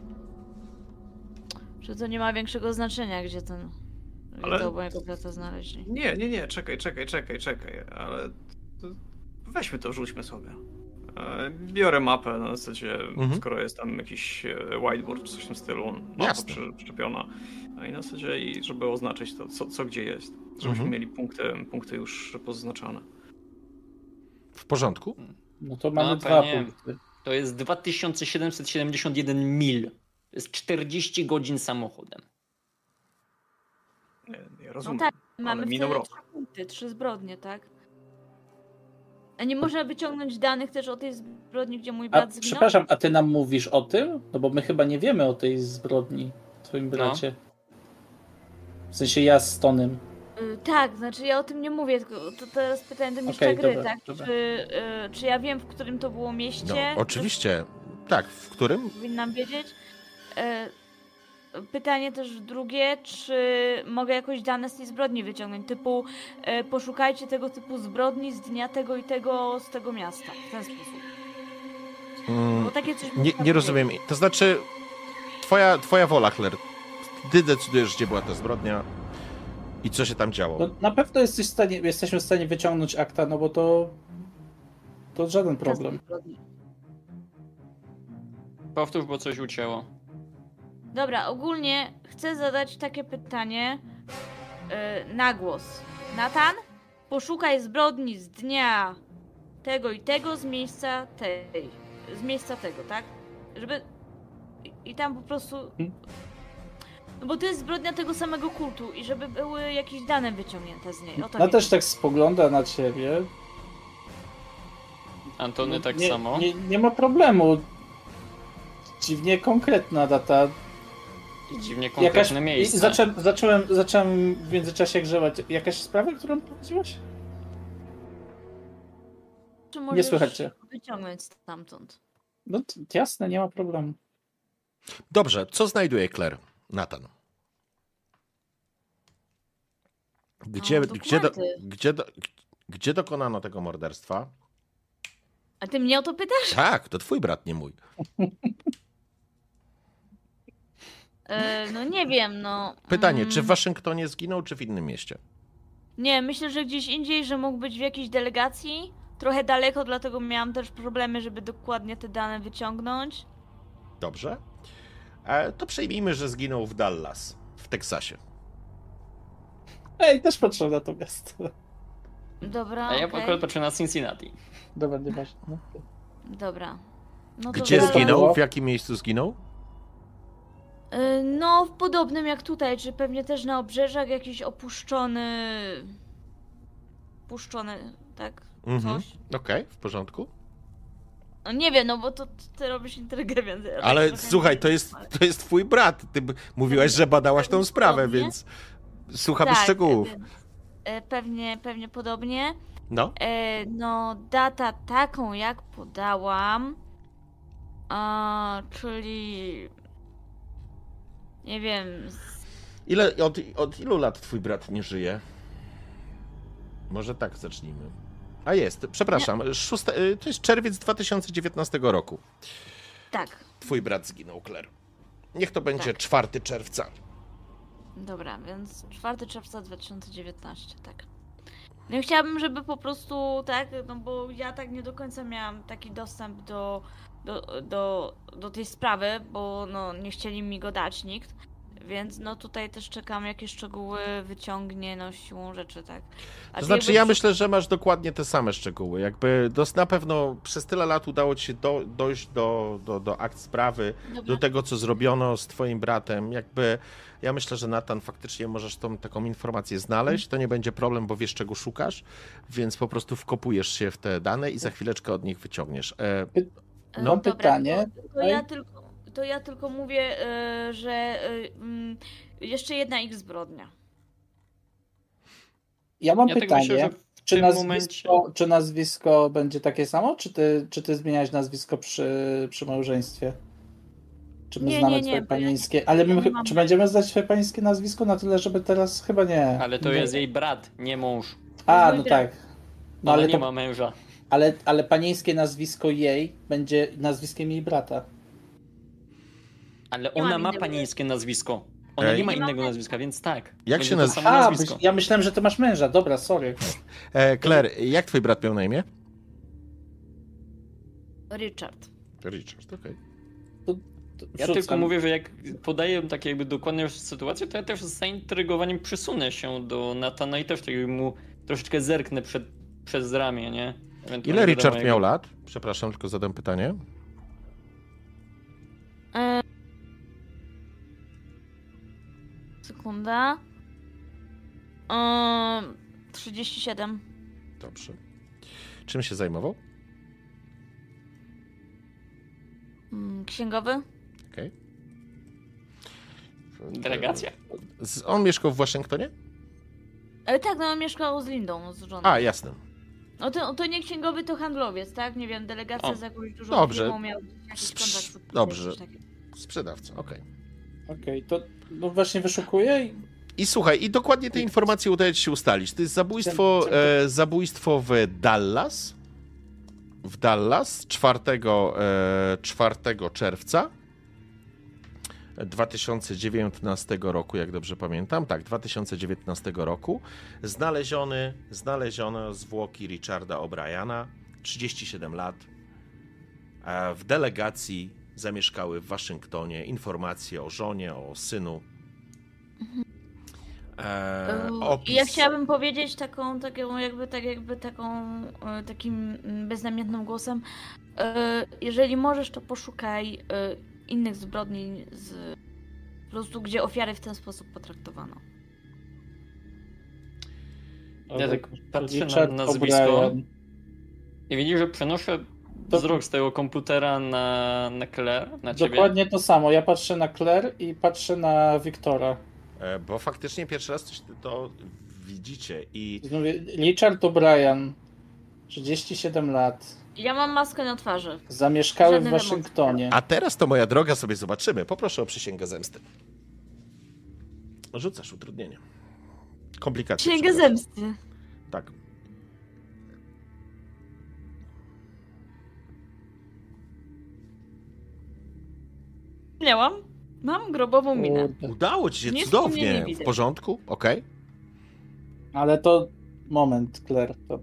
Że to nie ma większego znaczenia, gdzie ten... Gdzie Ale- to mojego brata znaleźli. Nie, nie, nie, czekaj, czekaj, czekaj, czekaj, ale to weźmy to, rzućmy sobie. E, Biorę mapę na zasadzie, Mhm. skoro jest tam jakiś e, whiteboard czy coś w tym stylu, mapa Jasne. przy, przyczepiona. No i na zasadzie, i żeby oznaczyć to, co, co gdzie jest. Żebyśmy Mhm. mieli punkty, punkty już pozaznaczone. W porządku? No to mamy No, dwa panie. punkty. To jest dwa tysiące siedemset siedemdziesiąt jeden mil. To jest czterdzieści godzin samochodem. Nie, nie No rozumiem. tak, mamy minął wtedy rok. trzy punkty, trzy zbrodnie, tak? A nie można wyciągnąć danych też o tej zbrodni, gdzie mój A brat zginął? przepraszam, a ty nam mówisz o tym? No bo my chyba nie wiemy o tej zbrodni, twoim bracie. W sensie ja z Tonym. Y, tak, znaczy ja o tym nie mówię, tylko to teraz pytanie do mistrza Okej, gry, dobra, tak? dobra. Czy, y, czy ja wiem, w którym to było No, mieście? oczywiście. Tak, w którym? Powinnam wiedzieć. Y, Pytanie też drugie, czy mogę jakoś dane z tej zbrodni wyciągnąć, typu y, poszukajcie tego typu zbrodni z dnia tego i tego z tego miasta, w ten sposób. Mm, Bo takie coś nie, można nie rozumiem. To znaczy, twoja, twoja wola, Claire. Ty decydujesz, gdzie była ta zbrodnia i co się tam działo. No, na pewno jesteś w stanie, jesteśmy w stanie wyciągnąć akta, no bo to to żaden problem. zbrodni. Powtórz, bo coś ucięło. Dobra, ogólnie chcę zadać takie pytanie yy, na głos. Natan, poszukaj zbrodni z dnia tego i tego z miejsca tej. Z miejsca tego, tak? Żeby. i tam po prostu... No bo to jest zbrodnia tego samego kultu i żeby były jakieś dane wyciągnięte z niej. O to No mi też chodzi. tak spogląda na ciebie. Antony tak nie, samo. Nie, nie ma problemu. Dziwnie konkretna data. Dziwnie Jakaś, konkretne i miejsce. zacząłem, zacząłem, zacząłem w międzyczasie grzebać. Jakaś sprawa, którą prowadziłeś? Czy Nie możesz słychać cię. wyciągnąć stamtąd? No t- jasne, nie ma problemu. Dobrze, co znajduje Claire? Nathan. Gdzie, O, gdzie, do, dokumenty. gdzie, do, gdzie dokonano tego morderstwa? A ty mnie o to pytasz? Tak, to twój brat, nie mój. E, no nie wiem, no. Pytanie, mm, czy w Waszyngtonie zginął, czy w innym mieście? Nie, myślę, że gdzieś indziej, że mógł być w jakiejś delegacji. Trochę daleko, dlatego miałam też problemy, żeby dokładnie te dane wyciągnąć. Dobrze. E, to przyjmijmy, że zginął w Dallas, w Teksasie. Ej, też patrzę natomiast. Dobra, A ja okej. akurat patrzę na Cincinnati. Dobra, nieważne. No. Dobra. No to Gdzie Dallas. zginął? W jakim miejscu zginął? Y, No, w podobnym jak tutaj, czy pewnie też na obrzeżach jakiś opuszczony... Opuszczony, tak? Mhm. Coś. Okej, w porządku. No nie wiem, no bo to ty robisz intrygę, więc... ja tak Ale trochę słuchaj, nie to wiem, jest, ale- to jest twój brat. Ty b- mówiłaś, że badałaś tą sprawę, Podobnie? więc słucham Tak, szczegółów. więc, e, Pewnie, pewnie podobnie. No, E, No, data taką jak podałam, a, czyli... Nie wiem... z- ile, od, od ilu lat twój brat nie żyje? Może tak zacznijmy. A jest, przepraszam, szóste, y, to jest czerwiec dwa tysiące dziewiętnastego roku. Tak, Twój brat zginął, Claire. Niech to będzie Tak. czwartego czerwca. dobra, więc czwartego czerwca dwa tysiące dziewiętnastego, tak. No i chciałabym, żeby po prostu, tak, no bo ja tak nie do końca miałam taki dostęp do, do, do, do tej sprawy, bo no nie chcieli mi go dać nikt, więc no tutaj też czekam, jakie szczegóły wyciągnie, no siłą rzeczy, tak. A To ty znaczy, jakby ja przy- myślę, że masz dokładnie te same szczegóły. Jakby dos, na pewno przez tyle lat udało ci się do, dojść do, do, do akt sprawy, Dobra. do tego, co zrobiono z twoim bratem. Jakby ja myślę, że Nathan, faktycznie możesz tą taką informację znaleźć. To nie będzie problem, bo wiesz, czego szukasz, więc po prostu wkopujesz się w te dane i za chwileczkę od nich wyciągniesz. E, E, No. Mam pytanie. To, to, ja tylko, to ja tylko mówię, e, że e, mm, jeszcze jedna ich zbrodnia. Ja mam Ja tak pytanie. myślę, że w Czy tym nazwisko, momencie... czy nazwisko będzie takie samo, czy ty, czy ty zmieniałeś nazwisko przy, przy małżeństwie? Czy my Nie, znamy nie, nie, twoje bo ja- panieńskie? Ale my, ja nie mam- czy będziemy znać twoje panieńskie nazwisko na tyle, żeby teraz chyba nie. Ale to nie. jest jej brat, nie mąż. A, mój no brat. tak. No Ona ale, nie to, ma męża. ale, ale panieńskie nazwisko jej będzie nazwiskiem jej brata. Ale Nie ona mam ma innego panieńskie nazwisko. Ona Ej. nie ma Nie mam innego męża. nazwiska, więc tak. Jak Będzie się to nazywa- samo A, nazwisko. byś- ja myślałem, że ty masz męża. Dobra, sorry. e, Claire, jak twój brat miał na imię? Richard. Richard, okej. To- to Ja wrzucam. tylko mówię, że jak podaję takie jakby dokładne sytuacje, to ja też z zaintrygowaniem przysunę się do Natana i też tak jakby mu troszeczkę zerknę przed, przez ramię, nie? Ewentualnie Ile dodam Richard mojego- miał lat? Przepraszam, tylko zadam pytanie. E... Sekunda. E... trzydzieści siedem. Dobrze. Czym się zajmował? Mm, Księgowy? Okej. Delegacja? Z- On mieszkał w Waszyngtonie? E, tak, no on mieszkał z Lindą, z żoną. A, jasne. No to, to nie księgowy, to handlowiec, tak? Nie wiem, delegacja O, z jakąś dużą dobrze. firmą miał jakiś Sprz- kontrakt. subsydię, dobrze. coś takiego. Sprzedawca, okej. Okej, to no właśnie wyszukuję i I słuchaj, i dokładnie te informacje udaje ci się ustalić. To jest zabójstwo, e, zabójstwo w Dallas. W Dallas czwartego, e, czwartego czerwca dwa tysiące dziewiętnastego roku, jak dobrze pamiętam. Tak, dwa tysiące dziewiętnastego roku. Znaleziony, znaleziono zwłoki Richarda O'Briana, trzydzieści siedem lat. E, w delegacji zamieszkały w Waszyngtonie informacje o żonie, o synu. E, Yy, opis. I ja chciałabym powiedzieć taką, taką jakby, tak jakby taką, e, takim mm, beznamiętnym głosem, e, jeżeli możesz, to poszukaj e, innych zbrodni, z, po prostu gdzie ofiary w ten sposób potraktowano. Ja tak patrzę na Richard nazwisko O'Brien. i widzisz, że przenoszę To- wzrok z tego komputera na, na Claire, na ciebie. Dokładnie to samo. Ja patrzę na Claire i patrzę na Wiktora. E, Bo faktycznie pierwszy raz coś to widzicie i Mówię, Richard O'Brien, trzydzieści siedem lat, Ja mam maskę na twarzy. zamieszkały w Żadnych emocji. Waszyngtonie. A teraz to, moja droga, sobie zobaczymy. Poproszę o przysięgę zemsty. Rzucasz utrudnienie. Komplikacje. Księgę przepraszam. zemsty. Tak. Miałam. Mam grobową minę. Kurde. Udało ci się Nie cudownie. wspomnienie W widzę. porządku? Okej. Ale to moment, Claire. To,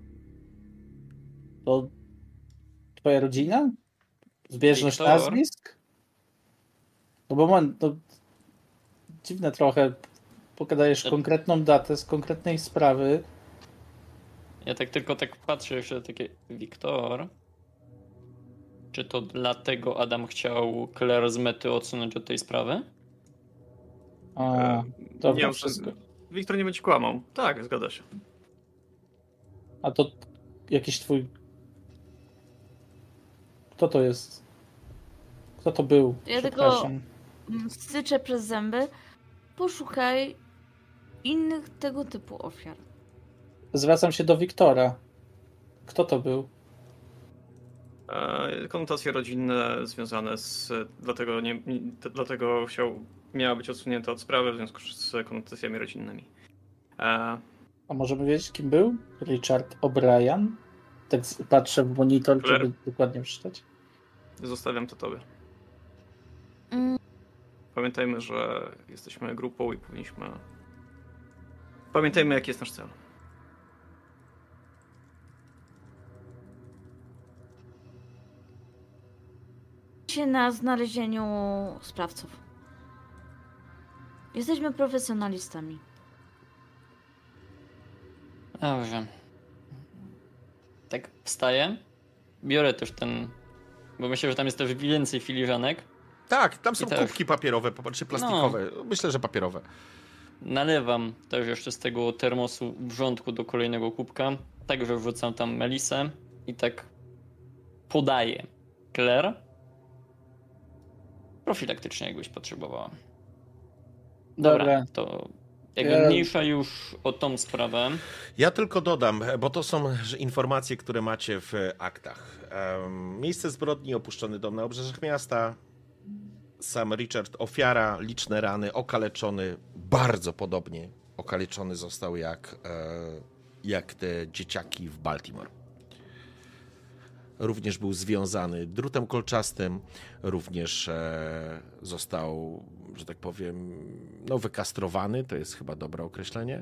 to twoja rodzina? Zbieżność Wiktor? nazwisk? No bo man, to dziwne trochę. Pogadajesz To- konkretną datę z konkretnej sprawy. Ja tak tylko tak patrzę jeszcze takie, Wiktor, czy to dlatego Adam chciał Claire z mety odsunąć od tej sprawy? A, E, to nie wiem, wszystko. Wiktor nie będzie kłamał. Tak, zgadza się. A to jakiś twój... Kto to jest? Kto to był? Ja tylko- Przepraszam. Mm, Styczę przez zęby. Poszukaj innych tego typu ofiar. Zwracam się do Wiktora. Kto to był? E, Konotacje rodzinne związane z... Dlatego, nie, nie, dlatego chciał, miała być odsunięta od sprawy w związku z konotacjami rodzinnymi. E, A możemy wiedzieć, kim był? Richard O'Brien? Tak z- patrzę w monitor, Claire? żeby dokładnie przeczytać. Zostawiam to tobie. Mm, Pamiętajmy, że jesteśmy grupą i powinniśmy... Pamiętajmy, jaki jest nasz cel. się na znalezieniu sprawców. Jesteśmy profesjonalistami. Dobrze. Tak wstaję, biorę też ten, bo myślę, że tam jest też więcej filiżanek. Tak, tam są I też. kubki papierowe, czy plastikowe. Myślę, że papierowe. Nalewam też jeszcze z tego termosu wrzątku do kolejnego kubka. Także wrzucam tam melisę i tak podaję Claire. Profilaktycznie, jakbyś potrzebowała. Dobra, Dobra. to jakby Ja- mniejsza już o tą sprawę. Ja tylko dodam, bo to są że informacje, które macie w aktach. Em, Miejsce zbrodni, opuszczony dom na obrzeżach miasta. Sam Richard, ofiara, liczne rany, okaleczony, bardzo podobnie okaleczony został jak, e, jak te dzieciaki w Baltimore. Również był związany drutem kolczastym, również e, został, że tak powiem, no, wykastrowany, to jest chyba dobre określenie.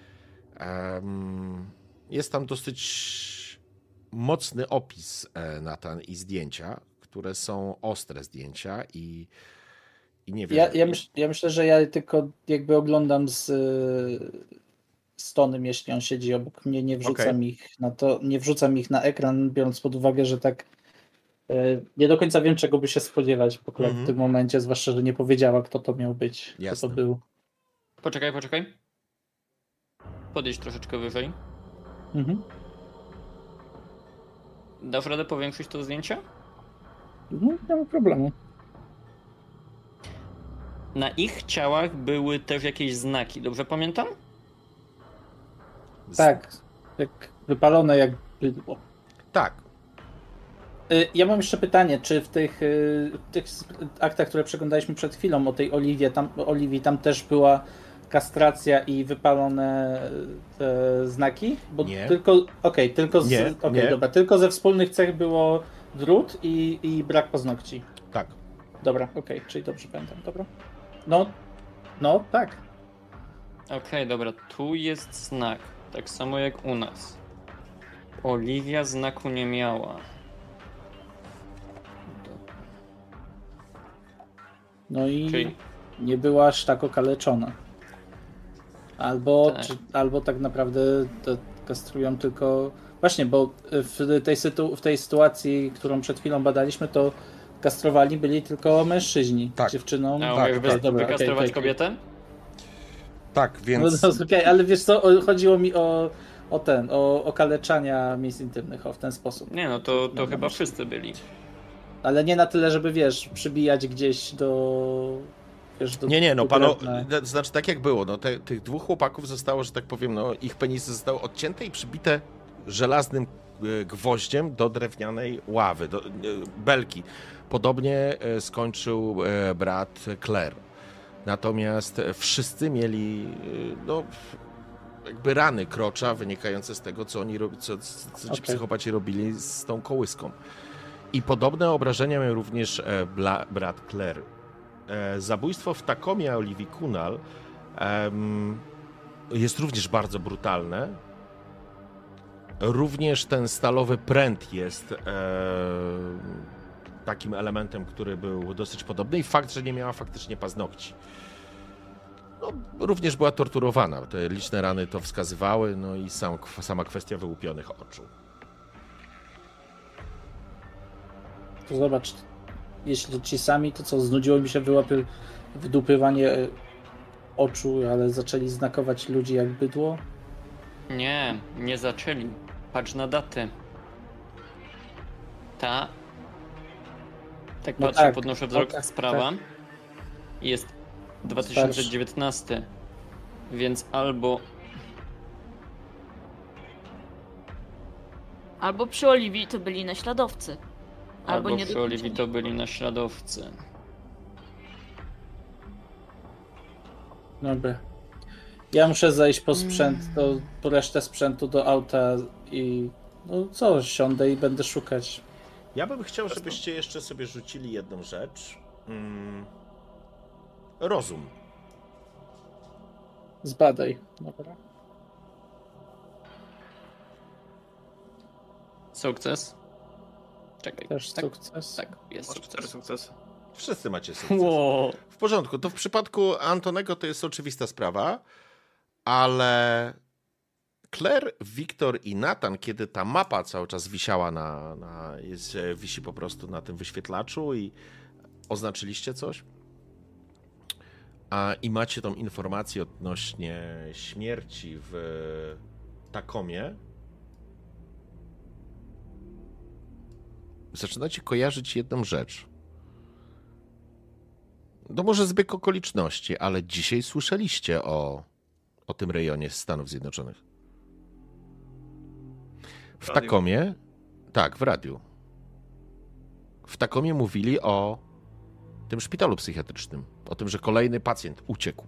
Em, Jest tam dosyć mocny opis, e, Nathan, i zdjęcia, które są ostre zdjęcia i, i nie wiem. Ja, ja, myśl, ja myślę, że ja tylko jakby oglądam z, z Tonym, jeśli on siedzi obok mnie, nie wrzucam Okej. ich na to, nie wrzucam ich na ekran, biorąc pod uwagę, że tak e, nie do końca wiem, czego by się spodziewać w ogóle Mhm. w tym momencie, zwłaszcza, że nie powiedziała, kto to miał być, kto Jasne. to był. Poczekaj, poczekaj. Podejść troszeczkę wyżej. Mhm. Dasz radę powiększyć to zdjęcie? No, nie ma problemu. Na ich ciałach były też jakieś znaki, dobrze pamiętam? Tak, jak wypalone jak bydło. Tak. Y, Ja mam jeszcze pytanie, czy w tych, y, w tych sp- aktach, które przeglądaliśmy przed chwilą o tej Oliwie, tam, Oliwii, tam też była kastracja i wypalone te znaki? Bo Nie. tylko, okej, tylko z, Nie, okej, nie. dobra, tylko ze wspólnych cech było drut i, i brak paznokci. Tak. Dobra, okej, czyli dobrze pamiętam, dobra. No, no, tak. Okej, dobra, tu jest znak, tak samo jak u nas. Oliwia znaku nie miała. No i Czyli nie była aż tak okaleczona. Albo, Tak. czy, albo tak naprawdę to kastrują tylko... Właśnie, bo w tej, sytu... w tej sytuacji, którą przed chwilą badaliśmy, to kastrowani byli tylko mężczyźni. Tak. Dziewczyną. A tak, umiesz wy- tak, dobra, wykastrować okej, okej, kobietę? Tak, No, więc... no, okej, ale wiesz co, o- chodziło mi o, o ten, o okaleczania miejsc intymnych, o w ten sposób. Nie no, to, to No, chyba no. wszyscy byli. Ale nie na tyle, żeby wiesz, przybijać gdzieś do... Wiesz, do Nie, nie, no do pano, drewna. znaczy tak jak było, no te, tych dwóch chłopaków zostało, że tak powiem, no ich penisy zostały odcięte i przybite żelaznym e, gwoździem do drewnianej ławy, do e, belki. Podobnie e, skończył e, brat Claire. Natomiast e, wszyscy mieli, e, no, jakby rany krocza wynikające z tego, co oni robi, co, co ci Okej. psychopaci robili z tą kołyską. I podobne obrażenia miał również e, bla, brat Claire. E, zabójstwo w Takomie Oliwii Kunal em, jest również bardzo brutalne. Również ten stalowy pręt jest e, takim elementem, który był dosyć podobny i fakt, że nie miała faktycznie paznokci. No, również była torturowana. Te liczne rany to wskazywały, no i sam, sama kwestia wyłupionych oczu. To zobacz, jeśli ci sami, to co, znudziło mi się wyłapy, wydupywanie e, oczu, ale zaczęli znakować ludzi jak bydło? Nie, nie zaczęli. Patrz na daty. Ta... Tak No patrzę, tak, podnoszę no wzrok, tak, sprawa. Jest dwa tysiące dziewiętnasty. Więc albo... Albo przy Oliwii to byli naśladowcy. Albo, Albo nie przy Oliwii to byli naśladowcy. Dobra. Ja muszę zejść po sprzęt, do, po resztę sprzętu do auta i no co, siądę i będę szukać. Ja bym chciał, żebyście jeszcze sobie rzucili jedną rzecz. Mm. Rozum. Zbadaj. Dobra. Sukces? Czekaj. Też tak, sukces. tak, jest Masz cztery sukces. sukcesy. Wszyscy macie sukces. Wow. W porządku. To w przypadku Antonego to jest oczywista sprawa, ale Claire, Wiktor i Nathan, kiedy ta mapa cały czas wisiała na, na jest, wisi po prostu na tym wyświetlaczu i oznaczyliście coś, a i macie tą informację odnośnie śmierci w Takomie, zaczynacie kojarzyć jedną rzecz. No może zbieg okoliczności, ale dzisiaj słyszeliście o, o tym rejonie Stanów Zjednoczonych. W radiu. Takomie, tak, w radiu. W Takomie mówili o tym szpitalu psychiatrycznym, o tym, że kolejny pacjent uciekł.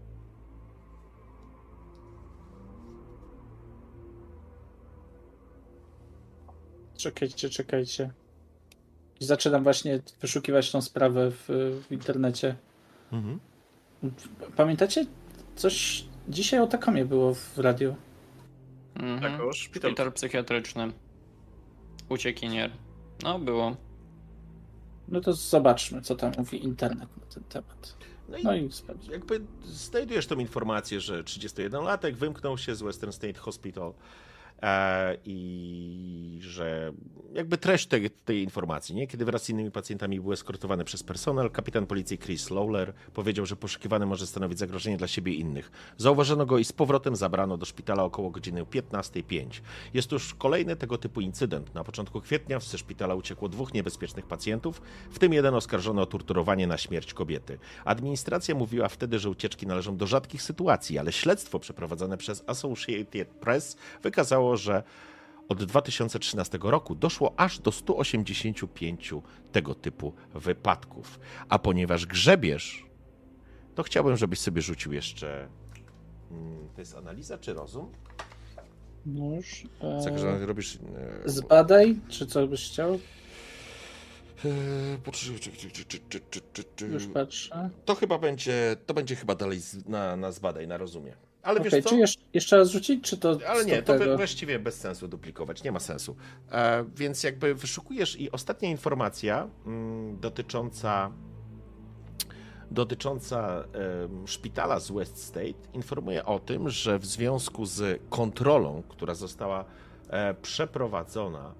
Czekajcie, czekajcie. I zaczynam właśnie wyszukiwać tą sprawę w, w internecie. Mhm. Pamiętacie? Coś dzisiaj o Takomie było w radiu. Mhm. Tak, o szpital. Szpital psychiatryczny. Uciekinier. No, było. No to zobaczmy, co tam mówi internet na ten temat. No i No i sprawdź. jakby znajdujesz tą informację, że trzydziestojedenlatek wymknął się z Western State Hospital e, i że jakby treść tej, tej informacji, nie? Kiedy wraz z innymi pacjentami był eskortowany przez personel, kapitan policji Chris Lawler powiedział, że poszukiwany może stanowić zagrożenie dla siebie i innych. Zauważono go i z powrotem zabrano do szpitala około godziny piętnastej pięć. Jest to już kolejny tego typu incydent. Na początku kwietnia ze szpitala uciekło dwóch niebezpiecznych pacjentów, w tym jeden oskarżony o torturowanie na śmierć kobiety. Administracja mówiła wtedy, że ucieczki należą do rzadkich sytuacji, ale śledztwo przeprowadzone przez Associated Press wykazało, że od dwa tysiące trzynastego roku doszło aż do stu osiemdziesięciu pięciu tego typu wypadków. A ponieważ grzebiesz, to chciałbym, żebyś sobie rzucił jeszcze... To jest analiza czy rozum? No już. Co, E, że robisz... e, zbadaj, czy co byś chciał? e, poczekaj, czekaj, czekaj, czekaj, czekaj, czekaj. Już patrzę. To chyba będzie, to będzie chyba dalej z- na, na zbadaj, na rozumie. Ale Okej, wiesz co? czy jeszcze, jeszcze raz rzucić, czy to Ale nie, z to tego? we- właściwie bez sensu duplikować, nie ma sensu. E, więc jakby wyszukujesz i ostatnia informacja mm, dotycząca dotycząca em, szpitala z West State informuje o tym, że w związku z kontrolą, która została e, przeprowadzona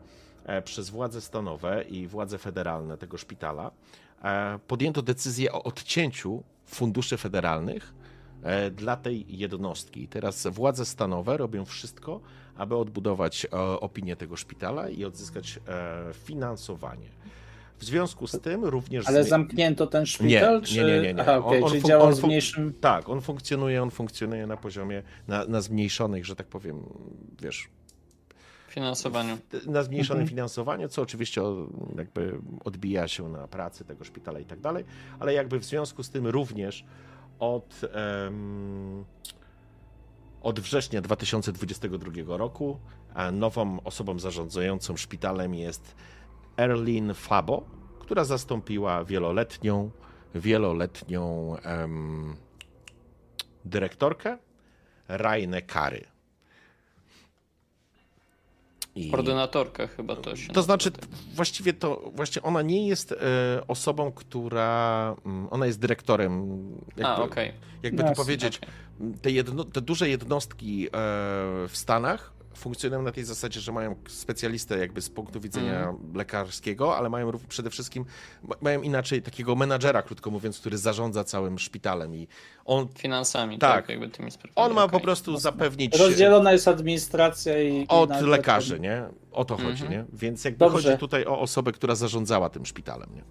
e, przez władze stanowe i władze federalne tego szpitala e, podjęto decyzję o odcięciu funduszy federalnych e, dla tej jednostki. I teraz władze stanowe robią wszystko, aby odbudować e, opinię tego szpitala i odzyskać e, finansowanie. W związku z tym również... Ale zmi- zamknięto ten szpital? Nie, czy... nie, nie, nie, nie. Aha, okay, On- on czyli fun- działa on z fun- mniejszym... Tak, on funkcjonuje, on funkcjonuje na poziomie, na, na zmniejszonych, że tak powiem, wiesz, Finansowaniu. na zmniejszonym Mhm. finansowaniu, co oczywiście o- jakby odbija się na pracy tego szpitala i tak dalej, ale jakby w związku z tym również od, em, od września dwa tysiące dwudziestego drugiego roku a nową osobą zarządzającą szpitalem jest Erlin Fabo, która zastąpiła wieloletnią, wieloletnią em, dyrektorkę Rainę Kary. I... Ordynatorka chyba to się To znaczy, nazywa. właściwie to, właśnie ona nie jest e, osobą, która, mm, ona jest dyrektorem, jakby, A, okej. jakby Jasne, to powiedzieć, te, jedno, te duże jednostki e, w Stanach funkcjonują na tej zasadzie, że mają specjalistę jakby z punktu widzenia Mhm. lekarskiego, ale mają rów- przede wszystkim, ma- mają inaczej takiego menadżera, krótko mówiąc, który zarządza całym szpitalem i on, Finansami, Tak. tak, jakby tymi sprawami. on ma okej. po prostu zapewnić Rozdzielona jest administracja i... i od na- lekarzy, nie? O to chodzi, Mhm. nie? Więc jakby Dobrze. chodzi tutaj o osobę, która zarządzała tym szpitalem, nie?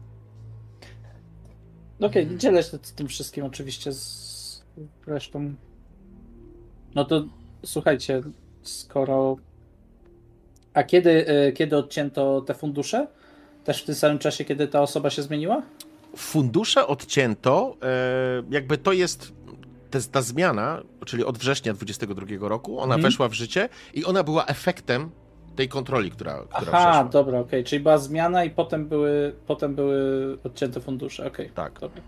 Okej, okay, dzielę się z tym wszystkim oczywiście z resztą. No to słuchajcie, skoro... A kiedy, y, kiedy odcięto te fundusze? Też w tym samym czasie, kiedy ta osoba się zmieniła? Fundusze odcięto, e, jakby to jest te- ta zmiana, czyli od września dwudziestego drugiego roku, ona Mhm. weszła w życie i ona była efektem tej kontroli, która, która Aha, przeszła. dobra, okej, czyli była zmiana i potem były, potem były odcięte fundusze, okej. Tak. Dobra.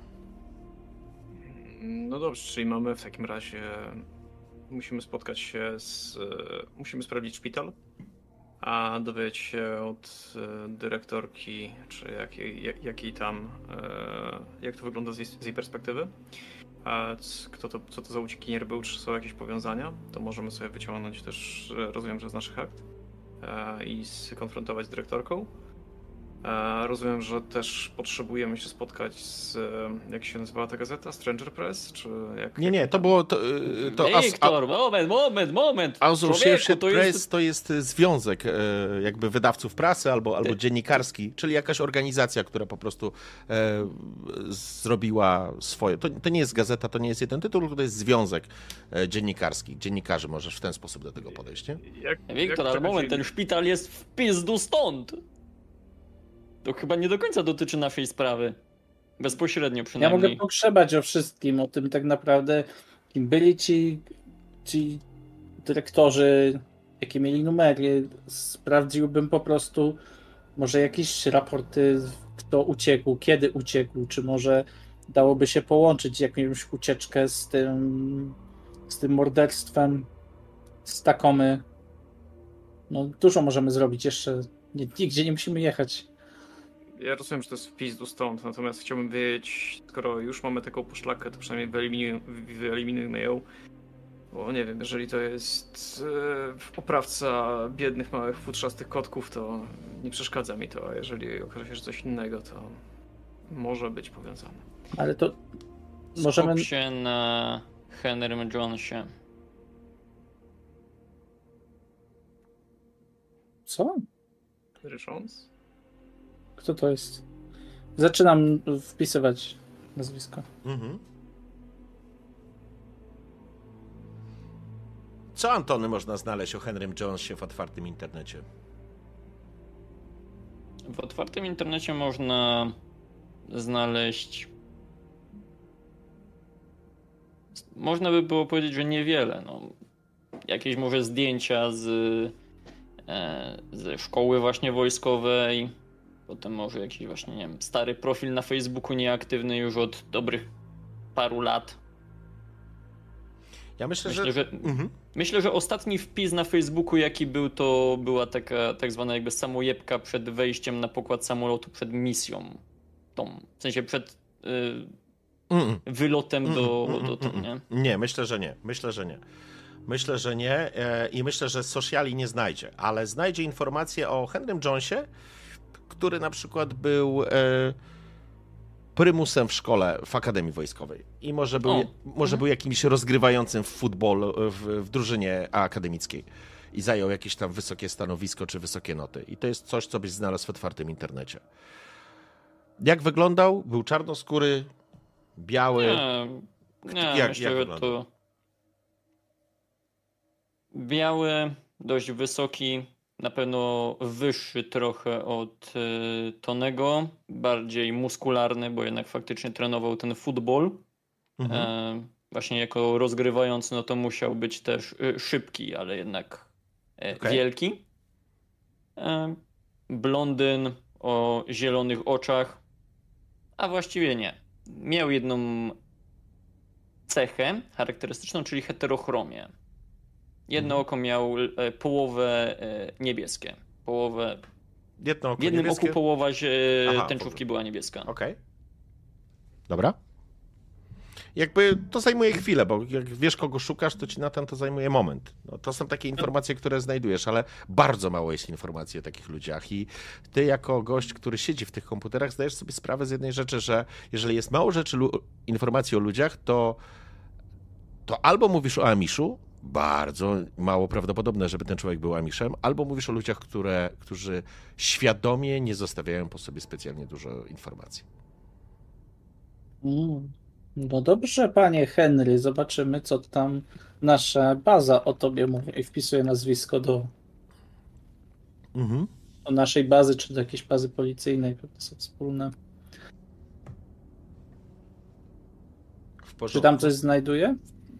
No dobrze, czyli mamy w takim razie. Musimy spotkać się z. Musimy sprawdzić szpital, a dowiedzieć się od e, dyrektorki, czy jakiej, jak- jakiej tam. e, Jak to wygląda z jej, z jej perspektywy. A c- kto to, co to za uciekinier był, czy są jakieś powiązania, to możemy sobie wyciągnąć też, e, rozumiem, że z naszych akt e, i skonfrontować z dyrektorką. E, Rozumiem, że też potrzebujemy się spotkać z, e, jak się nazywała ta gazeta? Stranger Press? Czy jak, Nie, nie, to było to, y, to as, Wiktor, moment, moment, moment! Associated Człowieku, to Press jest... to jest związek e, jakby wydawców prasy albo, albo Ty- dziennikarski, czyli jakaś organizacja, która po prostu e, zrobiła swoje. To, to nie jest gazeta, to nie jest jeden tytuł, tylko to jest związek e, dziennikarski. Dziennikarzy możesz w ten sposób do tego podejść, nie? jak, Wiktor, ale jak moment, ten przechodzili- szpital jest w pizdu stąd! To chyba nie do końca dotyczy naszej sprawy. Bezpośrednio Ja przynajmniej. mogę pogrzebać o wszystkim, o tym tak naprawdę, kim byli ci, ci dyrektorzy, jakie mieli numery. Sprawdziłbym po prostu może jakieś raporty, kto uciekł, kiedy uciekł, czy może dałoby się połączyć jakąś ucieczkę z tym, z tym morderstwem z Takomy. No dużo możemy zrobić jeszcze. Nie, nigdzie nie musimy jechać. Ja rozumiem, że to jest w pizdu stąd, natomiast chciałbym wiedzieć, skoro już mamy taką poszlakę, to przynajmniej wyeliminujmy, wyeliminujmy ją. Bo nie wiem, jeżeli to jest e, oprawca biednych, małych, futrzastych kotków, to nie przeszkadza mi to, a jeżeli okaże się, że coś innego, to może być powiązane. Ale to możemy... Skup się na Henrym Jonesie. Co? Rycząc? Kto to jest? Zaczynam wpisywać nazwisko. Mhm. Co, Antony, można znaleźć o Henrym Jonesie w otwartym internecie? W otwartym internecie można znaleźć. Można by było powiedzieć, że niewiele. No. Jakieś może zdjęcia z, e, ze szkoły właśnie wojskowej. Potem może jakiś właśnie, nie wiem, stary profil na Facebooku nieaktywny już od dobrych paru lat. Ja myślę, Myślę, że... że Mhm. Myślę, że ostatni wpis na Facebooku, jaki był, to była taka tak zwana jakby samojebka przed wejściem na pokład samolotu, przed misją. Tą, w sensie przed y, Mm, wylotem mm, do, mm, do mm, tam, mm. nie? Nie, myślę, że nie. Myślę, że nie. Myślę, że nie e, i myślę, że sociali nie znajdzie, ale znajdzie informację o Henrym Jonesie, który na przykład był e, prymusem w szkole, w Akademii Wojskowej i może był, O. może Mhm. był jakimś rozgrywającym w futbol w, w drużynie akademickiej i zajął jakieś tam wysokie stanowisko czy wysokie noty. I to jest coś, co byś znalazł w otwartym internecie. Jak wyglądał? Był czarnoskóry, biały. Nie, nie Jak- myślę, jak że wygląda? to biały, dość wysoki, na pewno wyższy trochę od y, Tonego, bardziej muskularny, bo jednak faktycznie trenował ten futbol. Mhm. E, właśnie jako rozgrywający, no to musiał być też y, szybki, ale jednak e, Okej. wielki. E, blondyn o zielonych oczach, a właściwie nie. Miał jedną cechę charakterystyczną, czyli heterochromię. Jedno Mhm. oko miał e, połowę e, niebieskie. Połowę, Jedno oko w jednym niebieskie. oku połowa e, Aha, tęczówki była niebieska. Okej. Dobra. Jakby to zajmuje chwilę, bo jak wiesz, kogo szukasz, to ci na ten to zajmuje moment. No, to są takie informacje, które znajdujesz, ale bardzo mało jest informacji o takich ludziach i ty jako gość, który siedzi w tych komputerach, zdajesz sobie sprawę z jednej rzeczy, że jeżeli jest mało rzeczy, lu- informacji o ludziach, to, to albo mówisz o Amiszu, bardzo mało prawdopodobne, żeby ten człowiek był Amiszem, albo mówisz o ludziach, które, którzy świadomie nie zostawiają po sobie specjalnie dużo informacji. Mm. No dobrze, panie Henry, zobaczymy, co tam nasza baza o tobie mówi i wpisuje nazwisko do, Mhm. do naszej bazy, czy do jakiejś bazy policyjnej, pewnie są wspólne. W Czy porządku. tam coś znajduje?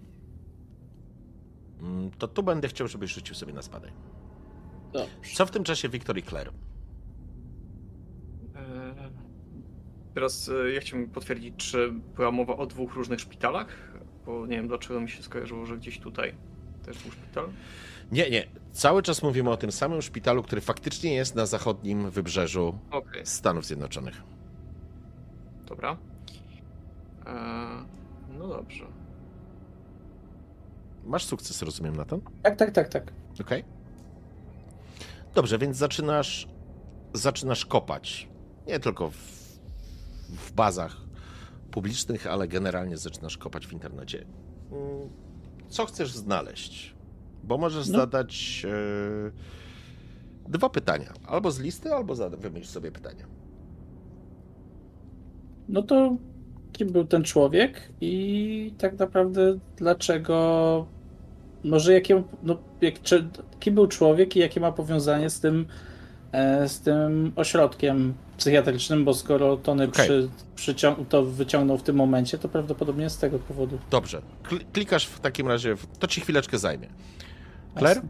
Mm, To tu będę chciał, żebyś rzucił sobie na spadaj. Dobrze. Co w tym czasie Wiktor i Claire? E, Teraz e, ja chciałbym potwierdzić, czy była mowa o dwóch różnych szpitalach, bo nie wiem, dlaczego mi się skojarzyło, że gdzieś tutaj też był szpital. Nie, nie. Cały czas mówimy o tym samym szpitalu, który faktycznie jest na zachodnim wybrzeżu Okej, Stanów Zjednoczonych. dobra. E, no dobrze. Masz sukces, rozumiem, na to? Tak, tak, tak, tak. Okej. Dobrze, więc zaczynasz, zaczynasz kopać. Nie tylko w, w bazach publicznych, ale generalnie zaczynasz kopać w internecie. Mm, Co chcesz znaleźć? Bo możesz No. zadać e, dwa pytania. Albo z listy, albo zada, wymyśl sobie pytania. No to kim był ten człowiek i tak naprawdę dlaczego, może jakie, no, jak, czy, kim był człowiek i jakie ma powiązanie z tym, e, z tym ośrodkiem psychiatrycznym, bo skoro Tony Okej. przy, przycią- to wyciągnął w tym momencie, to prawdopodobnie z tego powodu. Dobrze. Kl- klikasz w takim razie, w... to ci chwileczkę zajmie. Claire?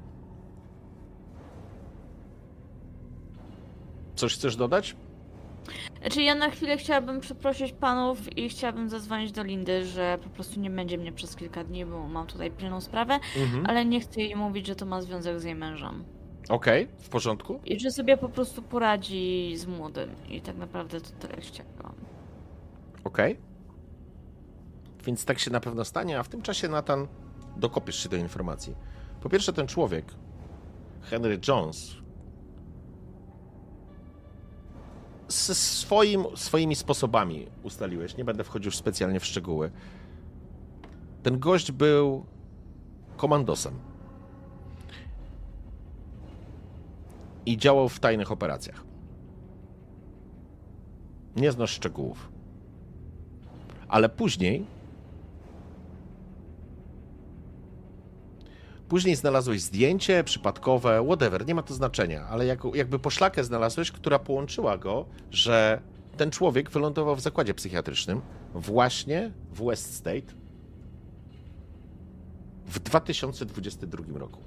Coś chcesz dodać? Znaczy ja na chwilę chciałabym przeprosić panów i chciałabym zadzwonić do Lindy, że po prostu nie będzie mnie przez kilka dni, bo mam tutaj pilną sprawę, Mhm. ale nie chcę jej mówić, że to ma związek z jej mężem. Okej, w porządku. I że sobie po prostu poradzi z młodym. I tak naprawdę to tyle chciałam. Okej. Więc tak się na pewno stanie, a w tym czasie, Nathan, dokopiesz się do informacji. Po pierwsze, ten człowiek, Henry Jones, ze swoim, swoimi sposobami ustaliłeś, nie będę wchodził specjalnie w szczegóły. Ten gość był komandosem i działał w tajnych operacjach. Nie znasz szczegółów. Ale później później znalazłeś zdjęcie przypadkowe, whatever, nie ma to znaczenia, ale jak, jakby poszlakę znalazłeś, która połączyła go, że ten człowiek wylądował w zakładzie psychiatrycznym właśnie w West State w dwa tysiące dwudziestym drugim roku.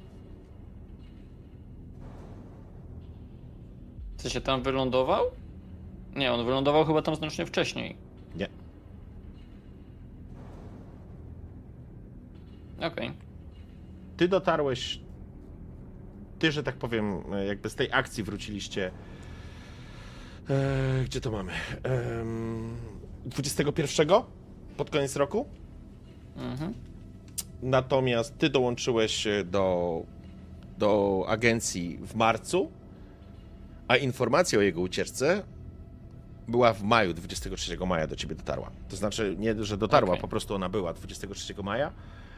Co się tam wylądował? Nie, on wylądował chyba tam znacznie wcześniej. Nie. Okej. Ty dotarłeś, ty, że tak powiem, jakby z tej akcji wróciliście. E, gdzie to mamy? E, dwudziestego pierwszego? Pod koniec roku? Mhm. natomiast ty dołączyłeś do, do agencji w marcu, a informacja o jego ucieczce była w maju, dwudziestego trzeciego maja do ciebie dotarła. To znaczy nie, że dotarła, Okay. po prostu ona była dwudziestego trzeciego maja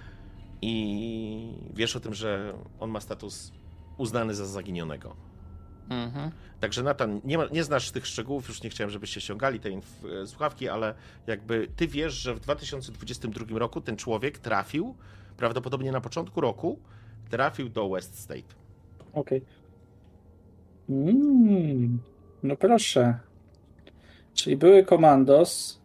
i wiesz o tym, że on ma status uznany za zaginionego. Mhm. Także Natan, nie, ma, nie znasz tych szczegółów, już nie chciałem, żebyście ściągali te inf- słuchawki, ale jakby ty wiesz, że w dwa tysiące dwudziestym drugim roku ten człowiek trafił, prawdopodobnie na początku roku, trafił do West State. Okej. Okay. Mm, no proszę. Czyli były komandos,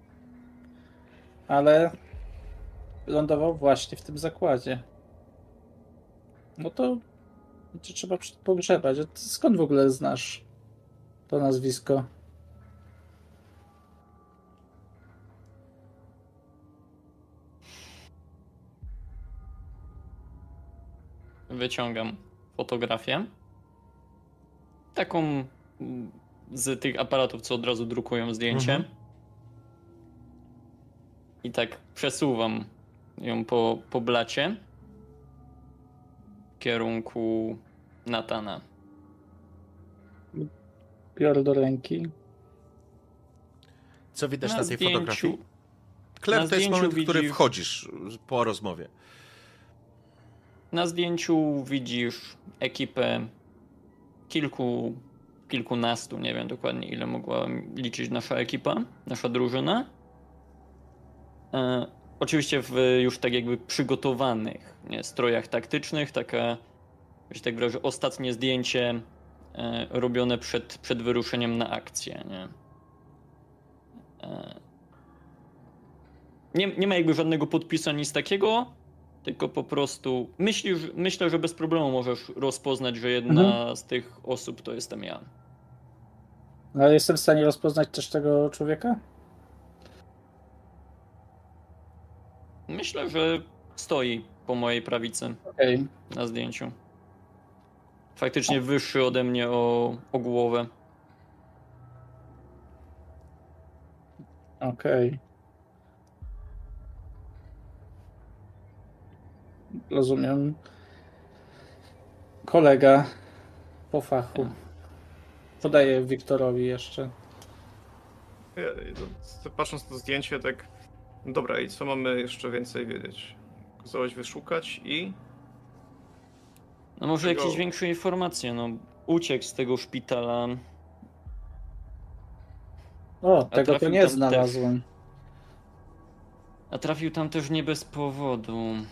ale lądował właśnie w tym zakładzie. No to, to trzeba pogrzebać. A ty skąd w ogóle znasz to nazwisko? Wyciągam fotografię. Taką mm, z tych aparatów, co od razu drukują zdjęcie. Mhm. I tak przesuwam ją po, po blacie w kierunku Natana. Biorę do ręki. Co widać na, Na tej zdjęciu- fotografii? Claire, na to jest zdjęciu moment, w który widzisz- wchodzisz po rozmowie. Na zdjęciu widzisz ekipę kilku, kilkunastu, nie wiem dokładnie ile mogła liczyć nasza ekipa, nasza drużyna. E, oczywiście w już tak jakby przygotowanych nie, strojach taktycznych, taka, że tak wyrażę, ostatnie zdjęcie e, robione przed, przed wyruszeniem na akcję. Nie? E, nie, nie ma jakby żadnego podpisu, nic takiego, tylko po prostu myślisz, myślę, że bez problemu możesz rozpoznać, że jedna Mhm. z tych osób to jestem ja. Ale jestem w stanie rozpoznać też tego człowieka? Myślę, że stoi po mojej prawicy Okej. na zdjęciu. Faktycznie wyższy ode mnie o, o głowę. Okej. Rozumiem. Kolega po fachu. Podaję Wiktorowi jeszcze. Ja, to, patrząc na to zdjęcie, tak. Dobra, i co mamy jeszcze więcej wiedzieć? Kazałeś wyszukać i. No może Tego- jakieś większe informacje, no. Uciekł z tego szpitala. O, tego to trafił nie tam znalazłem. A trafił tam też nie bez powodu.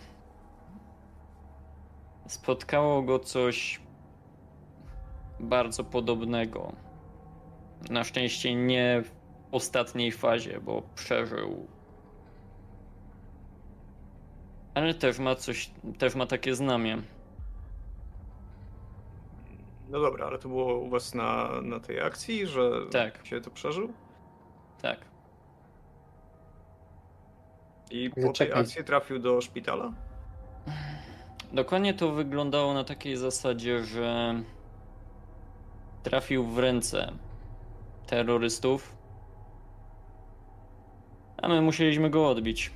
Spotkało go coś bardzo podobnego. Na szczęście nie w ostatniej fazie, bo przeżył. Ale też ma coś, też ma takie znamie. No dobra, ale to było u was na, na tej akcji, że Tak. się to przeżył? Tak. I po Ale tej czekaj. akcji trafił do szpitala? Dokładnie to wyglądało na takiej zasadzie, że trafił w ręce terrorystów, a my musieliśmy go odbić.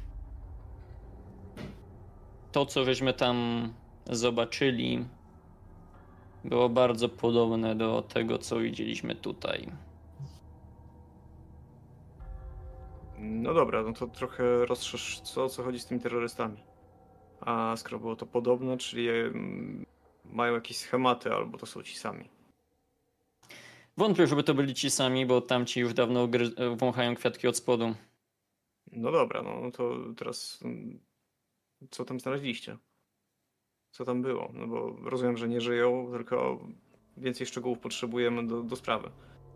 To, co żeśmy tam zobaczyli, było bardzo podobne do tego, co widzieliśmy tutaj. No dobra, no to trochę rozszerz, co, o co chodzi z tymi terrorystami. A skoro było to podobne, czyli mm, mają jakieś schematy, albo to są ci sami. Wątpię, żeby to byli ci sami, bo tamci już dawno gry- wąchają kwiatki od spodu. No dobra, no, no to teraz mm, co tam znaleźliście? Co tam było? No bo rozumiem, że nie żyją, tylko więcej szczegółów potrzebujemy do, do sprawy.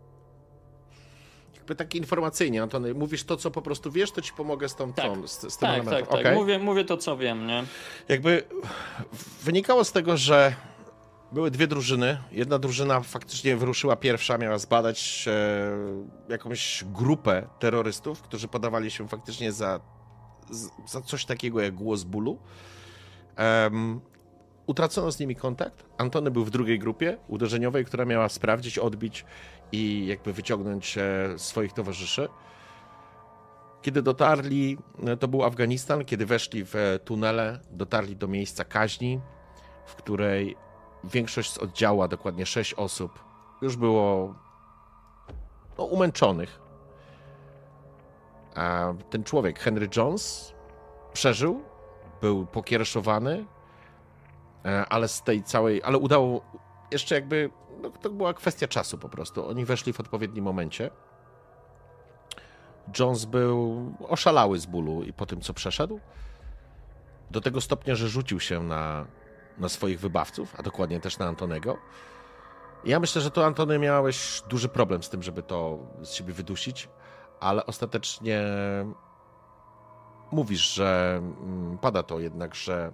Jakby tak informacyjnie, Antony, mówisz to, co po prostu wiesz, to ci pomogę z tą, Tak. tą, z, z tym Tak, elementem. tak, tak. Okej? Mówię, mówię to, co wiem, nie? Jakby wynikało z tego, że były dwie drużyny. Jedna drużyna faktycznie wyruszyła pierwsza, miała zbadać e, jakąś grupę terrorystów, którzy podawali się faktycznie za, z- za coś takiego jak głos bólu. Em, utracono z nimi kontakt. Antony był w drugiej grupie uderzeniowej, która miała sprawdzić, odbić i jakby wyciągnąć e, swoich towarzyszy. Kiedy dotarli, to był Afganistan, kiedy weszli w tunele, dotarli do miejsca kaźni, w której większość z oddziału, a dokładnie sześć osób, już było no, umęczonych. A ten człowiek, Henry Jones, przeżył, był pokiereszowany, ale z tej całej, ale udało, jeszcze jakby, no, to była kwestia czasu po prostu. Oni weszli w odpowiednim momencie. Jones był oszalały z bólu i po tym, co przeszedł, do tego stopnia, że rzucił się na, na swoich wybawców, a dokładnie też na Antonego. Ja myślę, że to, Antony, miałeś duży problem z tym, żeby to z siebie wydusić, ale ostatecznie mówisz, że pada to jednak, że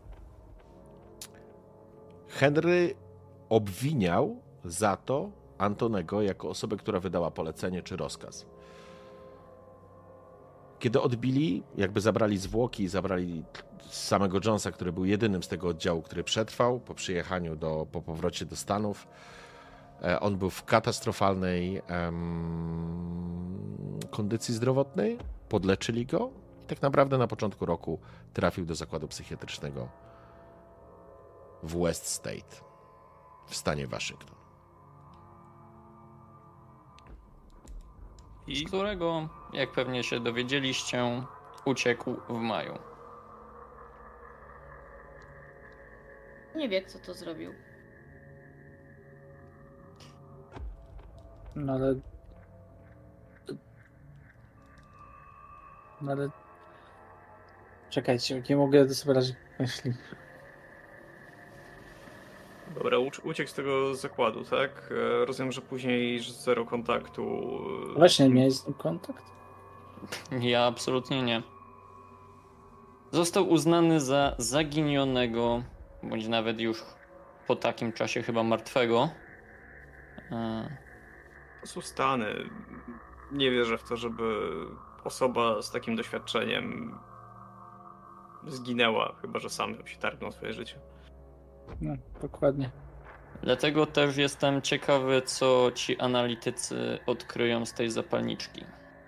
Henry obwiniał za to Antonego jako osobę, która wydała polecenie czy rozkaz. Kiedy odbili, jakby zabrali zwłoki i zabrali samego Jonesa, który był jedynym z tego oddziału, który przetrwał po przyjechaniu, do, po powrocie do Stanów. On był w katastrofalnej um, kondycji zdrowotnej, podleczyli go i tak naprawdę na początku roku trafił do zakładu psychiatrycznego w West State, w stanie Waszyngton. Z którego, jak pewnie się dowiedzieliście, uciekł w maju. Nie wie, kto to zrobił. No ale... No ale... Czekajcie, nie mogę zebrać myśli. Dobra, uciekł z tego zakładu, tak? Rozumiem, że później zero kontaktu. Właśnie, miałeś z nim kontakt? Ja absolutnie nie. Został uznany za zaginionego, bądź nawet już po takim czasie chyba martwego. To są Stany. Nie wierzę w to, żeby osoba z takim doświadczeniem zginęła, chyba że sam się targnął swoje życie. No, dokładnie. Dlatego też jestem ciekawy, co ci analitycy odkryją z tej zapalniczki.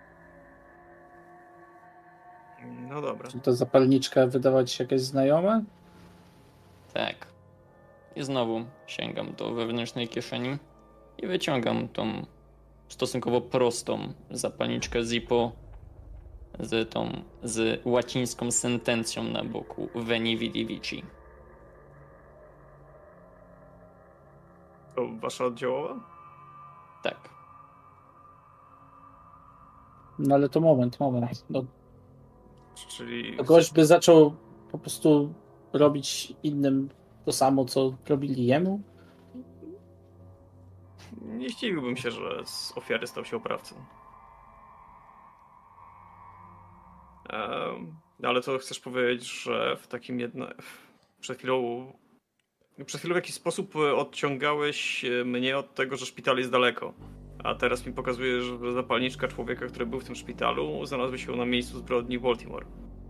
No dobra. Czy ta zapalniczka wydała ci się jakaś znajoma? Tak. I znowu sięgam do wewnętrznej kieszeni i wyciągam tą stosunkowo prostą zapalniczkę Zippo z tą, z łacińską sentencją na boku Veni Vidi Vici. To wasza oddziałowa? Tak. No ale to moment, moment. No, Czyli... gość by zaczął po prostu robić innym to samo, co robili jemu? Nie zdziwiłbym się, że z ofiary stał się oprawcą. Um, ale to chcesz powiedzieć, że w takim jednym... Przed chwilą... Przed chwilą w jakiś sposób odciągałeś mnie od tego, że szpital jest daleko. A teraz mi pokazujesz, że zapalniczka człowieka, który był w tym szpitalu, znalazła się na miejscu zbrodni w Baltimore.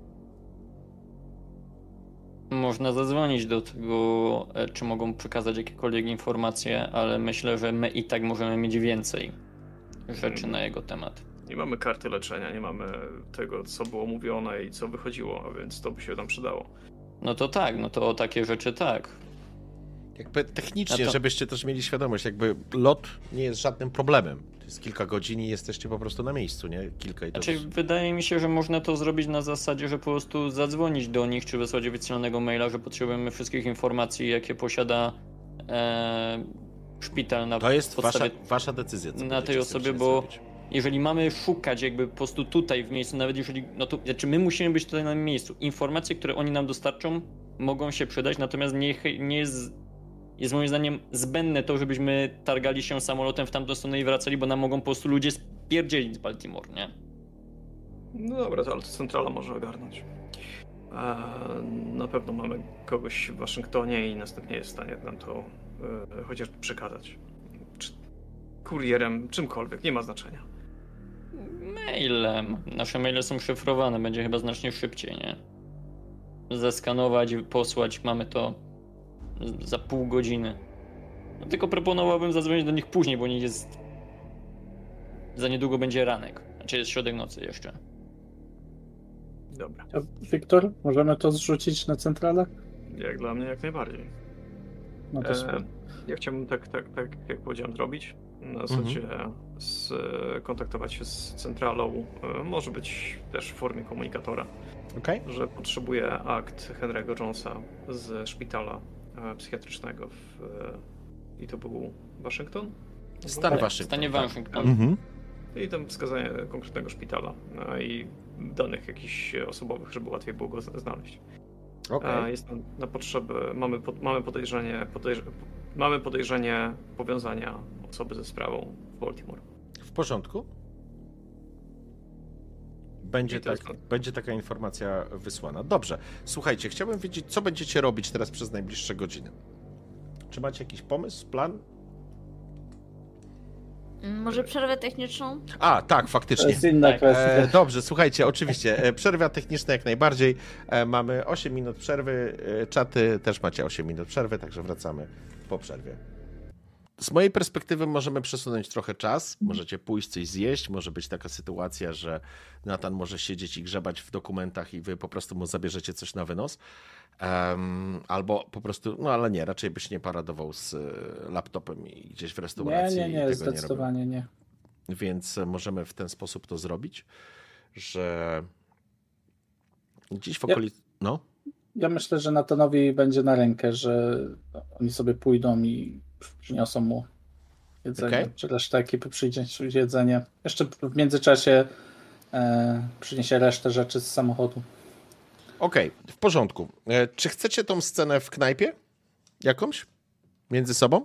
Można zadzwonić do tego, czy mogą przekazać jakiekolwiek informacje, ale myślę, że my i tak możemy mieć więcej rzeczy na jego temat. Nie mamy karty leczenia, nie mamy tego, co było mówione i co wychodziło, a więc to by się nam przydało. No to tak, no to o takie rzeczy tak. Jakby technicznie, to... żebyście też mieli świadomość, jakby lot nie jest żadnym problemem. To jest kilka godzin i jesteście po prostu na miejscu, nie? Kilka i to Znaczy, jest... wydaje mi się, że można to zrobić na zasadzie, że po prostu zadzwonić do nich, czy wysłać oficjalnego maila, że potrzebujemy wszystkich informacji, jakie posiada e, szpital na To jest podstawie... wasza, wasza decyzja, co na tej będziecie z tym osobie, chcieli bo zrobić. jeżeli mamy szukać jakby po prostu tutaj w miejscu, nawet jeżeli, no to znaczy my musimy być tutaj na miejscu. Informacje, które oni nam dostarczą, mogą się przydać, natomiast nie, nie jest, jest moim zdaniem zbędne to, żebyśmy targali się samolotem w tamtą stronę i wracali, bo nam mogą po prostu ludzie spierdzielić z Baltimore, nie? No dobra, to, ale to centrala może ogarnąć. Eee, na pewno mamy kogoś w Waszyngtonie i następnie jest w stanie nam to e, chociaż przekazać. Czy kurierem, czymkolwiek, nie ma znaczenia. Mailem. Nasze maile są szyfrowane, będzie chyba znacznie szybciej, nie? Zeskanować, posłać, mamy to za pół godziny. No tylko proponowałbym zadzwonić do nich później, bo nie jest... Za niedługo będzie ranek. Znaczy jest środek nocy jeszcze. Dobra. Wiktor, możemy to zrzucić na centralę? Jak dla mnie jak najbardziej. No to E, spoko. ja chciałbym tak, tak, tak jak powiedziałem zrobić. Na zasadzie z, kontaktować się z centralą. E, może być też w formie komunikatora. Okej? Że potrzebuję akt Henry'ego Jonesa z szpitala e, psychiatrycznego w, e, i to był Waszyngton? Stany W Waszyngton. stanie tak. Waszyngton. Mhm. I tam wskazanie konkretnego szpitala no i danych jakichś osobowych, żeby łatwiej było go z- znaleźć. Okej. A jest na, na potrzeby, mamy, pod, mamy podejrzenie, podejrz, mamy podejrzenie powiązania osoby ze sprawą w Baltimore. W porządku. Będzie, I to tak, jest to. będzie taka informacja wysłana. Dobrze. Słuchajcie, chciałbym wiedzieć, co będziecie robić teraz przez najbliższe godziny. Czy macie jakiś pomysł, plan? Mm, Może przerwę techniczną? A, tak, To faktycznie. jest inna Tak, kwestia. E, dobrze, słuchajcie, oczywiście, e, przerwa techniczna jak najbardziej. E, mamy osiem minut przerwy, e, czaty też macie osiem minut przerwy, także wracamy po przerwie. Z mojej perspektywy możemy przesunąć trochę czas, możecie pójść coś zjeść, może być taka sytuacja, że Nathan może siedzieć i grzebać w dokumentach i wy po prostu mu zabierzecie coś na wynos. Em, albo po prostu, no ale nie, raczej byś nie paradował z e, laptopem i gdzieś w Nie, restauracji nie, i nie, tego nie robił. zdecydowanie nie. Więc możemy w ten sposób to zrobić, że gdzieś w Ja- okolicy... No, Ja myślę, że Nathanowi będzie na rękę, że oni sobie pójdą i przyniosą mu jedzenie. Okej. Czy reszta ekipy przyjdzie jedzenie. Jeszcze w międzyczasie e, przyniesie resztę rzeczy z samochodu. okej, w porządku. E, Czy chcecie tą scenę w knajpie? Jakąś? Między sobą?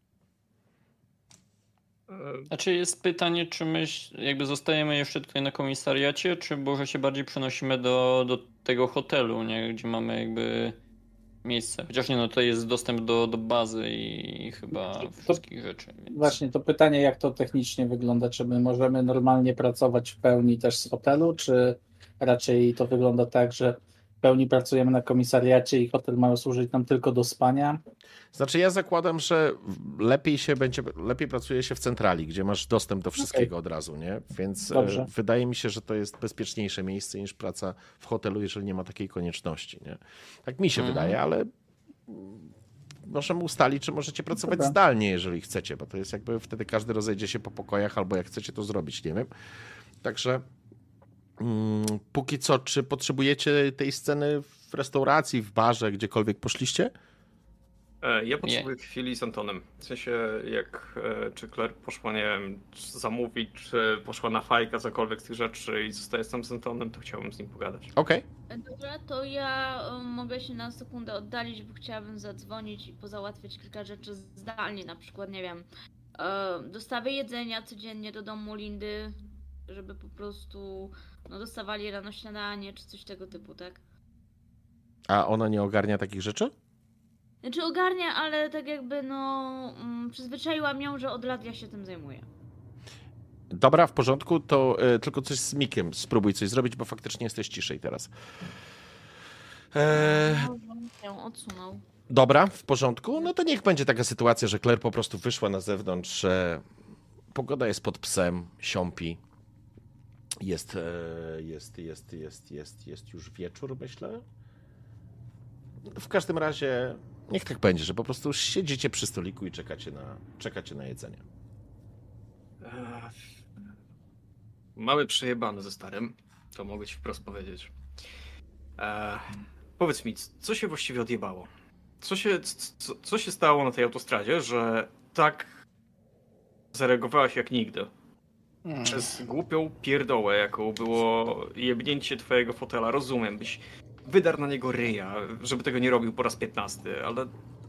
E, Znaczy jest pytanie, czy my jakby zostajemy jeszcze tutaj na komisariacie, czy może się bardziej przenosimy do, do tego hotelu, nie? Gdzie mamy jakby miejsce. Chociaż nie, no tutaj jest dostęp do, do bazy i chyba wszystkich rzeczy. Więc... Właśnie to pytanie, jak to technicznie wygląda? Czy my możemy normalnie pracować w pełni też z hotelu, czy raczej to wygląda tak, że w pełni pracujemy na komisariacie i hotel ma służyć nam tylko do spania? Znaczy ja zakładam, że lepiej się będzie, lepiej pracuje się w centrali, gdzie masz dostęp do wszystkiego od razu, nie? Więc e, Dobrze. wydaje mi się, że to jest bezpieczniejsze miejsce niż praca w hotelu, jeżeli nie ma takiej konieczności, nie? Tak mi się Mhm. wydaje, ale możemy ustalić, czy możecie pracować Dobra. zdalnie, jeżeli chcecie, bo to jest jakby wtedy każdy rozejdzie się po pokojach, albo jak chcecie to zrobić, nie wiem. Także mm, póki co, czy potrzebujecie tej sceny w restauracji, w barze, gdziekolwiek poszliście? E, Ja potrzebuję chwili z Antonem. W sensie, jak e, czy Claire poszła, nie wiem, czy zamówić, czy poszła na fajka, cokolwiek z tych rzeczy i zostaje tam z Antonem, to chciałbym z nim pogadać. Okej. Dobra, to ja e, mogę się na sekundę oddalić, bo chciałabym zadzwonić i pozałatwiać kilka rzeczy zdalnie, na przykład, nie wiem, e, dostawy jedzenia codziennie do domu Lindy, żeby po prostu no, dostawali rano śniadanie, czy coś tego typu, tak? A ona nie ogarnia takich rzeczy? Znaczy ogarnia, ale tak jakby no mm, przyzwyczaiłam ją, że od lat ja się tym zajmuję. Dobra, w porządku, to y, tylko coś z mikiem spróbuj coś zrobić, bo faktycznie jesteś ciszej teraz. Eee, Ją odsunął. dobra, w porządku. No to niech będzie taka sytuacja, że Claire po prostu wyszła na zewnątrz, że pogoda jest pod psem, siąpi. Jest, e, jest, jest, jest, jest, jest już wieczór, myślę. W każdym razie niech tak będzie, że po prostu siedzicie przy stoliku i czekacie na, czekacie na jedzenie. Eee, Mały przejebany ze starym, to mogę ci wprost powiedzieć. Eee, powiedz mi, co się właściwie odjebało? Co się, co, co się stało na tej autostradzie, że tak zareagowałaś jak nigdy? Przez głupią pierdołę, jaką było jebnięcie twojego fotela. Rozumiem, byś wydarł na niego ryja, żeby tego nie robił po raz piętnasty, ale...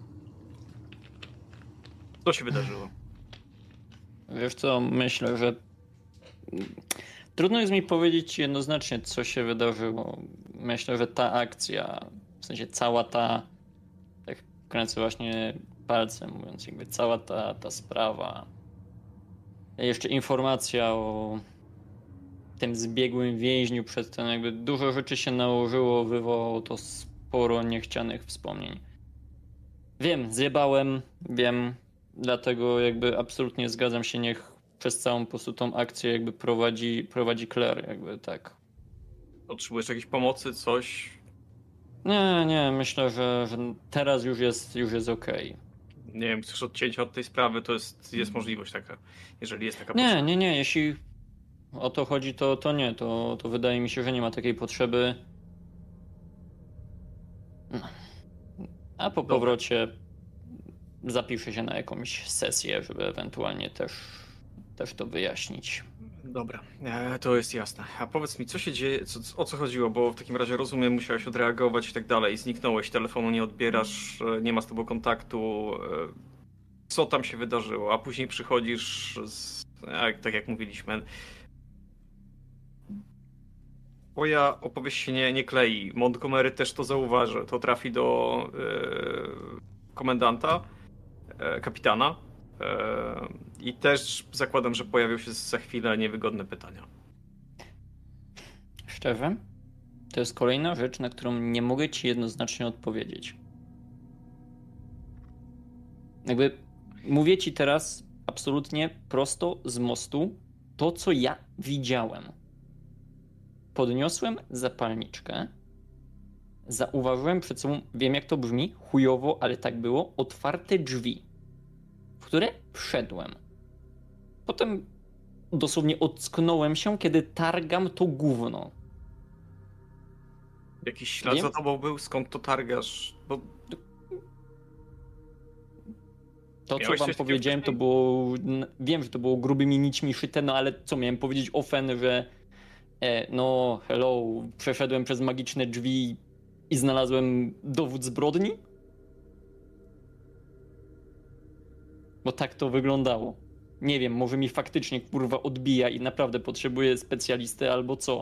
Co się wydarzyło? Wiesz co, myślę, że trudno jest mi powiedzieć jednoznacznie, co się wydarzyło. Myślę, że ta akcja, w sensie cała ta, tak kręcę właśnie palcem, mówiąc jakby cała ta, ta sprawa, jeszcze informacja o tym zbiegłym więźniu przedtem, jakby dużo rzeczy się nałożyło, wywołało to sporo niechcianych wspomnień. Wiem, zjebałem, wiem, dlatego jakby absolutnie zgadzam się, niech przez całą po prostu tą akcję jakby prowadzi, prowadzi Claire, jakby tak. Potrzebujesz jakiejś pomocy, coś? Nie, nie, myślę, że, że teraz już jest, już jest okej. Nie wiem, chcesz odcięcia od tej sprawy, to jest, jest możliwość taka, jeżeli jest taka Nie, potrzeba. nie, nie, jeśli o to chodzi, to, to nie, to, to wydaje mi się, że nie ma takiej potrzeby. No. A po Dobra. powrocie zapiszę się na jakąś sesję, żeby ewentualnie też, też to wyjaśnić. Dobra, e, to jest jasne. A powiedz mi, co się dzieje, co, o co chodziło, bo w takim razie rozumiem, musiałeś odreagować i tak dalej, zniknąłeś, telefonu nie odbierasz, e, nie ma z tobą kontaktu. E, co tam się wydarzyło? A później przychodzisz, z, jak, tak jak mówiliśmy. Twoja opowieść się nie, nie klei. Montgomery też to zauważy. To trafi do e, komendanta, e, kapitana. I też zakładam, że pojawią się za chwilę niewygodne pytania. Szczerze, to jest kolejna rzecz, na którą nie mogę ci jednoznacznie odpowiedzieć. Jakby mówię ci teraz absolutnie prosto z mostu to, co ja widziałem. Podniosłem zapalniczkę, zauważyłem przed sobą, wiem jak to brzmi, chujowo, ale tak było, otwarte drzwi, w które wszedłem. Potem dosłownie ocknąłem się, kiedy targam to gówno. Jakiś ślad Wiem. za tobą był? Skąd to targasz? Bo To, co Miałeś wam coś takiego powiedziałem, to wcześniej? było... Wiem, że to było grubymi nićmi szyte, no ale co miałem powiedzieć Ofen, że e, no hello, przeszedłem przez magiczne drzwi i znalazłem dowód zbrodni? Bo tak to wyglądało. Nie wiem, może mi faktycznie kurwa odbija i naprawdę potrzebuję specjalisty albo co.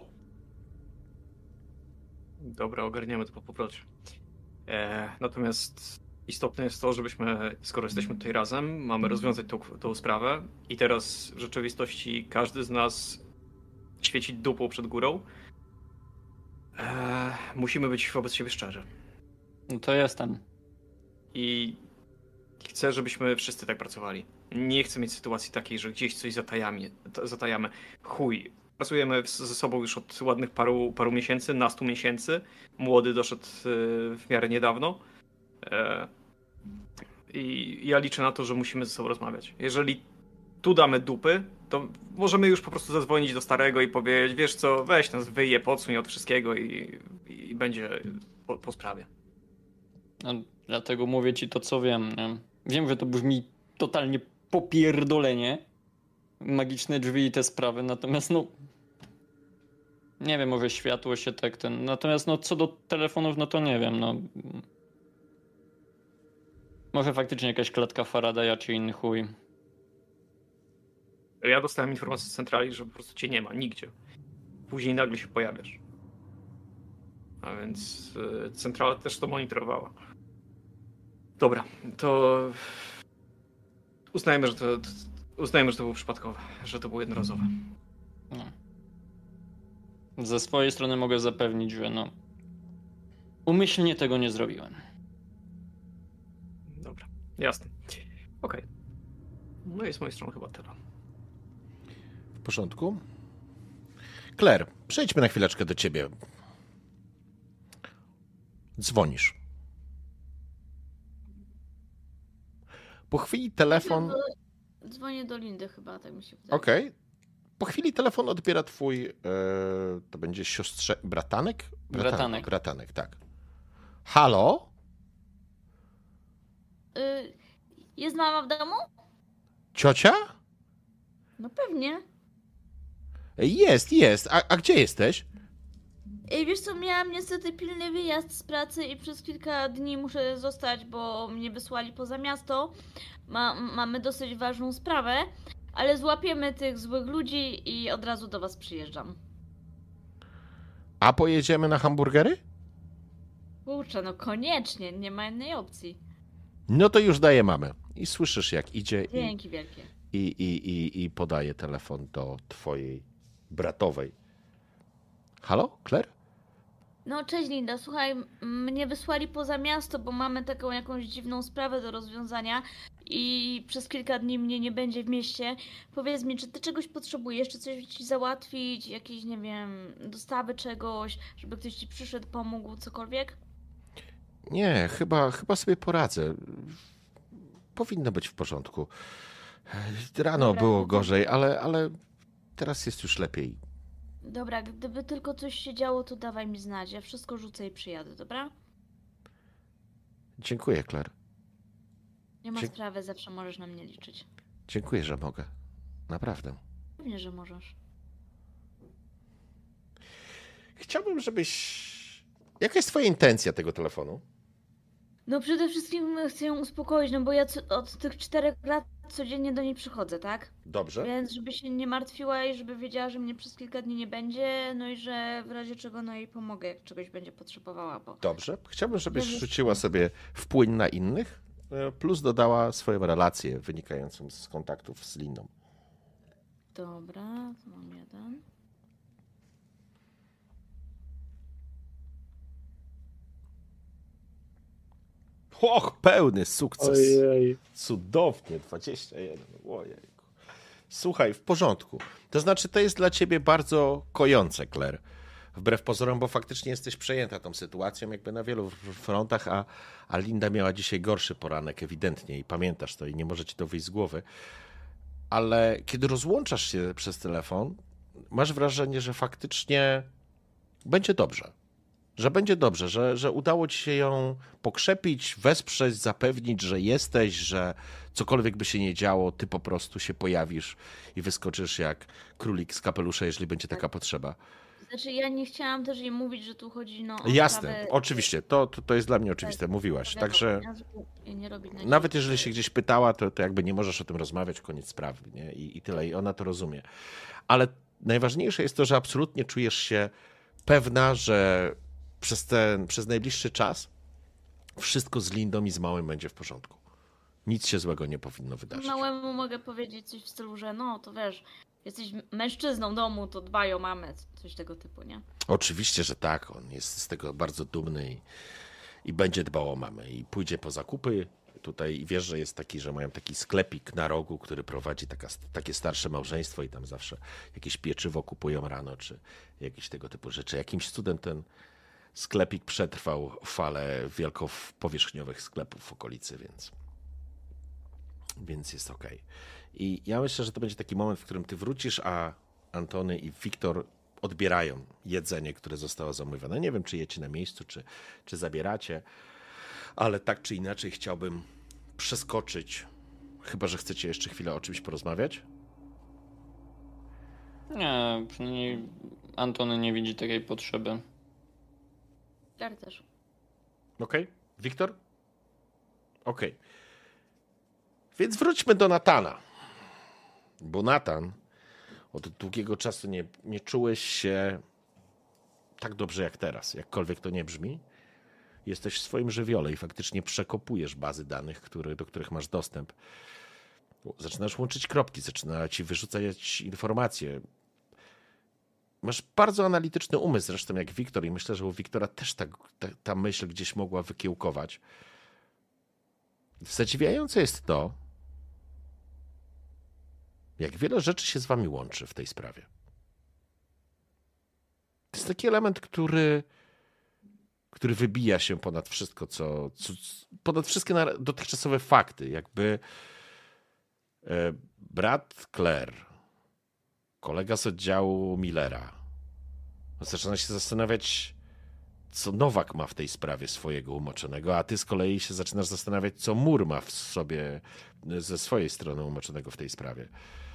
Dobra, ogarniemy to po powrocie. E, natomiast istotne jest to, żebyśmy, skoro jesteśmy tutaj razem, mamy rozwiązać tą, tą sprawę i teraz w rzeczywistości każdy z nas świeci dupą przed górą. E, musimy być wobec siebie szczerzy. No to jestem. I chcę, żebyśmy wszyscy tak pracowali. Nie chcę mieć sytuacji takiej, że gdzieś coś zatajamy. zatajamy. Chuj. Pracujemy ze sobą już od ładnych paru, paru miesięcy, nastu miesięcy. Młody doszedł w miarę niedawno. I ja liczę na to, że musimy ze sobą rozmawiać. Jeżeli tu damy dupy, to możemy już po prostu zadzwonić do starego i powiedzieć, wiesz co, weź nas, wyje, podsuń od wszystkiego i, i będzie po, po sprawie. No, dlatego mówię ci to, co wiem. Nie? Wiem, że to brzmi totalnie popierdolenie. Magiczne drzwi i te sprawy, natomiast no... Nie wiem, może światło się tak ten... Natomiast no co do telefonów, no to nie wiem, no... Może faktycznie jakaś klatka Faradaya czy inny chuj. Ja dostałem informację z centrali, że po prostu cię nie ma, nigdzie. Później nagle się pojawiasz. A więc y, centrala też to monitorowała. Dobra, to uznajmy, że to, to uznajmy, że to było przypadkowe, że to było jednorazowe. No. Ze swojej strony mogę zapewnić, że no... Umyślnie tego nie zrobiłem. Dobra, jasne. Okej. Okay. No i z mojej strony chyba tyle. W porządku. Claire, przejdźmy na chwileczkę do ciebie. Dzwonisz. Po chwili telefon... Dzwonię do Lindy chyba, tak mi się wydaje. Okej. Okay. Po chwili telefon odbiera twój... E, to będzie siostrze... Bratanek? Bratanek? Bratanek. Bratanek, tak. Halo? Y, jest mama w domu? Ciocia? No pewnie. Jest, jest. A, a gdzie jesteś? Ej, wiesz co, miałam niestety pilny wyjazd z pracy i przez kilka dni muszę zostać, bo mnie wysłali poza miasto. Ma, mamy dosyć ważną sprawę, ale złapiemy tych złych ludzi i od razu do was przyjeżdżam. A pojedziemy na hamburgery? Kurczę, no koniecznie, nie ma innej opcji. No to już daję mamę. I słyszysz, jak idzie i, Dzięki wielkie. i, i, i, i podaje telefon do twojej bratowej. Halo, Claire? No cześć Linda, słuchaj, mnie wysłali poza miasto, bo mamy taką jakąś dziwną sprawę do rozwiązania i przez kilka dni mnie nie będzie w mieście. Powiedz mi, czy ty czegoś potrzebujesz, czy coś ci załatwić, jakieś, nie wiem, dostawy czegoś, żeby ktoś ci przyszedł, pomógł, cokolwiek? Nie, chyba, chyba sobie poradzę. Powinno być w porządku. Rano Dobra, było no to- gorzej, ale, ale teraz jest już lepiej. Dobra, gdyby tylko coś się działo, to dawaj mi znać. Ja wszystko rzucę i przyjadę, dobra? Dziękuję, Claire. Nie ma Dzie- sprawy, zawsze możesz na mnie liczyć. Dziękuję, że mogę. Naprawdę. Pewnie, że możesz. Chciałbym, żebyś... Jaka jest twoja intencja tego telefonu? No przede wszystkim chcę ją uspokoić, no bo ja co, od tych czterech lat codziennie do niej przychodzę, tak? Dobrze? Więc żeby się nie martwiła i żeby wiedziała, że mnie przez kilka dni nie będzie, no i że w razie czego no jej pomogę, jak czegoś będzie potrzebowała, bo... Dobrze. Chciałbym, żebyś Dobrze. rzuciła sobie wpłyń na innych, e, plus dodała swoją relację wynikającą z kontaktów z Lindą. Dobra, to mam jeden. Och, pełny sukces. Ojej. Cudownie, dwadzieścia jeden. Ojejku. Słuchaj, w porządku. To znaczy, to jest dla ciebie bardzo kojące, Claire. Wbrew pozorom, bo faktycznie jesteś przejęta tą sytuacją jakby na wielu frontach, a, a Linda miała dzisiaj gorszy poranek ewidentnie i pamiętasz to i nie może ci to wyjść z głowy. Ale kiedy rozłączasz się przez telefon, masz wrażenie, że faktycznie będzie dobrze. Że będzie dobrze, że, że udało ci się ją pokrzepić, wesprzeć, zapewnić, że jesteś, że cokolwiek by się nie działo, ty po prostu się pojawisz i wyskoczysz jak królik z kapelusza, jeżeli będzie taka potrzeba. Znaczy ja nie chciałam też jej mówić, że tu chodzi no o Jasne, sprawę- oczywiście, to, to, to jest dla mnie oczywiste, mówiłaś. sprawę Także ognia, żeby jej nie robić na nawet siebie. jeżeli się gdzieś pytała, to, to jakby nie możesz o tym rozmawiać, koniec sprawy, nie? I, i tyle, i ona to rozumie. Ale najważniejsze jest to, że absolutnie czujesz się pewna, że przez ten, przez najbliższy czas wszystko z Lindą i z Małym będzie w porządku. Nic się złego nie powinno wydarzyć. Małemu mogę powiedzieć coś w stylu, że no to wiesz, jesteś mężczyzną domu, to dbaj o mamę, coś tego typu, nie? Oczywiście, że tak, on jest z tego bardzo dumny i, i będzie dbał o mamę i pójdzie po zakupy. Tutaj wiesz, że jest taki, że mają taki sklepik na rogu, który prowadzi taka, takie starsze małżeństwo i tam zawsze jakieś pieczywo kupują rano, czy jakieś tego typu rzeczy. Jakimś cudem ten sklepik przetrwał falę wielkopowierzchniowych sklepów w okolicy, więc, więc jest okej. I ja myślę, że to będzie taki moment, w którym ty wrócisz, a Antony i Wiktor odbierają jedzenie, które zostało zamówione. Nie wiem, czy jecie na miejscu, czy, czy zabieracie, ale tak czy inaczej chciałbym przeskoczyć, chyba że chcecie jeszcze chwilę o czymś porozmawiać. Nie, przynajmniej Antony nie widzi takiej potrzeby. Ja też. Okej? Wiktor? Okej. Więc wróćmy do Natana. Bo Natan, od długiego czasu nie, nie czułeś się tak dobrze jak teraz, jakkolwiek to nie brzmi. Jesteś w swoim żywiole i faktycznie przekopujesz bazy danych, które, do których masz dostęp. Zaczynasz łączyć kropki, zaczyna ci wyrzucać informacje. Masz bardzo analityczny umysł, zresztą jak Wiktor, i myślę, że u Wiktora też ta, ta, ta myśl gdzieś mogła wykiełkować. Zadziwiające jest to, jak wiele rzeczy się z wami łączy w tej sprawie. To jest taki element, który, który wybija się ponad wszystko, co, co ponad wszystkie dotychczasowe fakty. Jakby e, brat Claire, kolega z oddziału Millera, zaczyna się zastanawiać, co Nowak ma w tej sprawie swojego umoczonego, a ty z kolei się zaczynasz zastanawiać, co Mur ma w sobie ze swojej strony umoczonego w tej sprawie.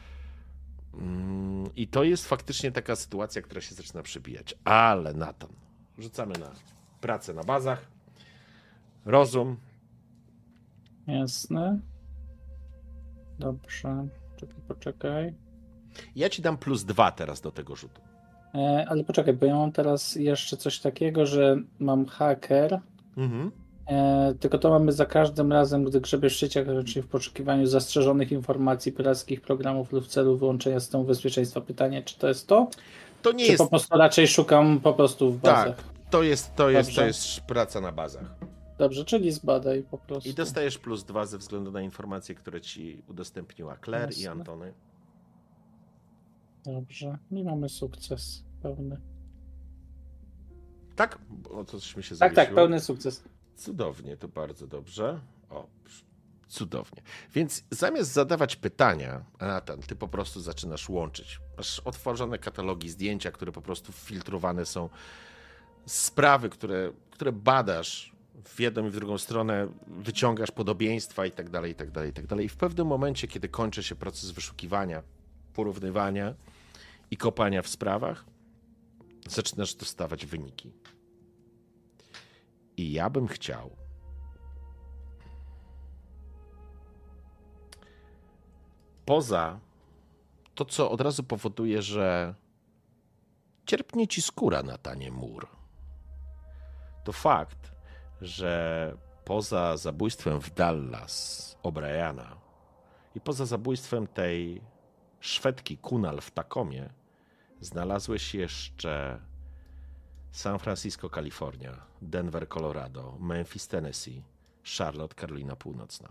I to jest faktycznie taka sytuacja, która się zaczyna przebijać. Ale Natan, rzucamy na pracę na bazach, rozum. Jasne. Dobrze. Czekaj, poczekaj. Ja ci dam plus dwa teraz do tego rzutu. E, ale poczekaj, bo ja mam teraz jeszcze coś takiego, że mam hacker, Mhm. e, tylko to mamy za każdym razem, gdy grzebiesz w sieciach, czyli w poszukiwaniu zastrzeżonych informacji pirackich programów lub w celu wyłączenia systemu bezpieczeństwa. Pytanie, czy to jest to? To nie Czy jest... po prostu raczej szukam po prostu w bazach? Tak, to jest, to jest, to Dobrze. jest praca na bazach. Dobrze, czyli zbadaj po prostu. I dostajesz plus dwa ze względu na informacje, które ci udostępniła Claire Jasne. i Antony. Dobrze, i mamy sukces pełny. Tak? O tośmy się Tak, zawiesiło. tak, pełny sukces. Cudownie, to bardzo dobrze. O, cudownie. Więc zamiast zadawać pytania, Nathan, ty po prostu zaczynasz łączyć. Masz otworzone katalogi, zdjęcia, które po prostu filtrowane są. Sprawy, które, które badasz w jedną i w drugą stronę, wyciągasz podobieństwa i tak dalej, i tak dalej, i tak dalej. I w pewnym momencie, kiedy kończy się proces wyszukiwania, porównywania i kopania w sprawach, zaczynasz dostawać wyniki. I ja bym chciał, poza to, co od razu powoduje, że cierpnie ci skóra na tanie mur, to fakt, że poza zabójstwem w Dallas O'Briana i poza zabójstwem tej Szwedki Kunal w Takomie znalazłeś jeszcze San Francisco, Kalifornia, Denver, Colorado, Memphis, Tennessee, Charlotte, Karolina Północna.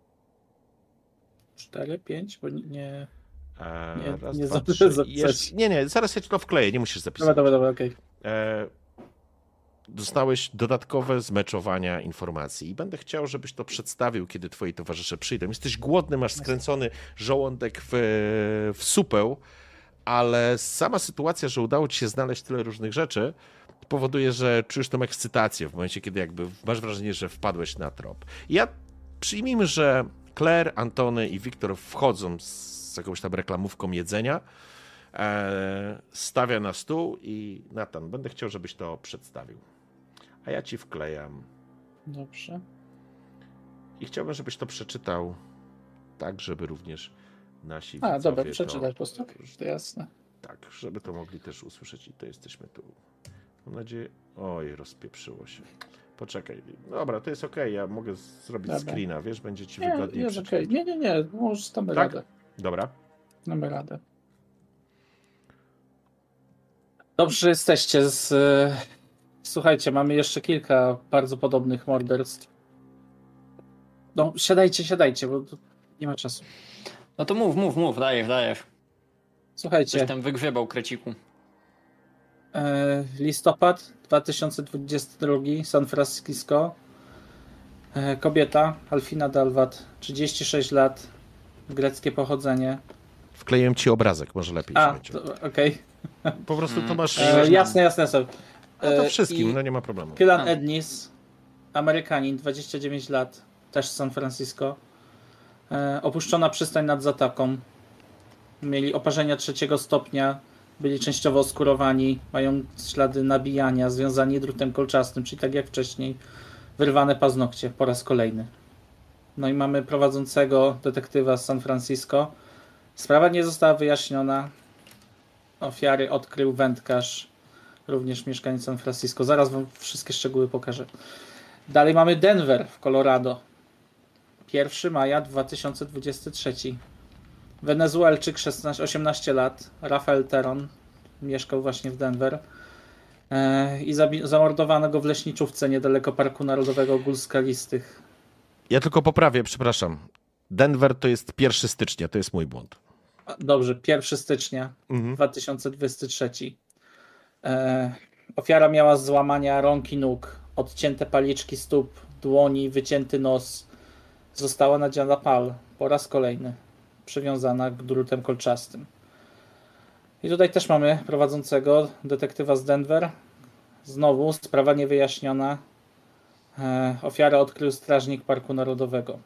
cztery, pięć, bo nie... E, Nie- raz, nie dwa, zdążę trzy. zapisać. Jeszcze, nie, nie, zaraz ja ci to wkleję, nie musisz zapisać. Dobra, dobra, dobra, okej. E, dostałeś dodatkowe zmeczowania informacji i będę chciał, żebyś to przedstawił, kiedy twoi towarzysze przyjdą. Jesteś głodny, masz skręcony żołądek w, w supeł, ale sama sytuacja, że udało ci się znaleźć tyle różnych rzeczy, powoduje, że czujesz tą ekscytację w momencie, kiedy jakby masz wrażenie, że wpadłeś na trop. I ja przyjmijmy, że Claire, Antony i Wiktor wchodzą z jakąś tam reklamówką jedzenia, e, stawia na stół i Nathan, będę chciał, żebyś to przedstawił. A ja ci wklejam. Dobrze. I chciałbym, żebyś to przeczytał tak, żeby również nasi A, widzowie dobra, to- przeczytaj po prostu. To jasne. Tak, żeby to mogli też usłyszeć i to jesteśmy tu. Mam nadzieję... Oj, rozpieprzyło się. Poczekaj. Dobra, to jest okej, ja mogę zrobić Dobra. screena, wiesz, będzie ci Nie, wygodniej jest przeczytać. okej. Nie, nie, nie, możesz, damy Tak? radę. Dobra. Damy radę. Dobrze, że jesteście. Z... e, Słuchajcie, mamy jeszcze kilka bardzo podobnych morderstw. No, siadajcie, siadajcie, bo tu nie ma czasu. No to mów, mów, mów, dajesz, dajesz. Słuchajcie, Coś tam wygrzebał, kreciku. e, listopad dwa tysiące dwudziesty drugi, San Francisco. E, kobieta, Alfina Dalwat, trzydzieści sześć lat, greckie pochodzenie. Wkleiłem ci obrazek, może lepiej A, się będzie. to- okej. Po prostu to masz... E, Jasne, jasne, jasne. A to E, wszystkim, i no nie ma problemu. Kylan A. Ednis, Amerykanin, dwadzieścia dziewięć lat, też z San Francisco. E, opuszczona przystań nad zatoką. Mieli oparzenia trzeciego stopnia, byli częściowo oskurowani, mają ślady nabijania, związani drutem kolczastym, czyli tak jak wcześniej, wyrwane paznokcie po raz kolejny. No i mamy prowadzącego detektywa z San Francisco. Sprawa nie została wyjaśniona. Ofiary odkrył wędkarz, również mieszkaniec San Francisco. Zaraz wam wszystkie szczegóły pokażę. Dalej mamy Denver w Colorado. pierwszego maja dwa tysiące dwudziesty trzeci. Wenezuelczyk, szesnaście, osiemnaście lat, Rafael Teron, mieszkał właśnie w Denver e, i zabi- zamordowano go w leśniczówce niedaleko Parku Narodowego Gór Skalistych. Ja tylko poprawię, przepraszam. Denver to jest pierwszego stycznia, to jest mój błąd. A, Dobrze, pierwszego stycznia Mhm. dwa tysiące dwudziesty trzeci. E, ofiara miała złamania rąk i nóg, odcięte paliczki stóp, dłoni, wycięty nos. Została nadziana pal po raz kolejny, przywiązana drutem kolczastym. I tutaj też mamy prowadzącego detektywa z Denver. Znowu sprawa niewyjaśniona. E, ofiarę odkrył strażnik Parku Narodowego.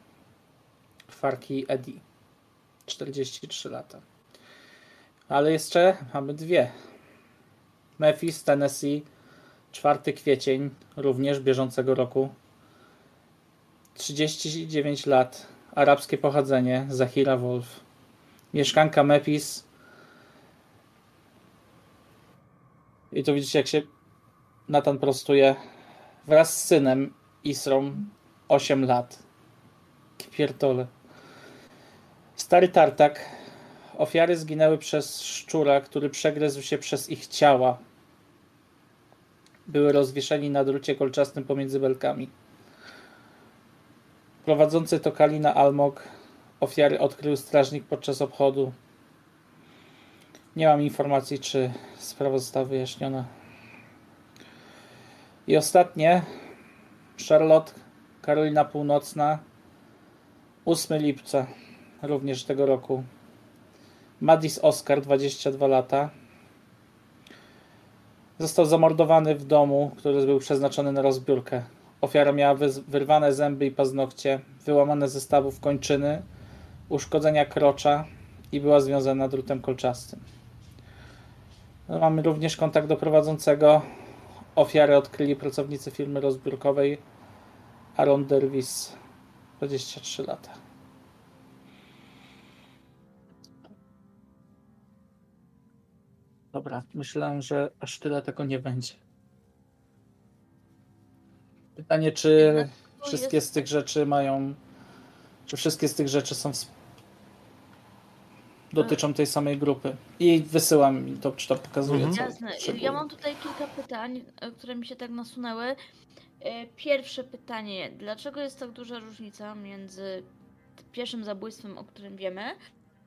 Farki Eddie. czterdzieści trzy lata. Ale jeszcze mamy dwie. Memphis, Tennessee, czwarty kwiecień, również bieżącego roku. trzydzieści dziewięć lat, arabskie pochodzenie, Zahira Wolf. Mieszkanka Memphis. I tu widzicie, jak się Nathan prostuje. Wraz z synem Isrą, osiem lat. Pierdolę. Stary tartak. Ofiary zginęły przez szczura, który przegryzł się przez ich ciała. Były rozwieszeni na drucie kolczastym pomiędzy belkami. Prowadzący to Kalina Almog. Ofiary odkrył strażnik podczas obchodu. Nie mam informacji, czy sprawa została wyjaśniona. I ostatnie. Charlotte, Karolina Północna. ósmego lipca również tego roku. Madis Oskar, dwadzieścia dwa lata. Został zamordowany w domu, który był przeznaczony na rozbiórkę. Ofiara miała wyrwane zęby i paznokcie, wyłamane ze stawów kończyny, uszkodzenia krocza i była związana drutem kolczastym. Mamy również kontakt do prowadzącego. Ofiarę odkryli pracownicy firmy rozbiórkowej Aaron Dervis, dwadzieścia trzy lata. Dobra, myślałem, że aż tyle tego nie będzie. Pytanie, czy wszystkie z tych rzeczy mają, czy wszystkie z tych rzeczy są w... dotyczą tej samej grupy. I wysyłam mi to, czy to pokazuje. Mhm. Co Jasne. potrzebuję. Ja mam tutaj kilka pytań, e, które mi się tak nasunęły. E, Pierwsze pytanie. Dlaczego jest tak duża różnica między pierwszym zabójstwem, o którym wiemy, e,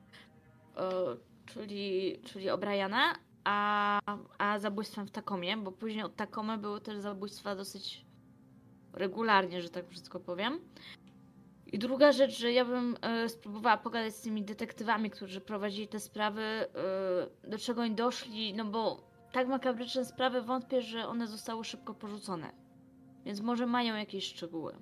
czyli, czyli O'Briana, a, a zabójstwem w Takomie? Bo później od Takomy były też zabójstwa dosyć regularnie, że tak wszystko powiem. I druga rzecz, że ja bym e, spróbowała pogadać z tymi detektywami, którzy prowadzili te sprawy, e, do czego oni doszli, no bo tak makabryczne sprawy wątpię, że one zostały szybko porzucone. Więc może mają jakieś szczegóły.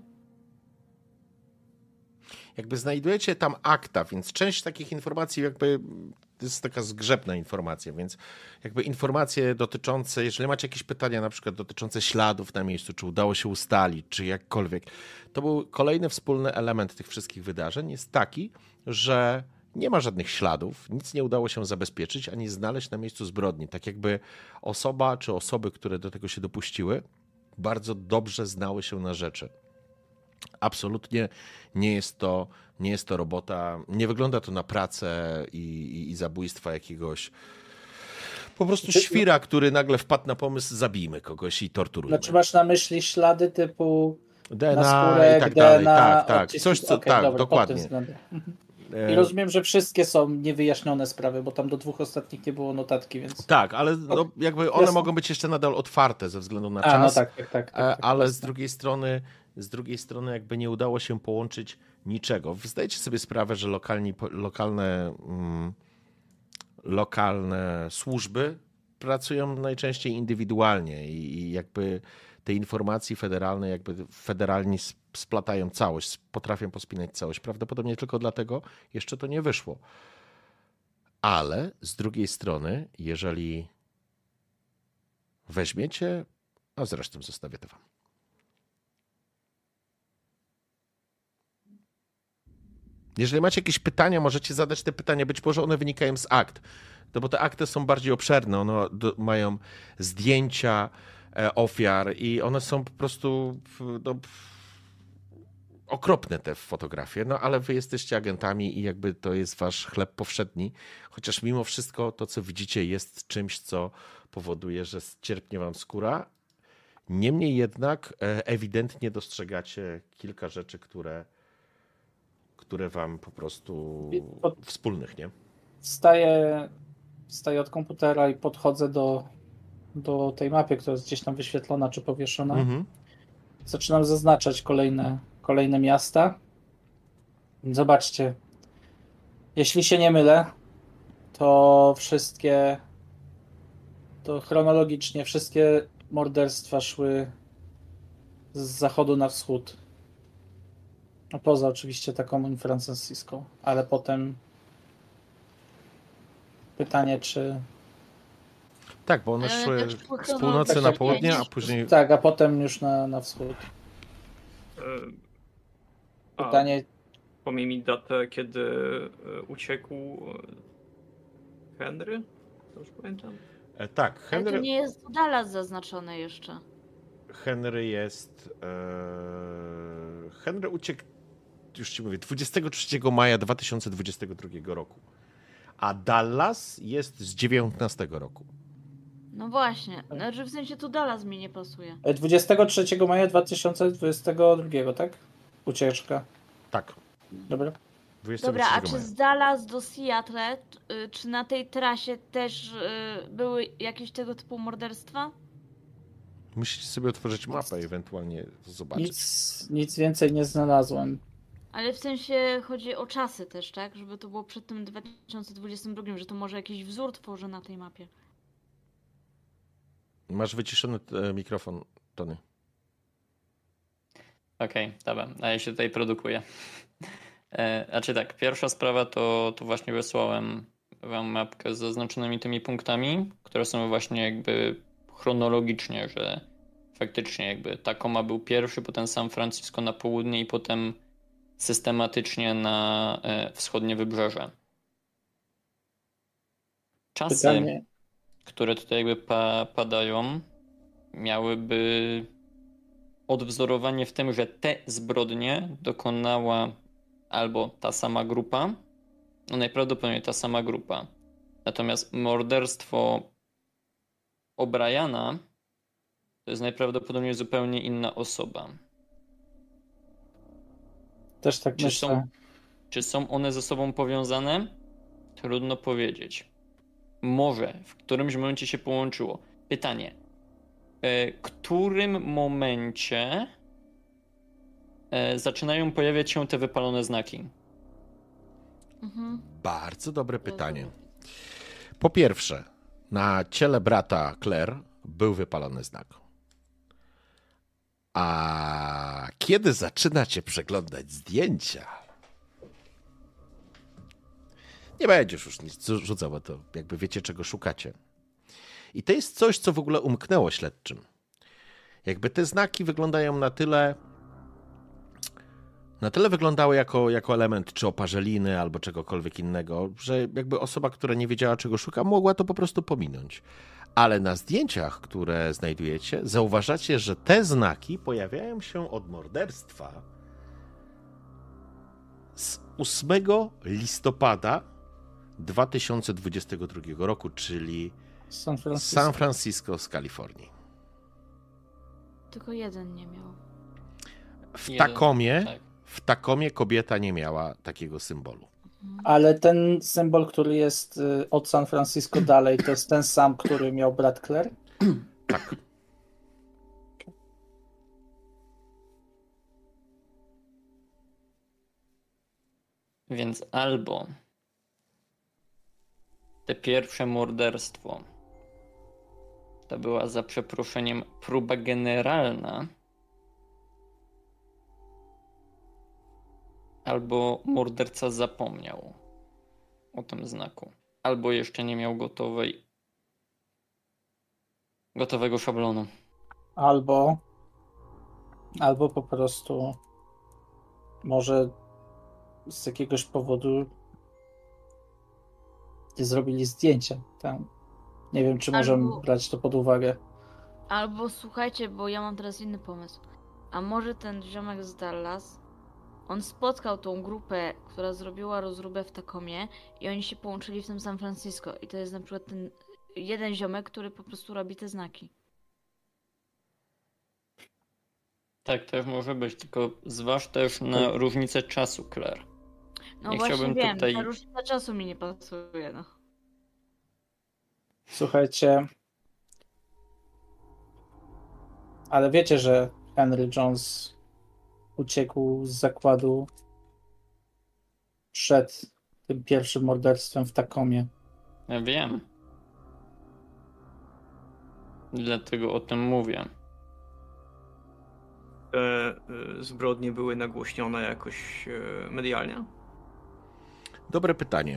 Jakby znajdujecie tam akta, więc część takich informacji jakby to jest taka zgrzebna informacja, więc jakby informacje dotyczące, jeżeli macie jakieś pytania na przykład dotyczące śladów na miejscu, czy udało się ustalić, czy jakkolwiek, to był kolejny wspólny element tych wszystkich wydarzeń, jest taki, że nie ma żadnych śladów, nic nie udało się zabezpieczyć, ani znaleźć na miejscu zbrodni. Tak jakby osoba, czy osoby, które do tego się dopuściły, bardzo dobrze znały się na rzeczy. Absolutnie nie jest to, nie jest to robota, nie wygląda to na pracę i, i, i zabójstwa jakiegoś po prostu świra, który nagle wpadł na pomysł, zabijmy kogoś i torturujmy. Znaczy masz na myśli ślady typu D N A na skórę, i tak dalej, D N A, tak, tak. odciski- Coś, co, okej, tak, dobra, pod tym dokładnie. względem. E, I rozumiem, że wszystkie są niewyjaśnione sprawy, bo tam do dwóch ostatnich nie było notatki, więc... Tak, ale no, jakby one Jasne. mogą być jeszcze nadal otwarte ze względu na A, czas. no tak, tak, tak. tak, E, tak ale z jasne. drugiej strony, z drugiej strony jakby nie udało się połączyć niczego. Zdajcie sobie sprawę, że lokalni, lokalne, mm, lokalne służby pracują najczęściej indywidualnie i, i jakby te informacje federalne jakby federalni splatają całość, potrafią pospinać całość. Prawdopodobnie tylko dlatego jeszcze to nie wyszło. Ale z drugiej strony, jeżeli weźmiecie, a zresztą zostawię to wam. Jeżeli macie jakieś pytania, możecie zadać te pytania. Być może one wynikają z akt. No bo te akty są bardziej obszerne. One do, mają zdjęcia e, ofiar i one są po prostu no, okropne te fotografie. No ale wy jesteście agentami i jakby to jest wasz chleb powszedni. Chociaż mimo wszystko to, co widzicie, jest czymś, co powoduje, że cierpnie wam skóra. Niemniej jednak e, ewidentnie dostrzegacie kilka rzeczy, które które wam po prostu Pod... wspólnych, nie? Wstaję, wstaję od komputera i podchodzę do, do tej mapy, która jest gdzieś tam wyświetlona czy powieszona. Mhm. Zaczynam zaznaczać kolejne, kolejne miasta. Zobaczcie. Jeśli się nie mylę, to wszystkie, to chronologicznie wszystkie morderstwa szły z zachodu na wschód. No poza oczywiście taką in Francisco, ale potem pytanie, czy... Tak, bo one Ale szły też szły z północy na chronologicznie, południe, nie? a później... Tak, a potem już na, na wschód. E, a Pytanie, pomij mi datę, kiedy e, uciekł e, Henry? To już pamiętam. E, tak, Ale Henry, to nie jest Dallas zaznaczone jeszcze. Henry jest... E, Henry uciekł, już ci mówię, dwudziestego trzeciego maja dwa tysiące dwudziestego drugiego roku. A Dallas jest z dziewiętnastego roku. No właśnie. Znaczy w sensie tu Dallas mi nie pasuje. dwudziestego trzeciego maja dwa tysiące dwudziestego drugiego, tak? Ucieczka. Tak. Dobra. dwudziestego Dobra, a trzeciego czy maja. z Dallas do Seattle, y, czy na tej trasie też y, były jakieś tego typu morderstwa? Musicie sobie otworzyć mapę i ewentualnie zobaczyć. Nic, nic więcej nie znalazłem. Ale w sensie chodzi o czasy też, tak? Żeby to było przed tym dwa tysiące dwudziestym drugim, że to może jakiś wzór tworzy na tej mapie. Masz wyciszony e, mikrofon, Tony. Okej, okay, dobra, a ja się tutaj produkuję. E, znaczy tak, pierwsza sprawa to, to właśnie wysłałem wam mapkę z zaznaczonymi tymi punktami, które są właśnie jakby chronologicznie, że faktycznie jakby Tacoma był pierwszy, potem San Francisco na południe i potem systematycznie na e, wschodnie wybrzeże. Czasy, Pytanie. które tutaj jakby pa, padają, miałyby odwzorowanie w tym, że te zbrodnie dokonała albo ta sama grupa, no najprawdopodobniej ta sama grupa. Natomiast morderstwo O'Briana to jest najprawdopodobniej zupełnie inna osoba. Też tak Czy myślę. są, czy są one ze sobą powiązane? Trudno powiedzieć. Może w którymś momencie się połączyło. Pytanie. W którym momencie zaczynają pojawiać się te wypalone znaki? Mhm. Bardzo dobre pytanie. Po pierwsze, na ciele brata Claire był wypalony znak. A kiedy zaczynacie przeglądać zdjęcia? Nie będziesz już nic rzucał, bo to jakby wiecie, czego szukacie. I to jest coś, co w ogóle umknęło śledczym. Jakby te znaki wyglądają na tyle... Na tyle wyglądały jako, jako element czy oparzeliny albo czegokolwiek innego, że jakby osoba, która nie wiedziała, czego szuka, mogła to po prostu pominąć. Ale na zdjęciach, które znajdujecie, zauważacie, że te znaki pojawiają się od morderstwa z ósmego listopada dwa tysiące dwudziestego drugiego roku, czyli San Francisco. San Francisco z Kalifornii. Tylko jeden nie miał. W Jeden, Tacomie, tak. w Tacomie kobieta nie miała takiego symbolu. Ale ten symbol, który jest y, od San Francisco dalej, to jest ten sam, który miał brat Claire? Tak. Więc albo te pierwsze morderstwo to była za przeproszeniem próba generalna, albo morderca zapomniał o tym znaku, albo jeszcze nie miał gotowej gotowego szablonu. Albo albo po prostu może z jakiegoś powodu nie zrobili zdjęcia tam. Nie wiem, czy możemy Albo- brać to pod uwagę. Albo słuchajcie, bo ja mam teraz inny pomysł. A może ten ziomek z Dallas, on spotkał tą grupę, która zrobiła rozróbę w Tacomie i oni się połączyli w tym San Francisco. I to jest na przykład ten jeden ziomek, który po prostu robi te znaki. Tak, też może być, tylko zważ też na różnicę czasu, Claire. No Nie właśnie chciałbym wiem, tutaj- ta różnica czasu mi nie pasuje, no. Słuchajcie, ale wiecie, że Henry Jones uciekł z zakładu przed tym pierwszym morderstwem w Tacomie. Ja wiem. Dlatego o tym mówię. Te y, zbrodnie były nagłośnione jakoś y, medialnie? Dobre pytanie.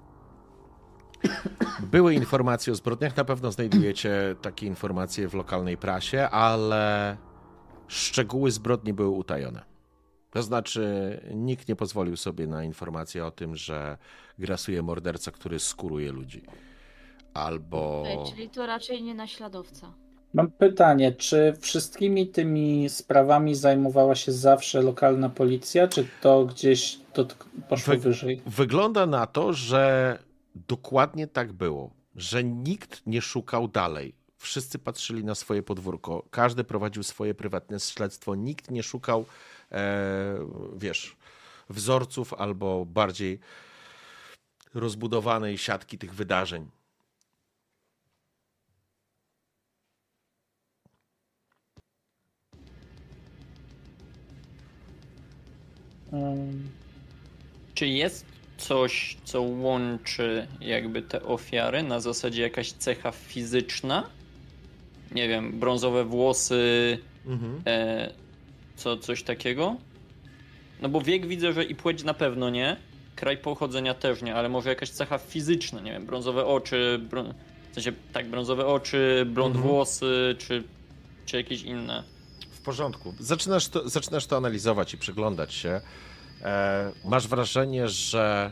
Były informacje o zbrodniach, na pewno znajdujecie takie informacje w lokalnej prasie, ale szczegóły zbrodni były utajone. To znaczy, nikt nie pozwolił sobie na informację o tym, że grasuje morderca, który skuruje ludzi. Albo... Ej, czyli to raczej nie naśladowca. Mam pytanie, czy wszystkimi tymi sprawami zajmowała się zawsze lokalna policja, czy to gdzieś to poszło Wy- wyżej? Wygląda na to, że dokładnie tak było, że nikt nie szukał dalej. Wszyscy patrzyli na swoje podwórko, każdy prowadził swoje prywatne śledztwo, nikt nie szukał, e, wiesz, wzorców albo bardziej rozbudowanej siatki tych wydarzeń. Um, Czy jest coś, co łączy jakby te ofiary na zasadzie jakaś cecha fizyczna? Nie wiem, brązowe włosy, Mhm. e, co, coś takiego? No bo wiek widzę, że i płeć na pewno nie, kraj pochodzenia też nie, ale może jakaś cecha fizyczna, nie wiem, brązowe oczy, brą... w sensie tak, brązowe oczy, blond Mhm. włosy, czy, czy jakieś inne. W porządku. Zaczynasz to, zaczynasz to analizować i przyglądać się. E, masz wrażenie, że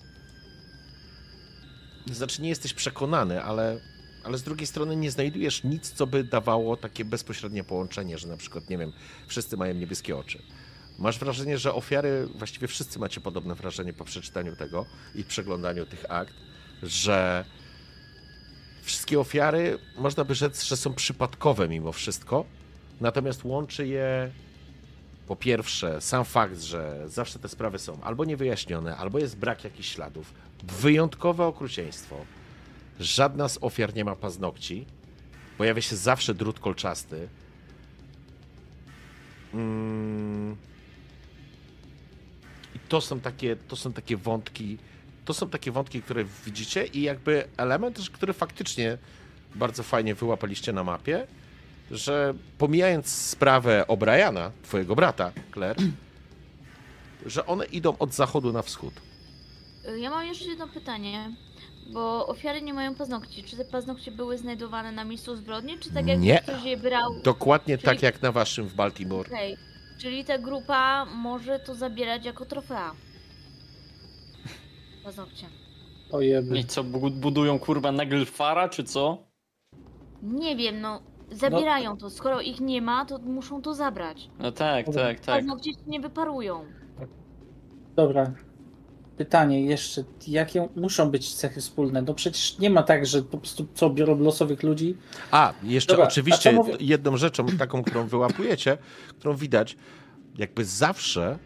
znaczy nie jesteś przekonany, ale, ale z drugiej strony nie znajdujesz nic, co by dawało takie bezpośrednie połączenie, że na przykład, nie wiem, wszyscy mają niebieskie oczy. Masz wrażenie, że ofiary, właściwie wszyscy macie podobne wrażenie po przeczytaniu tego i przeglądaniu tych akt, że wszystkie ofiary, można by rzec, że są przypadkowe mimo wszystko, natomiast łączy je po pierwsze sam fakt, że zawsze te sprawy są albo niewyjaśnione, albo jest brak jakichś śladów, wyjątkowe okrucieństwo, żadna z ofiar nie ma paznokci, pojawia się zawsze drut kolczasty. Mm. I to są takie, to są takie wątki, to są takie wątki, które widzicie i jakby element, który faktycznie bardzo fajnie wyłapaliście na mapie, że pomijając sprawę O'Briana, twojego brata, Claire, że one idą od zachodu na wschód. Ja mam jeszcze jedno pytanie, bo ofiary nie mają paznokci. Czy te paznokcie były znajdowane na miejscu zbrodni, czy tak jakby Nie. ktoś je brał? Dokładnie Czyli- tak jak na waszym w Baltimore. Okej, czyli ta grupa może to zabierać jako trofea. Paznokcie. ojeby. I co, bu- budują kurwa Naglfara, czy co? Nie wiem, no zabierają to. Skoro ich nie ma, to muszą to zabrać. No tak, Dobra. tak, tak. Paznokcie się nie wyparują. Dobra. Pytanie jeszcze, jakie muszą być cechy wspólne? No przecież nie ma tak, że po prostu co biorą losowych ludzi. A, jeszcze Dobra, oczywiście a co mówię- jedną rzeczą, taką, którą wyłapujecie, którą widać, jakby zawsze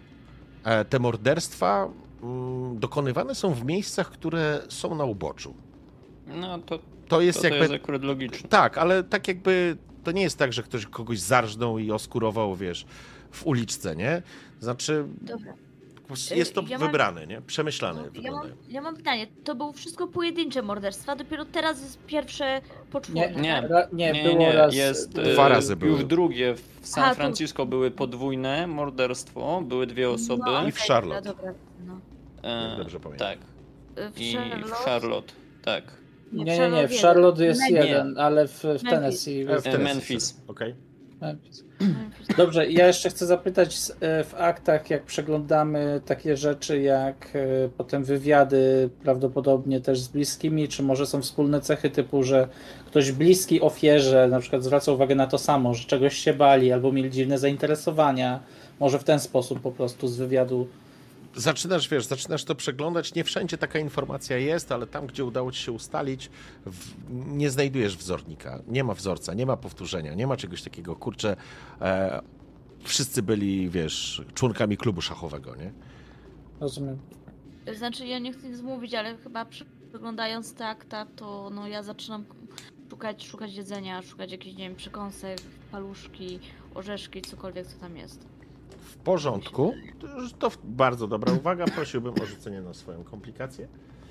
e, te morderstwa mm, dokonywane są w miejscach, które są na uboczu. No to, To jest to, to jakby... jest akurat logiczne. Tak, ale tak jakby to nie jest tak, że ktoś kogoś zarżnął i oskurował, wiesz, w uliczce, nie? Znaczy, Dobra. jest to Ja mam- wymyślane, nie? Przemyślane Ja mam, wyglądają. ja mam pytanie. To było wszystko pojedyncze morderstwa, dopiero teraz jest pierwsze poczwórne, Nie. tak? Ra, nie, Nie, było nie, raz. jest Dwa e, razy były. już drugie. W San Aha, to- Francisco były podwójne morderstwo, były dwie osoby. No, I w okej, Charlotte. Dobra, no. E, Jak dobrze pamiętam. tak. W I Charlotte- w Charlotte, tak. Nie, nie, nie. W Charlotte jest Memphis. jeden, ale w, w Memphis. Tennessee E, w jest Tennessee Memphis. sobie. Okej. Memphis. Memphis. Dobrze, ja jeszcze chcę zapytać z- e, w aktach, jak przeglądamy takie rzeczy jak e, potem wywiady, prawdopodobnie też z bliskimi, czy może są wspólne cechy typu, że ktoś bliski ofierze na przykład zwraca uwagę na to samo, że czegoś się bali albo mieli dziwne zainteresowania, może w ten sposób po prostu z wywiadu. Zaczynasz, wiesz, zaczynasz to przeglądać, nie wszędzie taka informacja jest, ale tam, gdzie udało ci się ustalić, w, nie znajdujesz wzornika, nie ma wzorca, nie ma powtórzenia, nie ma czegoś takiego, kurczę, e, wszyscy byli, wiesz, członkami klubu szachowego, nie? Rozumiem. Znaczy, ja nie chcę nic mówić, ale chyba przeglądając te akta, to no ja zaczynam szukać, szukać jedzenia, szukać jakichś, nie wiem, przekąsek, paluszki, orzeszki, cokolwiek, co tam jest. W porządku, to, już- to bardzo dobra uwaga, prosiłbym o rzucenie na swoją komplikację.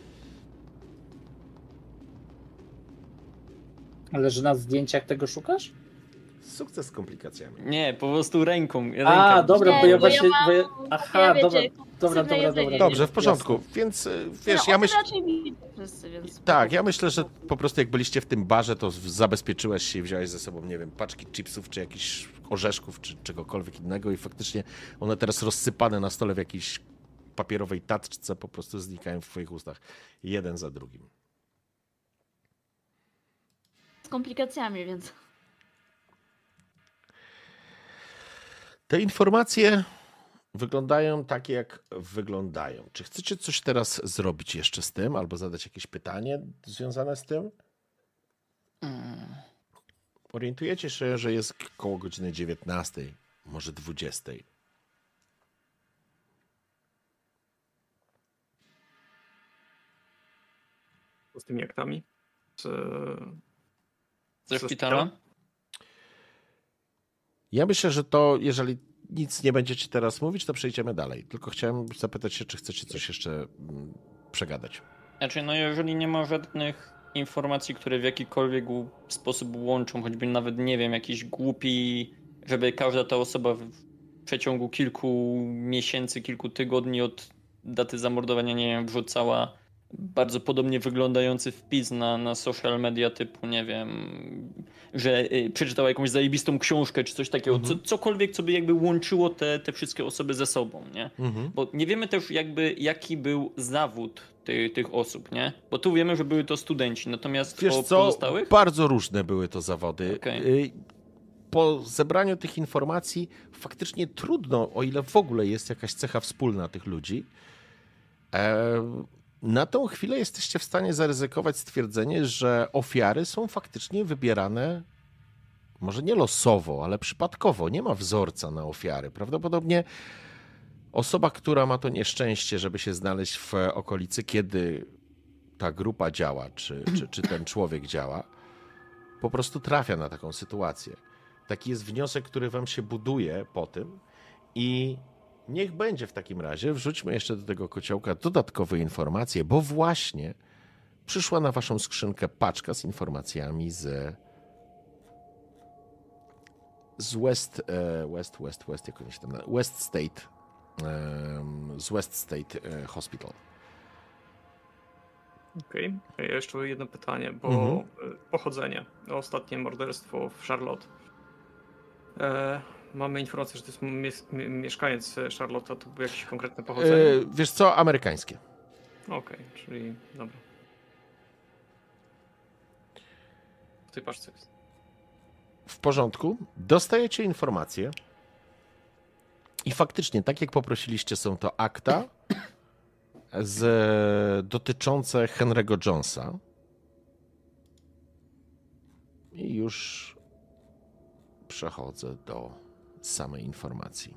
Ale że na zdjęciach tego szukasz? Sukces z komplikacjami. Nie, po prostu ręką. A, jedynka. dobra, Nie, bo ja bo ja właśnie. mam Bo ja, takie, aha, dobra, wiecie, dobra, kompulsywne dobra, jedzenie. dobra. Dobrze, w porządku, więc y, wiesz, no, ja o tym myślę... raczej widzę wszyscy, więc... Tak, ja myślę, że po prostu jak byliście w tym barze, to zabezpieczyłeś się i wziąłeś ze sobą, nie wiem, paczki chipsów, czy jakichś orzeszków, czy czegokolwiek innego i faktycznie one teraz rozsypane na stole w jakiejś papierowej taczce po prostu znikają w twoich ustach. Jeden za drugim. Z komplikacjami, więc... Te informacje wyglądają tak, jak wyglądają. Czy chcecie coś teraz zrobić jeszcze z tym, albo zadać jakieś pytanie związane z tym? Orientujecie się, że jest koło godziny dziewiętnastej, może dwudziestej. z tymi aktami? Z, Ze szpitala? Ja myślę, że to, jeżeli nic nie będziecie teraz mówić, to przejdziemy dalej. Tylko chciałem zapytać się, czy chcecie coś jeszcze mm, przegadać. Znaczy, no jeżeli nie ma żadnych informacji, które w jakikolwiek sposób łączą, choćby nawet, nie wiem, jakiś głupi, żeby każda ta osoba w przeciągu kilku miesięcy, kilku tygodni od daty zamordowania, nie wiem, wrzucała bardzo podobnie wyglądający wpis na, na social media typu, nie wiem, że y, przeczytała jakąś zajebistą książkę czy coś takiego, Mhm. co, cokolwiek, co by jakby łączyło te, te wszystkie osoby ze sobą, nie? Mhm. Bo nie wiemy też jakby jaki był zawód ty, tych osób, nie? Bo tu wiemy, że były to studenci, natomiast Wiesz o co, pozostałych? bardzo różne były to zawody. Okej. Y, Po zebraniu tych informacji faktycznie trudno, o ile w ogóle jest jakaś cecha wspólna tych ludzi. E, Na tą chwilę jesteście w stanie zaryzykować stwierdzenie, że ofiary są faktycznie wybierane może nie losowo, ale przypadkowo. Nie ma wzorca na ofiary. Prawdopodobnie osoba, która ma to nieszczęście, żeby się znaleźć w okolicy, kiedy ta grupa działa, czy, czy, czy ten człowiek działa, po prostu trafia na taką sytuację. Taki jest wniosek, który wam się buduje po tym i niech będzie w takim razie. Wrzućmy jeszcze do tego kociołka dodatkowe informacje, bo właśnie przyszła na waszą skrzynkę paczka z informacjami z z West, e, West, West, West, jak oni się tam nazywa? West State, e, z West State e, Hospital. Okej. Okay. Jeszcze jedno pytanie, bo Mhm. pochodzenie. Ostatnie morderstwo w Charlotte. E, mamy informację, że to jest mies- mieszkaniec Charlotte, to było jakieś konkretne pochodzenie? E, wiesz co, amerykańskie. Okej, okay, czyli dobra. W tej paczce jest. W porządku. Dostajecie informacje i faktycznie, tak jak poprosiliście, są to akta z, dotyczące Henry'ego Jonesa. I już przechodzę do samej informacji.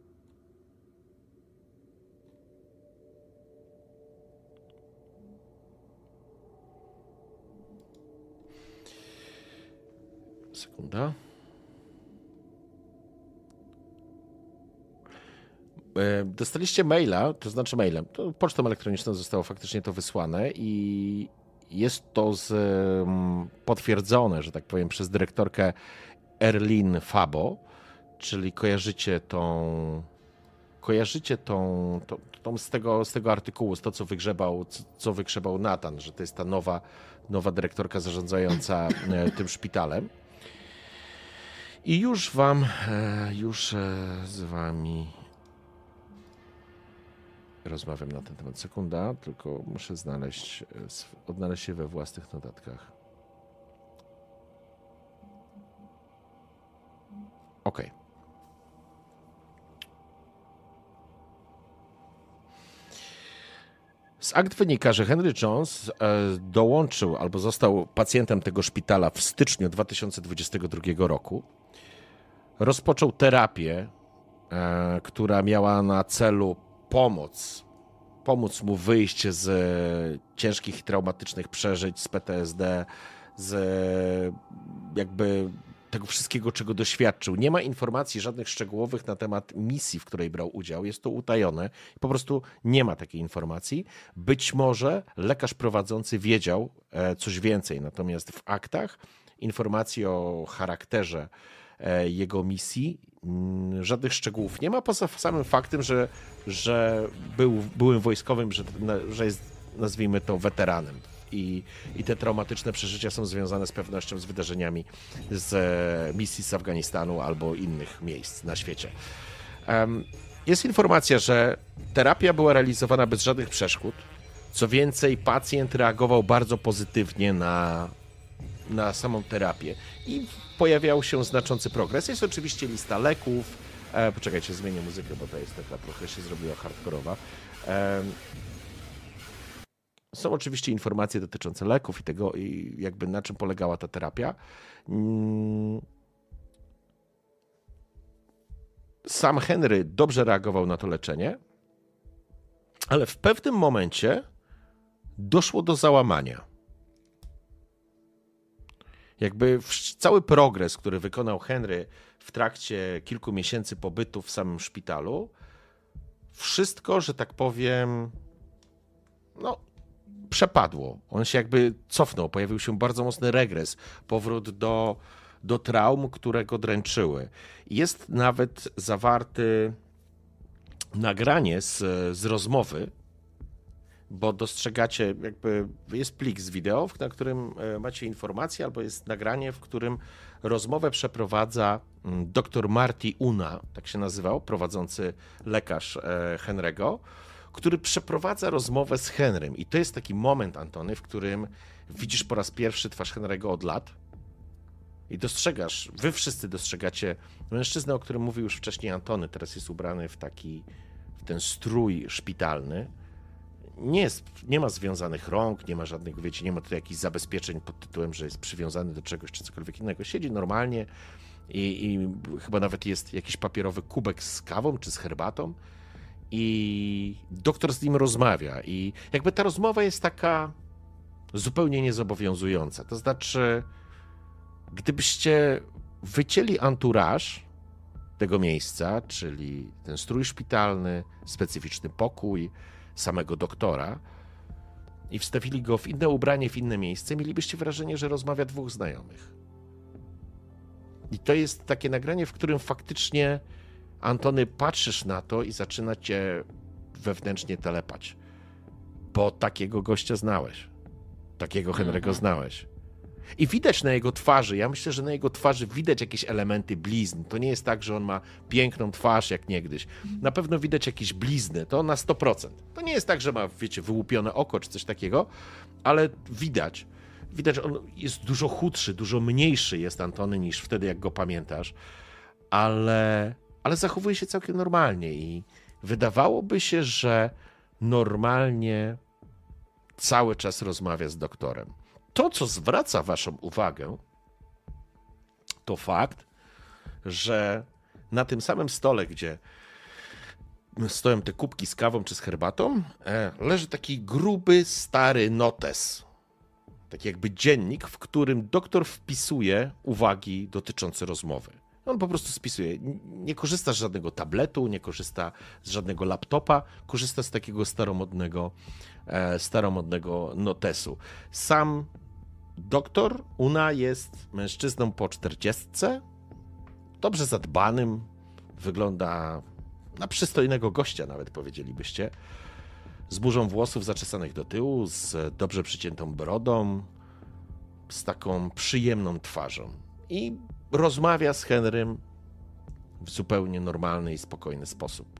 Sekunda. Dostaliście maila, to znaczy mailem, to pocztą elektroniczną zostało faktycznie to wysłane i jest to z, potwierdzone, że tak powiem, przez dyrektorkę Erlin Fabo, czyli kojarzycie tą, kojarzycie tą, tą, tą z, tego, z tego artykułu, z to, co wygrzebał, co, co wygrzebał Nathan, że to jest ta nowa, nowa dyrektorka zarządzająca tym szpitalem. I już wam, już z wami rozmawiam na ten temat. Sekunda, tylko muszę znaleźć, odnaleźć się we własnych notatkach. Ok. Z akt wynika, że Henry Jones dołączył albo został pacjentem tego szpitala w styczniu dwa tysiące dwudziestego drugiego roku. Rozpoczął terapię, e, która miała na celu pomoc, pomóc mu wyjść z ciężkich i traumatycznych przeżyć, z P T S D, z jakby tego wszystkiego, czego doświadczył. Nie ma informacji żadnych szczegółowych na temat misji, w której brał udział. Jest to utajone. Po prostu nie ma takiej informacji. Być może lekarz prowadzący wiedział e, coś więcej, natomiast w aktach informacji o charakterze jego misji żadnych szczegółów nie ma, poza samym faktem, że, że był byłym wojskowym, że, że jest, nazwijmy to, weteranem. I, I te traumatyczne przeżycia są związane z pewnością z wydarzeniami z misji z Afganistanu albo innych miejsc na świecie. Um, jest informacja, że terapia była realizowana bez żadnych przeszkód. Co więcej, pacjent reagował bardzo pozytywnie na, na samą terapię i pojawiał się znaczący progres. Jest oczywiście lista leków. E, poczekajcie, zmienię muzykę, bo to jest taka trochę się zrobiła hardkorowa. E, są oczywiście informacje dotyczące leków i tego, i jakby na czym polegała ta terapia. Sam Henry dobrze reagował na to leczenie, ale w pewnym momencie doszło do załamania. Jakby w, cały progres, który wykonał Henry w trakcie kilku miesięcy pobytu w samym szpitalu, wszystko, że tak powiem, no, przepadło. On się jakby cofnął, pojawił się bardzo mocny regres, powrót do, do traum, które go dręczyły. Jest nawet zawarty nagranie z, z rozmowy, bo dostrzegacie, jakby jest plik z wideo, na którym macie informacje, albo jest nagranie, w którym rozmowę przeprowadza dr Marty Una, tak się nazywał, prowadzący lekarz Henry'ego, który przeprowadza rozmowę z Henrym. I to jest taki moment, Antony, w którym widzisz po raz pierwszy twarz Henry'ego od lat i dostrzegasz, wy wszyscy dostrzegacie mężczyznę, o którym mówił już wcześniej Antony, teraz jest ubrany w taki, w ten strój szpitalny. Nie, jest, nie ma związanych rąk, nie ma żadnych, wiecie, nie ma tutaj jakichś zabezpieczeń pod tytułem, że jest przywiązany do czegoś czy cokolwiek innego. Siedzi normalnie i, i chyba nawet jest jakiś papierowy kubek z kawą czy z herbatą i doktor z nim rozmawia i jakby ta rozmowa jest taka zupełnie niezobowiązująca. To znaczy, gdybyście wycięli anturaż tego miejsca, czyli ten strój szpitalny, specyficzny pokój, samego doktora i wstawili go w inne ubranie, w inne miejsce, mielibyście wrażenie, że rozmawia dwóch znajomych. I to jest takie nagranie, w którym faktycznie, Antony, patrzysz na to i zaczyna cię wewnętrznie telepać, bo takiego gościa znałeś, takiego Henry'ego mhm. znałeś. I widać na jego twarzy, ja myślę, że na jego twarzy widać jakieś elementy blizn. To nie jest tak, że on ma piękną twarz jak niegdyś. Na pewno widać jakieś blizny, to na sto procent. To nie jest tak, że ma, wiecie, wyłupione oko czy coś takiego, ale widać. Widać, on jest dużo chudszy, dużo mniejszy jest Antony niż wtedy, jak go pamiętasz, ale, ale zachowuje się całkiem normalnie i wydawałoby się, że normalnie cały czas rozmawia z doktorem. To, co zwraca waszą uwagę, to fakt, że na tym samym stole, gdzie stoją te kubki z kawą czy z herbatą, leży taki gruby, stary notes. Taki jakby dziennik, w którym doktor wpisuje uwagi dotyczące rozmowy. On po prostu spisuje. Nie korzysta z żadnego tabletu, nie korzysta z żadnego laptopa, korzysta z takiego staromodnego, staromodnego notesu. Sam doktor Una jest mężczyzną po czterdziestce, dobrze zadbanym, wygląda na przystojnego gościa nawet, powiedzielibyście, z burzą włosów zaczesanych do tyłu, z dobrze przyciętą brodą, z taką przyjemną twarzą i rozmawia z Henrym w zupełnie normalny i spokojny sposób.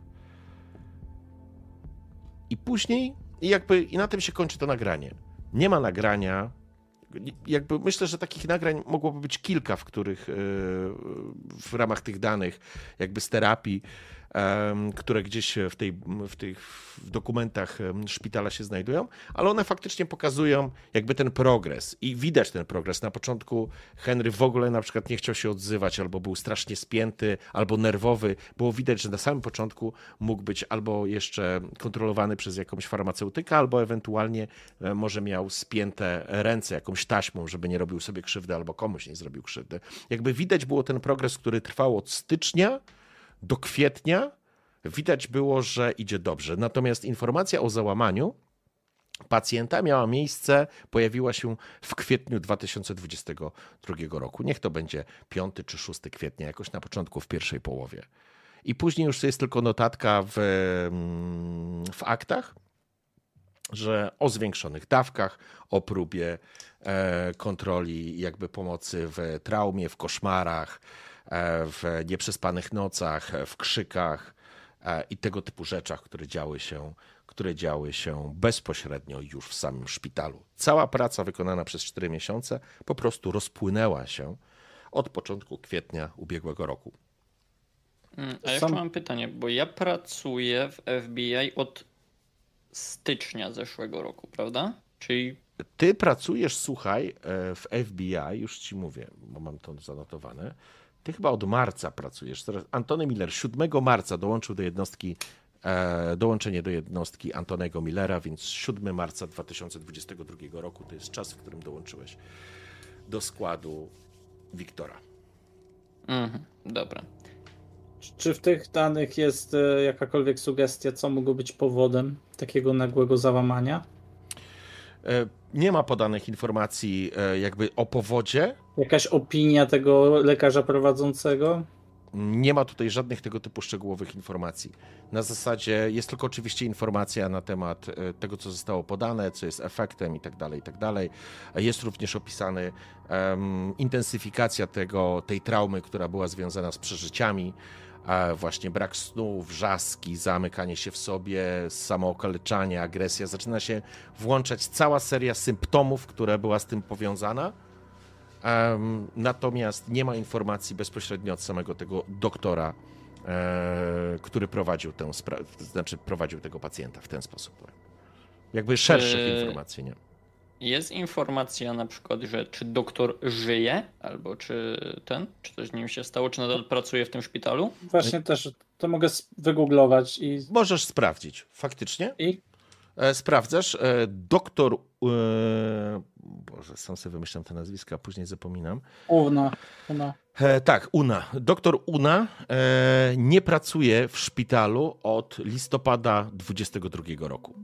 I później, i jakby i na tym się kończy to nagranie. Nie ma nagrania, jakby myślę, że takich nagrań mogłoby być kilka, w których w ramach tych danych, jakby z terapii, które gdzieś w, tej, w tych dokumentach szpitala się znajdują, ale one faktycznie pokazują jakby ten progres i widać ten progres. Na początku Henry w ogóle na przykład nie chciał się odzywać, albo był strasznie spięty, albo nerwowy. Było widać, że na samym początku mógł być albo jeszcze kontrolowany przez jakąś farmaceutykę, albo ewentualnie może miał spięte ręce jakąś taśmą, żeby nie robił sobie krzywdy, albo komuś nie zrobił krzywdy. Jakby widać było ten progres, który trwał od stycznia do kwietnia, widać było, że idzie dobrze. Natomiast informacja o załamaniu pacjenta miała miejsce, pojawiła się w kwietniu dwa tysiące dwudziestego drugiego roku. Niech to będzie piąty czy szósty kwietnia, jakoś na początku, w pierwszej połowie. I później już jest tylko notatka w, w aktach, że o zwiększonych dawkach, o próbie kontroli jakby pomocy w traumie, w koszmarach, w nieprzespanych nocach, w krzykach i tego typu rzeczach, które działy się, które działy się bezpośrednio już w samym szpitalu. Cała praca wykonana przez cztery miesiące po prostu rozpłynęła się od początku kwietnia ubiegłego roku. A jeszcze mam pytanie, bo ja pracuję w F B I od stycznia zeszłego roku, prawda? Czyli... Ty pracujesz, słuchaj, w F B I, już ci mówię, bo mam to zanotowane. Ty chyba od marca pracujesz. Antony Miller siódmego marca dołączył do jednostki, e, dołączenie do jednostki Antonego Millera, więc siódmego marca dwa tysiące dwudziestego drugiego roku to jest czas, w którym dołączyłeś. do składu Wiktora. Mhm, dobra. Czy w tych danych jest e, jakakolwiek sugestia, co mogło być powodem takiego nagłego załamania? E, Nie ma podanych informacji e, jakby o powodzie. Jakaś opinia tego lekarza prowadzącego? Nie ma tutaj żadnych tego typu szczegółowych informacji. Na zasadzie jest tylko oczywiście informacja na temat e, tego, co zostało podane, co jest efektem i tak dalej, i tak dalej. Jest również opisany um, intensyfikacja tego, tej traumy, która była związana z przeżyciami, e, właśnie brak snu, wrzaski, zamykanie się w sobie, samookaleczanie, agresja. Zaczyna się włączać cała seria symptomów, która była z tym powiązana. Um, natomiast nie ma informacji bezpośrednio od samego tego doktora, e, który prowadził tę sprawę, to znaczy prowadził tego pacjenta w ten sposób. Jakby szerszych Czy informacji nie. jest informacja na przykład, że czy doktor żyje, albo czy ten, czy coś z nim się stało, czy nadal pracuje w tym szpitalu? Właśnie też to mogę s- wygooglować i... Możesz sprawdzić, faktycznie. i? E, sprawdzasz, e, doktor, e, Boże, sam sobie wymyślam te nazwiska, później zapominam. Una, una. E, tak, Una. Doktor Una e, nie pracuje w szpitalu od listopada dwudziestego drugiego roku.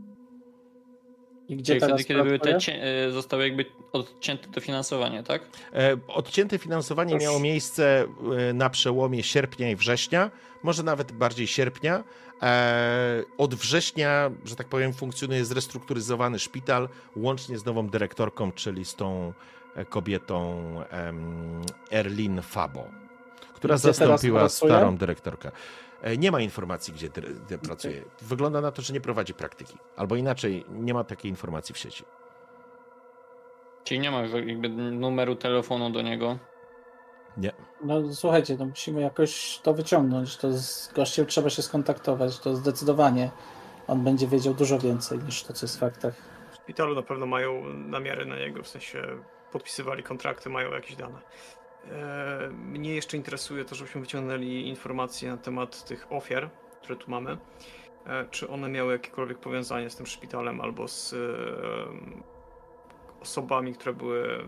I gdzie Czyli teraz wtedy, kiedy były te pracuje? cie- e, zostały jakby odcięte dofinansowanie, tak? E, Odcięte finansowanie Już. miało miejsce e, na przełomie sierpnia i września, może nawet bardziej sierpnia. E, Od września, że tak powiem, funkcjonuje zrestrukturyzowany szpital, łącznie z nową dyrektorką, czyli z tą e, kobietą em, Erlin Fabo, która Gdzie teraz zastąpiła pracuje? starą dyrektorkę. E, Nie ma informacji, gdzie, dyre- gdzie pracuje. Wygląda na to, że nie prowadzi praktyki. Albo inaczej, nie ma takiej informacji w sieci. Czyli nie ma jakby numeru telefonu do niego. Nie. No słuchajcie, no musimy jakoś to wyciągnąć. To z gościem trzeba się skontaktować. To zdecydowanie on będzie wiedział dużo więcej niż to, co jest w faktach. W szpitalu na pewno mają namiary na niego, w sensie podpisywali kontrakty, mają jakieś dane. E, Mnie jeszcze interesuje to, żebyśmy wyciągnęli informacje na temat tych ofiar, które tu mamy. E, Czy one miały jakiekolwiek powiązanie z tym szpitalem albo z e, osobami, które były...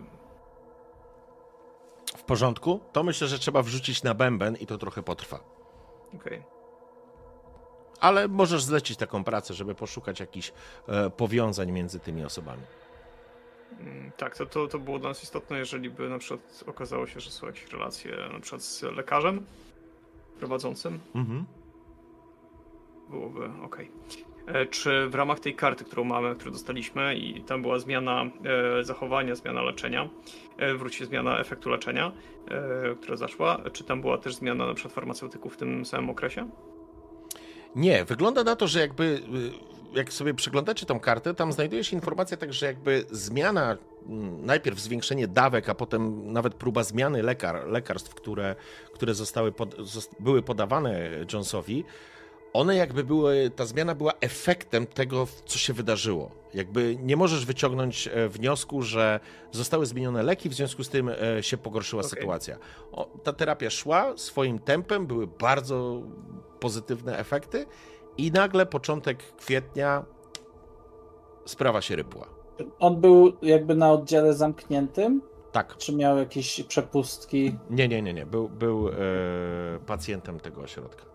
W porządku? To myślę, że trzeba wrzucić na bęben i to trochę potrwa. Okej. Ale możesz zlecić taką pracę, żeby poszukać jakichś e, powiązań między tymi osobami. Mm, Tak, to, to, to było dla nas istotne, jeżeli by na przykład okazało się, że są jakieś relacje na przykład z lekarzem prowadzącym, Mhm. byłoby okej. E, Czy w ramach tej karty, którą mamy, którą dostaliśmy i tam była zmiana e, zachowania, zmiana leczenia, e, wróci zmiana efektu leczenia, e, która zaszła, czy tam była też zmiana na przykład farmaceutyków w tym samym okresie? Nie, wygląda na to, że jakby y, jak sobie przeglądacie tą kartę, tam znajduje się informacja tak, że jakby zmiana, mm, najpierw zwiększenie dawek, a potem nawet próba zmiany lekar, lekarstw, które, które zostały pod, zos- były podawane Jonesowi, one jakby były, ta zmiana była efektem tego, co się wydarzyło. Jakby nie możesz wyciągnąć e, wniosku, że zostały zmienione leki, w związku z tym e, się pogorszyła Okej. sytuacja. O, ta terapia szła swoim tempem, były bardzo pozytywne efekty i nagle początek kwietnia sprawa się rypła. On był jakby na oddziale zamkniętym, Tak. czy miał jakieś przepustki? Nie, nie, nie, nie. Był, był e, pacjentem tego ośrodka.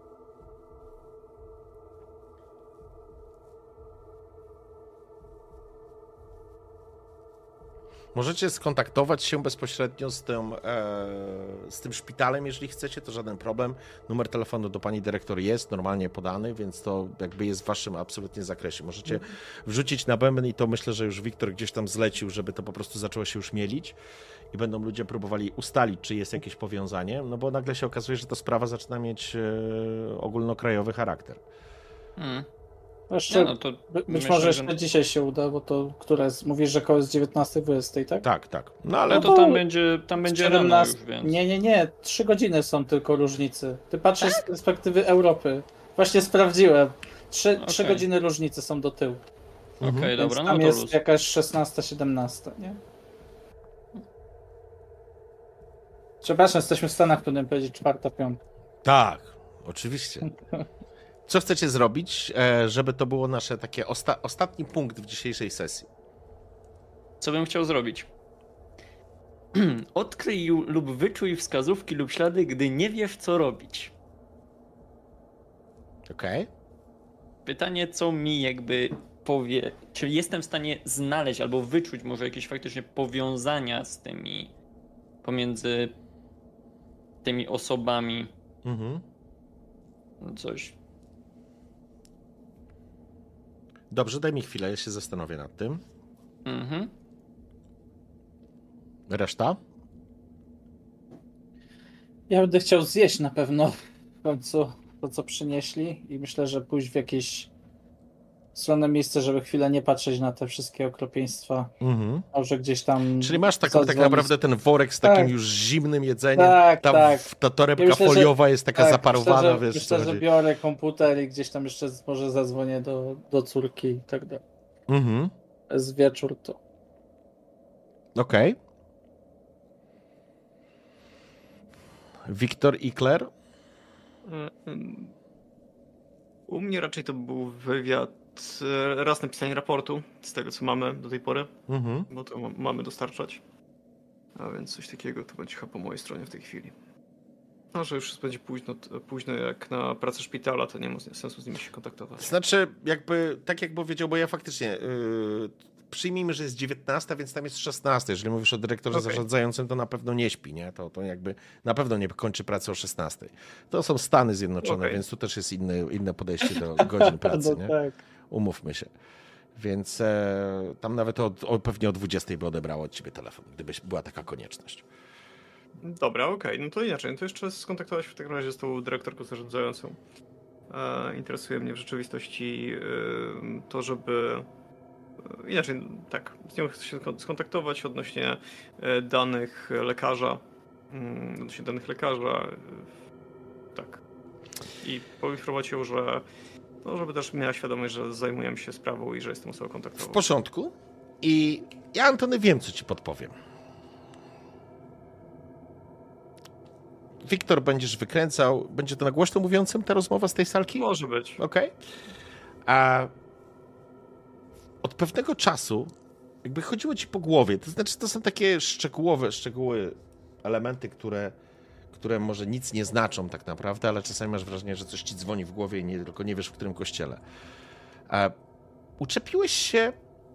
Możecie skontaktować się bezpośrednio z tym, e, z tym szpitalem, jeżeli chcecie, to żaden problem. Numer telefonu do pani dyrektor jest normalnie podany, więc to jakby jest w waszym absolutnie zakresie. Możecie wrzucić na bęben i to myślę, że już Wiktor gdzieś tam zlecił, żeby to po prostu zaczęło się już mielić i będą ludzie próbowali ustalić, czy jest jakieś powiązanie, no bo nagle się okazuje, że ta sprawa zaczyna mieć e, ogólnokrajowy charakter. Hmm. Jeszcze, Nie, no to by- być myślę, może że- jeszcze dzisiaj się uda, bo to które jest? Mówisz, że koło jest dziewiętnasta dwudziesta, tak? Tak, tak. No ale No to tam będzie, tam będzie rano już, siedemnaście więc... Nie, nie, nie. Trzy godziny są tylko różnicy. Ty patrzysz z perspektywy Europy. Właśnie sprawdziłem. Trzy, trzy Okej. godziny różnicy są do tyłu. Okej, Mhm. Więc dobra, no tam to jest luz. jakaś szesnasta, siedemnasta, nie? Przepraszam, jesteśmy w Stanach, powinienem powiedzieć czwarta, piąta. tak, oczywiście. Co chcecie zrobić, e, żeby to było nasze takie osta- ostatni punkt w dzisiejszej sesji? Co bym chciał zrobić? Odkryj lub wyczuj wskazówki lub ślady, gdy nie wiesz, co robić. Okej. Okay. Pytanie, co mi jakby powie, czyli jestem w stanie znaleźć albo wyczuć może jakieś faktycznie powiązania z tymi, pomiędzy tymi osobami. Mhm. Coś. Dobrze, daj mi chwilę, ja się zastanowię nad tym. Mhm. Reszta? Ja będę chciał zjeść na pewno w końcu to, co przynieśli i myślę, że pójść w jakieś stronne miejsce, żeby chwilę nie patrzeć na te wszystkie okropieństwa. Mhm. Może gdzieś tam... Czyli masz taką, tak naprawdę ten worek z tak. takim już zimnym jedzeniem, tak, ta, tak. ta torebka Ja myślę, foliowa jest taka tak, zaparowana, myślę, że, wiesz myślę, co że chodzi. biorę komputer i gdzieś tam jeszcze może zadzwonię do, do córki i tak dalej. Mhm. Z wieczór to. Okej. Okay. Wiktor i Claire? U mnie raczej to był wywiad, raz napisanie raportu z tego, co mamy do tej pory, Mhm. bo to mamy dostarczać. A więc coś takiego to będzie chyba po mojej stronie w tej chwili. No, że już będzie późno, późno jak na pracę szpitala, to nie ma sensu z nimi się kontaktować. Znaczy, jakby, tak jak powiedział, bo ja faktycznie, yy, przyjmijmy, że jest dziewiętnasta, więc tam jest szesnasta. Jeżeli mówisz o dyrektorze Okay. zarządzającym, to na pewno nie śpi, nie? To, to jakby na pewno nie kończy pracy o szesnastej. To są Stany Zjednoczone, Okay. więc tu też jest inny, inne podejście do godzin pracy, no nie? tak. Umówmy się. Więc e, tam nawet o, o, pewnie o dwudziestej by odebrało od ciebie telefon, gdyby była taka konieczność. Dobra, okej, okay. No to inaczej. No to jeszcze skontaktować się w takim razie z tą dyrektorką zarządzającą. E, interesuje mnie w rzeczywistości e, to, żeby... E, inaczej, tak, z nią chcę się skontaktować odnośnie e, danych lekarza. Mm, odnośnie danych lekarza. E, tak. I poinformować ją, że... No, żeby też miała świadomość, że zajmujemy się sprawą i że jestem osobą kontaktową. W porządku. I ja, Antony, wiem, co ci podpowiem. Wiktor, będziesz wykręcał. Będzie to na głośno mówiącym ta rozmowa z tej salki? Może być. Okej. Okay. A od pewnego czasu jakby chodziło ci po głowie. To znaczy, to są takie szczegółowe, szczegóły, elementy, które, które może nic nie znaczą tak naprawdę, ale czasami masz wrażenie, że coś ci dzwoni w głowie i nie, tylko nie wiesz, w którym kościele. A uczepiłeś się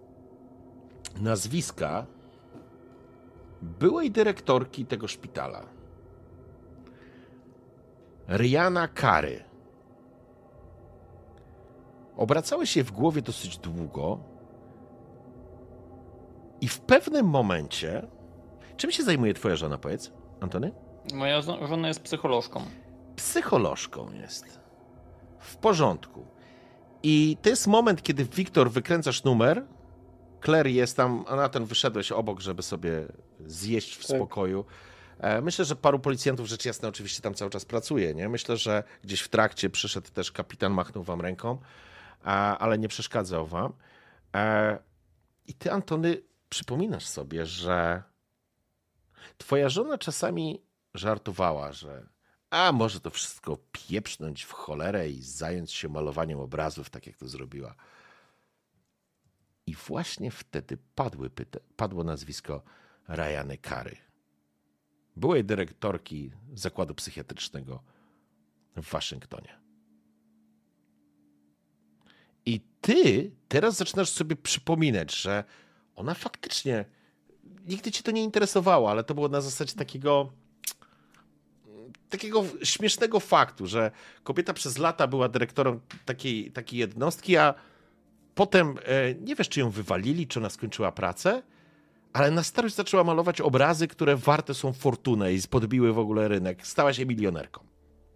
nazwiska byłej dyrektorki tego szpitala. Rihanna Kary. Obracałeś się w głowie dosyć długo i w pewnym momencie... Czym się zajmuje twoja żona, powiedz, Antony? Moja żona jest psycholożką. Psycholożką jest. W porządku. I to jest moment, kiedy Wiktor wykręcasz numer, Claire jest tam, a na ten wyszedłeś obok, żeby sobie zjeść w tak. spokoju. Myślę, że paru policjantów, rzecz jasna, oczywiście tam cały czas pracuje, nie? Myślę, że gdzieś w trakcie przyszedł też kapitan, machnął wam ręką, ale nie przeszkadzał wam. I ty, Antony, przypominasz sobie, że twoja żona czasami żartowała, że a może to wszystko pieprznąć w cholerę i zająć się malowaniem obrazów, tak jak to zrobiła. I właśnie wtedy padły pyta- padło nazwisko Rihanny Kary, byłej dyrektorki zakładu psychiatrycznego w Waszyngtonie. I ty teraz zaczynasz sobie przypominać, że ona faktycznie, nigdy cię to nie interesowało, ale to było na zasadzie takiego takiego śmiesznego faktu, że kobieta przez lata była dyrektorem takiej, takiej jednostki, a potem nie wiesz, czy ją wywalili, czy ona skończyła pracę, ale na starość zaczęła malować obrazy, które warte są fortunę i podbiły w ogóle rynek. Stała się milionerką.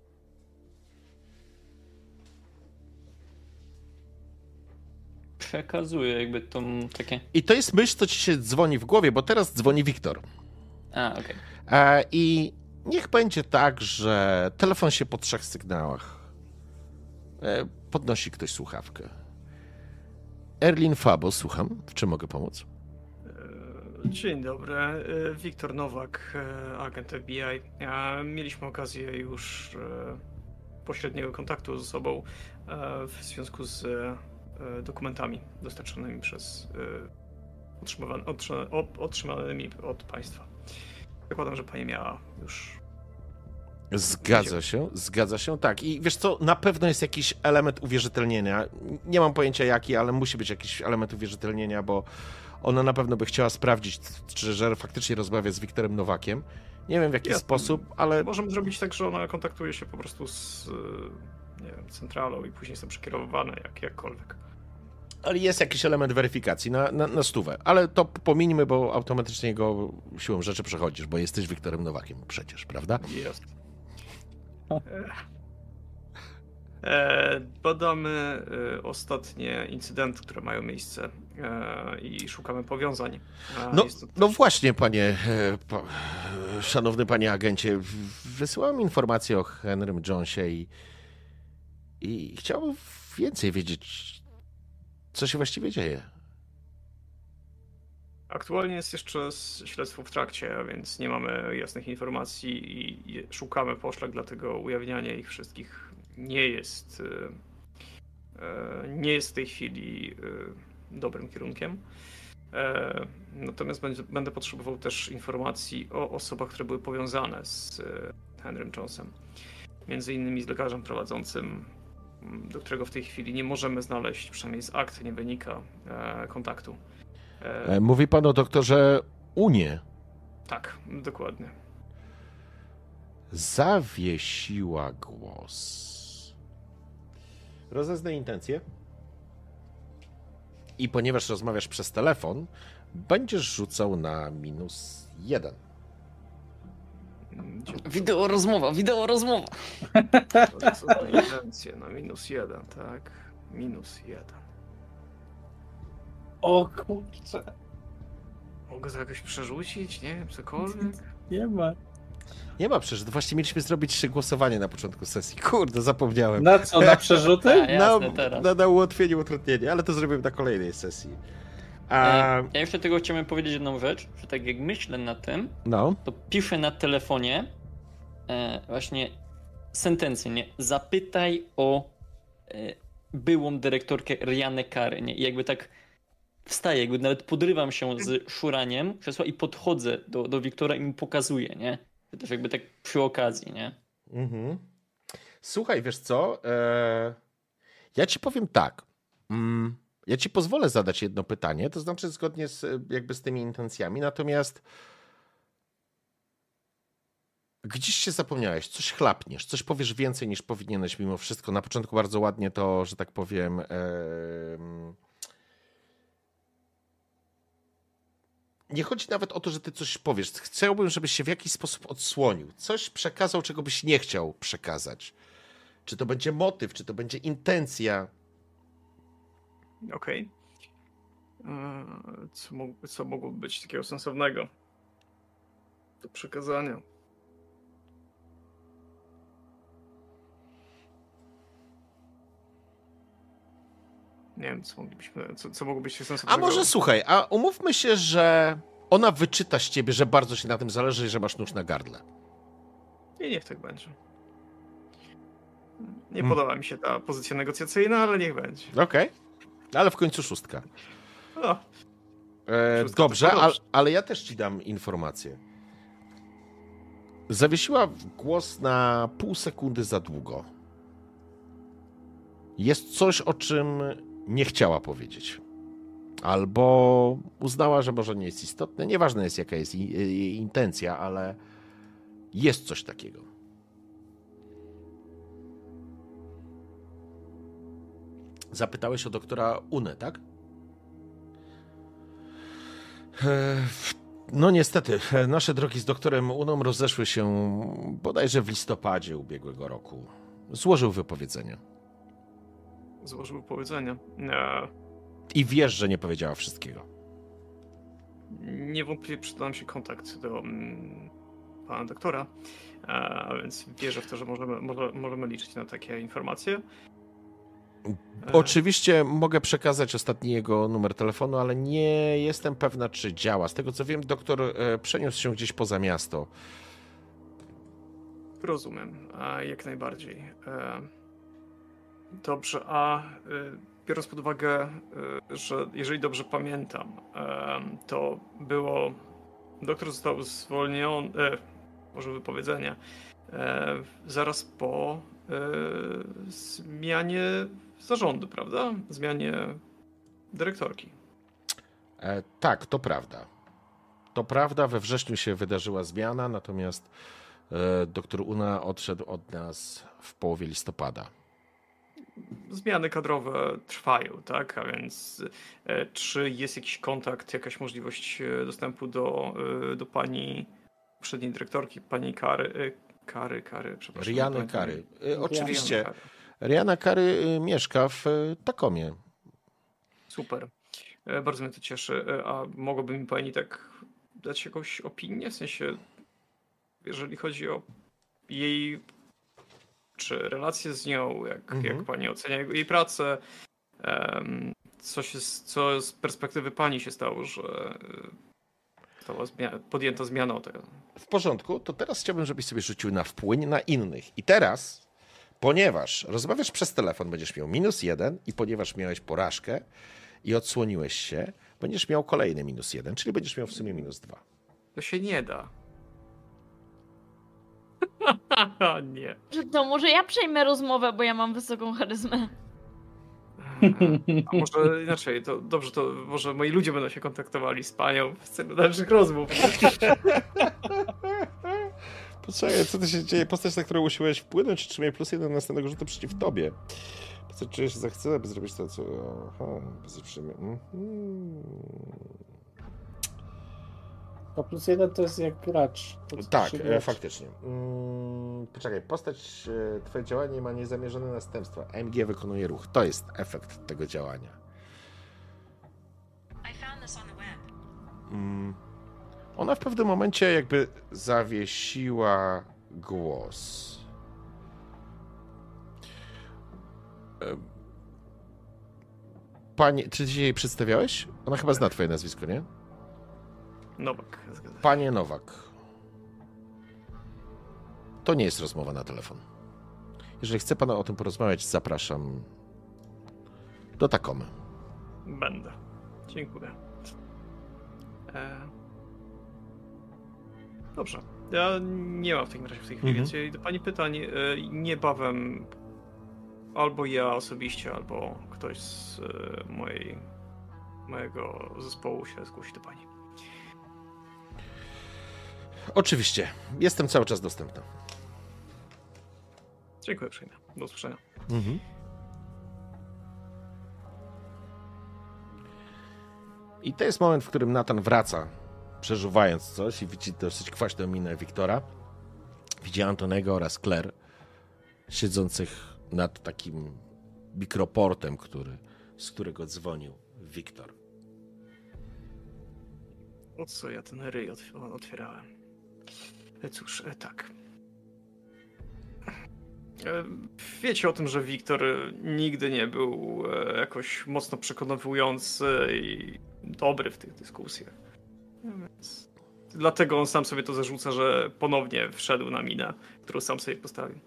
Przekazuję jakby tą takie... I to jest myśl, co ci się dzwoni w głowie, bo teraz dzwoni Wiktor. A, okej. Okay. I niech będzie tak, że telefon się po trzech sygnałach. Podnosi ktoś słuchawkę. Erlin Fabo, słucham. W czym mogę pomóc? Dzień dobry. Wiktor Nowak, agent F B I. Mieliśmy okazję już pośredniego kontaktu ze sobą w związku z dokumentami dostarczonymi przez otrzymanymi od państwa. zakładam, że pani miała już... Zgadza się, zgadza się, tak. I wiesz co, na pewno jest jakiś element uwierzytelnienia. Nie mam pojęcia jaki, ale musi być jakiś element uwierzytelnienia, bo ona na pewno by chciała sprawdzić, czy że faktycznie rozmawia z Wiktorem Nowakiem. Nie wiem w jaki Jasne. sposób, ale... Możemy zrobić tak, że ona kontaktuje się po prostu z, nie wiem, centralą i później są przekierowywane jak, jakkolwiek. Ale jest jakiś element weryfikacji na, na, na stówę. Ale to pomińmy, bo automatycznie go siłą rzeczy przechodzisz, bo jesteś Wiktorem Nowakiem przecież, prawda? Jest. E, badamy e, ostatnie incydenty, które mają miejsce e, i szukamy powiązań. E, No, jest to też... no właśnie, panie, e, pa, e, szanowny panie agencie, w- wysyłam informacje o Henrym Jonesie i, i chciałbym więcej wiedzieć, co się właściwie dzieje. Aktualnie jest jeszcze s- śledztwo w trakcie, więc nie mamy jasnych informacji i i szukamy poszlak, dlatego ujawnianie ich wszystkich nie jest e, e, nie jest w tej chwili e, dobrym kierunkiem. E, Natomiast będzie, będę potrzebował też informacji o osobach, które były powiązane z e, Henrym Jonesem. Między innymi z lekarzem prowadzącym, m, do którego w tej chwili nie możemy znaleźć, przynajmniej z akt nie wynika, e, kontaktu. E, E, Mówi pan o doktorze Unie. Tak, dokładnie. Zawiesiła głos. Rozeznaj intencje. I ponieważ rozmawiasz przez telefon, będziesz rzucał na minus jeden. Mm, Wideo rozmowa, wideo rozmowa. To są intencje na minus jeden, tak? Minus jeden. O kurczę, Mogę to jakoś przerzucić, nie wiem, cokolwiek? nie ma. Nie ma przecież, właśnie mieliśmy zrobić głosowanie na początku sesji. Kurde, zapomniałem. Na co, na przerzuty? A, jasne, na, teraz. na, na ułatwienie, utrudnienie, ale to zrobimy na kolejnej sesji. A, E, Ja jeszcze tego chciałem powiedzieć jedną rzecz, że tak jak myślę na tym, no, to piszę na telefonie e, właśnie sentencję, nie? Zapytaj o e, byłą dyrektorkę Rianę Kary, nie? I jakby tak wstaję, jakby nawet podrywam się z szuraniem krzesła i podchodzę do, do Wiktora i mu pokazuję, nie? To też jakby tak przy okazji, nie? mhm. Słuchaj, wiesz co? E, ja ci powiem tak. Mm, ja ci pozwolę zadać jedno pytanie, to znaczy zgodnie z, jakby z tymi intencjami, natomiast gdzieś się zapomniałeś, coś chlapniesz, coś powiesz więcej niż powinieneś mimo wszystko. Na początku bardzo ładnie to, że tak powiem... em, Nie chodzi nawet o to, że ty coś powiesz. Chciałbym, żebyś się w jakiś sposób odsłonił. Coś przekazał, czego byś nie chciał przekazać. Czy to będzie motyw, czy to będzie intencja. Okej. Eee, Co, mógł- co mogłoby być takiego sensownego do przekazania? Nie wiem, co moglibyśmy, co, co mogło być A sensownego. może słuchaj, a umówmy się, że ona wyczyta z ciebie, że bardzo ci na tym zależy i że masz nóż na gardle. I niech tak będzie. Nie Hmm. podoba mi się ta pozycja negocjacyjna, ale niech będzie. Okej. Ale w końcu szóstka. O, E, Szóstka dobrze, to ale, dobrze. ale ja też ci dam informację. Zawiesiła głos na pół sekundy za długo. Jest coś, o czym nie chciała powiedzieć. Albo uznała, że może nie jest istotne. Nieważne jest, jaka jest jej jej intencja, ale jest coś takiego. Zapytałeś o doktora Unę, tak? E, No niestety, e, nasze drogi z doktorem Uną rozeszły się bodajże w listopadzie ubiegłego roku. Złożył wypowiedzenie. złożył powiedzenie. Eee, I wiesz, że nie powiedziała wszystkiego. Niewątpliwie przyda nam się kontakt do mm, pana doktora, eee, a więc wierzę w to, że możemy, może, możemy liczyć na takie informacje. Eee, Oczywiście mogę przekazać ostatni jego numer telefonu, ale nie jestem pewna, czy działa. Z tego co wiem, doktor e, przeniósł się gdzieś poza miasto. Rozumiem, a jak najbardziej. E, Dobrze, a e, biorąc pod uwagę, e, że jeżeli dobrze pamiętam, e, to było doktor został zwolniony, e, może wypowiedzenie, e, zaraz po e, zmianie zarządu, prawda? Zmianie dyrektorki. E, tak, to prawda. To prawda, we wrześniu się wydarzyła zmiana, natomiast e, doktor Una odszedł od nas w połowie listopada. Zmiany kadrowe trwają, tak? A więc e, czy jest jakiś kontakt, jakaś możliwość e, dostępu do, e, do pani poprzedniej dyrektorki, pani Kary, e, Kary, Kary, przepraszam. Riany pani- Kary. E, Riany oczywiście. Kary. Riana Kary e, mieszka w e, Takomie. Super. E, Bardzo mnie to cieszy. E, A mogłaby mi pani tak dać jakąś opinię? W sensie, jeżeli chodzi o jej czy relacje z nią, jak, Mhm. jak pani ocenia jego- jej pracę, em, co, się, z- co z perspektywy pani się stało, że e, została zmia- podjęta zmiana tego. W porządku, to teraz chciałbym, żebyś sobie rzucił na wpłyń na innych. I teraz, ponieważ rozmawiasz przez telefon, będziesz miał minus jeden i ponieważ miałeś porażkę i odsłoniłeś się, będziesz miał kolejny minus jeden, czyli będziesz miał w sumie minus dwa. To się nie da. Nie. Że to może ja przejmę rozmowę, bo ja mam wysoką charyzmę. A może inaczej, to dobrze, to może moi ludzie będą się kontaktowali z panią w celu dalszych rozmów. Poczekaj, co to się dzieje? Postać, na którą usiłowałeś wpłynąć, czy miał plus jeden następnego rzutu przeciw tobie? Postać czuje się zachce, aby zrobić to, co... Aha, bez przyjmy... Mhm. To plus jeden to jest jak gracz. To co Tak, się e, grać. faktycznie. Mm, poczekaj, postać, e, twoje działanie ma niezamierzone następstwa. M G wykonuje ruch. To jest efekt tego działania. Mm, ona w pewnym momencie jakby zawiesiła głos. E, Panie, czy ty się jej przedstawiałeś? Ona chyba zna twoje nazwisko, nie? Nowak, zgadza się. Panie Nowak, to nie jest rozmowa na telefon. Jeżeli chce pan o tym porozmawiać, zapraszam do Takomy. Będę. Dziękuję. E... Dobrze. Ja nie mam w takim razie w tej chwili Mhm. więcej do pani pytań. E, Niebawem albo ja osobiście, albo ktoś z e, mojej, mojego zespołu się zgłosi do pani. Oczywiście, jestem cały czas dostępny. Dziękuję uprzejmie. Do usłyszenia. Mhm. I to jest moment, w którym Nathan wraca, przeżuwając coś i widzi dosyć kwaśną minę Wiktora. Widzi Antonego oraz Claire siedzących nad takim mikroportem, który, z którego dzwonił Wiktor. O co ja ten ryj otw- otwierałem? E, Cóż, e, tak. E, Wiecie o tym, że Wiktor e, nigdy nie był e, jakoś mocno przekonywujący i dobry w tych dyskusjach. Więc dlatego on sam sobie to zarzuca, że ponownie wszedł na minę, którą sam sobie postawił.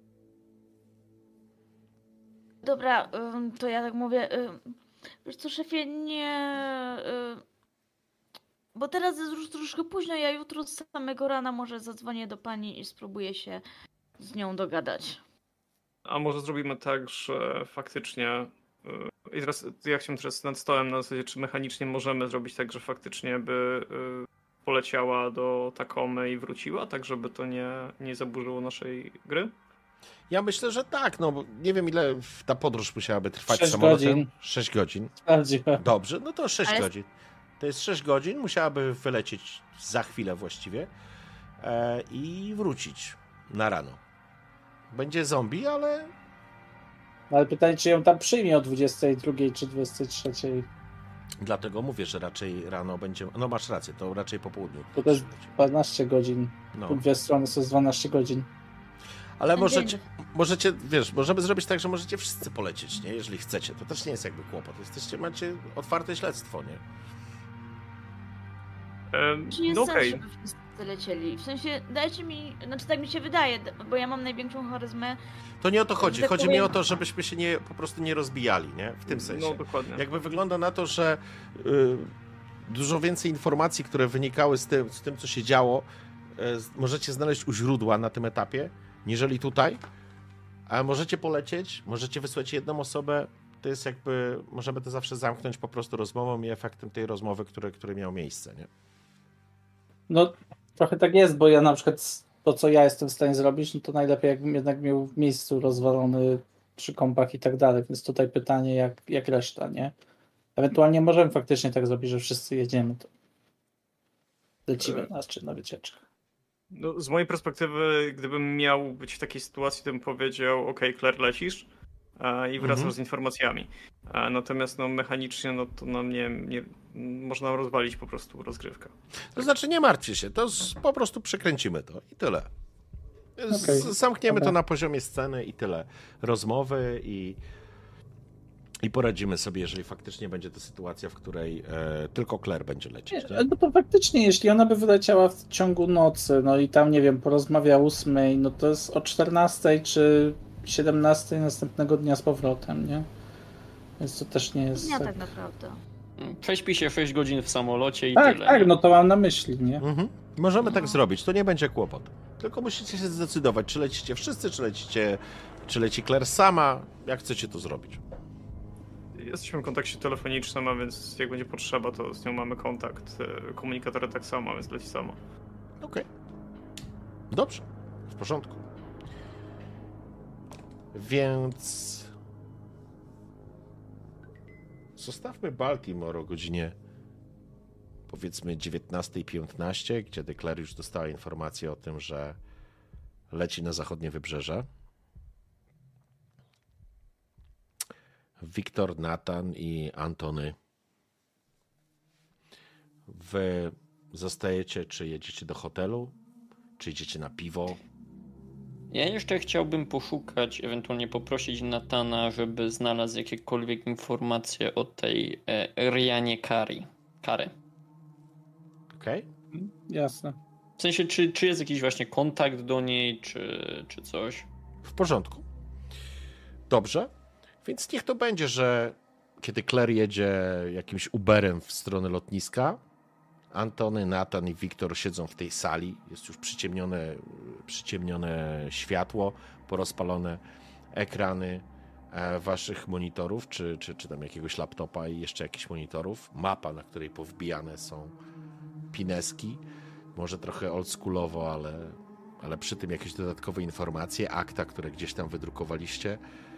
Dobra, ym, to ja tak mówię. ym, Wiesz co, szefie, nie. ym, Bo teraz jest już troszkę późno, ja jutro z samego rana może zadzwonię do pani i spróbuję się z nią dogadać. A może zrobimy tak, że faktycznie... e, I teraz ja chciałem teraz nad stołem na zasadzie, czy mechanicznie możemy zrobić tak, że faktycznie by e, poleciała do Takomy i wróciła, tak żeby to nie, nie zaburzyło naszej gry? Ja myślę, że tak, no bo nie wiem ile ta podróż musiałaby trwać Sześć samolotem. godzin. sześć godzin. Sprawdziłem. Dobrze, no to sześć Ale- godzin. To jest sześć godzin, musiałaby wylecieć za chwilę właściwie e, i wrócić na rano. Będzie zombie, ale Ale pytanie, czy ją tam przyjmie o dwudziestej drugiej czy dwudziestej trzeciej. dlatego mówię, że raczej rano będzie... No masz rację, to raczej po południu. To też dwanaście godzin. No. Po dwie strony są dwanaście godzin. Ale Dzień możecie, możecie, wiesz, możemy zrobić tak, że możecie wszyscy polecieć, nie? Jeżeli chcecie. To też nie jest jakby kłopot. Jesteście, macie otwarte śledztwo, nie? E, Czy jest no sens, okej. żeby wszyscy lecieli? W sensie, dajcie mi, znaczy tak mi się wydaje, d- bo ja mam największą charyzmę. To nie o to chodzi. Że tak Chodzi mi powiem- o to, żebyśmy się nie, po prostu nie rozbijali, nie? W tym sensie. No dokładnie. Jakby wygląda na to, że y, dużo więcej informacji, które wynikały z tym, z tym co się działo, możecie znaleźć u źródła na tym etapie, niżeli tutaj. A możecie polecieć, możecie wysłać jedną osobę, to jest jakby, możemy to zawsze zamknąć po prostu rozmową i efektem tej rozmowy, które, które miało miejsce, nie? No, trochę tak jest, bo ja na przykład to, co ja jestem w stanie zrobić, no to najlepiej jakbym jednak miał w miejscu rozwalony przy kompach i tak dalej, więc tutaj pytanie, jak, jak reszta, nie? Ewentualnie możemy faktycznie tak zrobić, że wszyscy jedziemy, to lecimy na, czy na wycieczkę. No, z mojej perspektywy, gdybym miał być w takiej sytuacji, to bym powiedział, ok, Claire, lecisz e, i wracasz Mhm. z informacjami. E, natomiast no, mechanicznie no, to no, nie, nie, można rozwalić po prostu rozgrywkę. To znaczy nie martwcie się, to z, po prostu przekręcimy to i tyle. Z, Okej, zamkniemy dobra. to na poziomie sceny i tyle. Rozmowy i, i poradzimy sobie, jeżeli faktycznie będzie to sytuacja, w której e, tylko Claire będzie lecieć. Nie? No to faktycznie, jeśli ona by wyleciała w ciągu nocy, no i tam, nie wiem, porozmawia o ósmej, no to jest o czternastej czy siedemnastej następnego dnia z powrotem, nie? Więc to też nie jest... Nie tak naprawdę. Prześpi się sześć godzin w samolocie i Tak, tyle. tak, nie? no to mam na myśli, nie? Mhm. Możemy tak zrobić, to nie będzie kłopot. Tylko musicie się zdecydować, czy lecicie wszyscy, czy lecicie, czy leci Claire sama, jak chcecie to zrobić. Jesteśmy w kontakcie telefonicznym, a więc jak będzie potrzeba, to z nią mamy kontakt. E, Komunikatory tak samo, więc leci sama. Okej. Dobrze, w porządku. Więc zostawmy Baltimore o godzinie powiedzmy dziewiętnasta piętnaście, gdzie Claire już dostała informację o tym, że leci na zachodnie wybrzeże. Wiktor, Nathan i Antony. Wy zostajecie, czy jedziecie do hotelu, czy idziecie na piwo? Ja jeszcze chciałbym poszukać, ewentualnie poprosić Natana, żeby znalazł jakiekolwiek informacje o tej e, Rianie Kari. Kary. Okej? Jasne. W sensie, czy, czy jest jakiś właśnie kontakt do niej, czy, czy coś? W porządku. Dobrze. Więc niech to będzie, że kiedy Claire jedzie jakimś Uberem w stronę lotniska, Antony, Nathan i Wiktor siedzą w tej sali. Jest już przyciemnione, przyciemnione światło, porozpalone ekrany e, waszych monitorów, czy, czy, czy tam jakiegoś laptopa i jeszcze jakichś monitorów. Mapa, na której powbijane są pineski. Może trochę oldschoolowo, ale, ale przy tym jakieś dodatkowe informacje, akta, które gdzieś tam wydrukowaliście.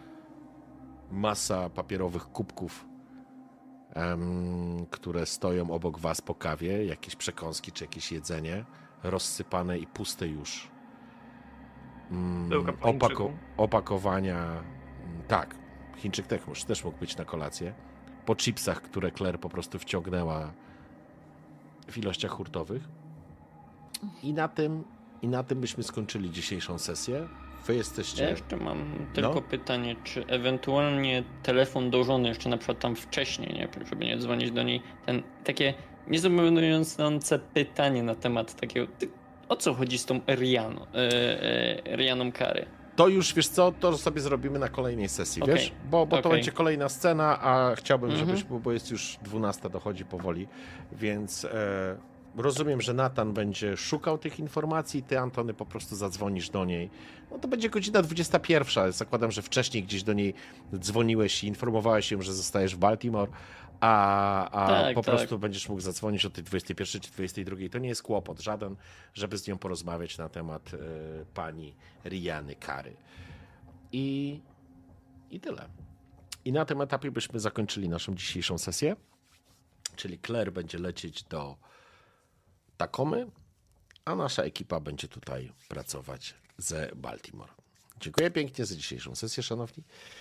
Masa papierowych kubków, em, które stoją obok was po kawie, jakieś przekąski czy jakieś jedzenie, rozsypane i puste już. Mm, Pełka po opako- Chińczyku. opakowania, mm, tak, Chińczyk też, mógł- też mógł być na kolację. Po chipsach, które Claire po prostu wciągnęła w ilościach hurtowych. I na tym, i na tym byśmy skończyli dzisiejszą sesję. Wy jesteście... Ja jeszcze mam tylko No. pytanie, czy ewentualnie telefon do żony jeszcze na przykład tam wcześniej, nie, żeby nie dzwonić do niej, ten takie niezobowiązujące pytanie na temat takiego, ty, o co chodzi z tą Rianą, e, e, Rianą Kary? To już, wiesz co, to sobie zrobimy na kolejnej sesji, Okej. wiesz? Bo, bo to Okej. będzie kolejna scena, a chciałbym, Mhm. żebyś, bo- bo jest już dwunasta, dochodzi powoli, więc e, rozumiem, że Nathan będzie szukał tych informacji, ty, Antony, po prostu zadzwonisz do niej. No to będzie godzina dwudziesta pierwsza. Zakładam, że wcześniej gdzieś do niej dzwoniłeś i informowałeś ją, że zostajesz w Baltimore, a, a Tak, po tak. prostu będziesz mógł zadzwonić o tej dwudziestej pierwszej czy dwudziestej drugiej. To nie jest kłopot żaden, żeby z nią porozmawiać na temat e, pani Riany Kary. I, I tyle. I na tym etapie byśmy zakończyli naszą dzisiejszą sesję. Czyli Claire będzie lecieć do Takomy, a nasza ekipa będzie tutaj pracować ze Baltimore. Dziękuję pięknie za dzisiejszą sesję, szanowni.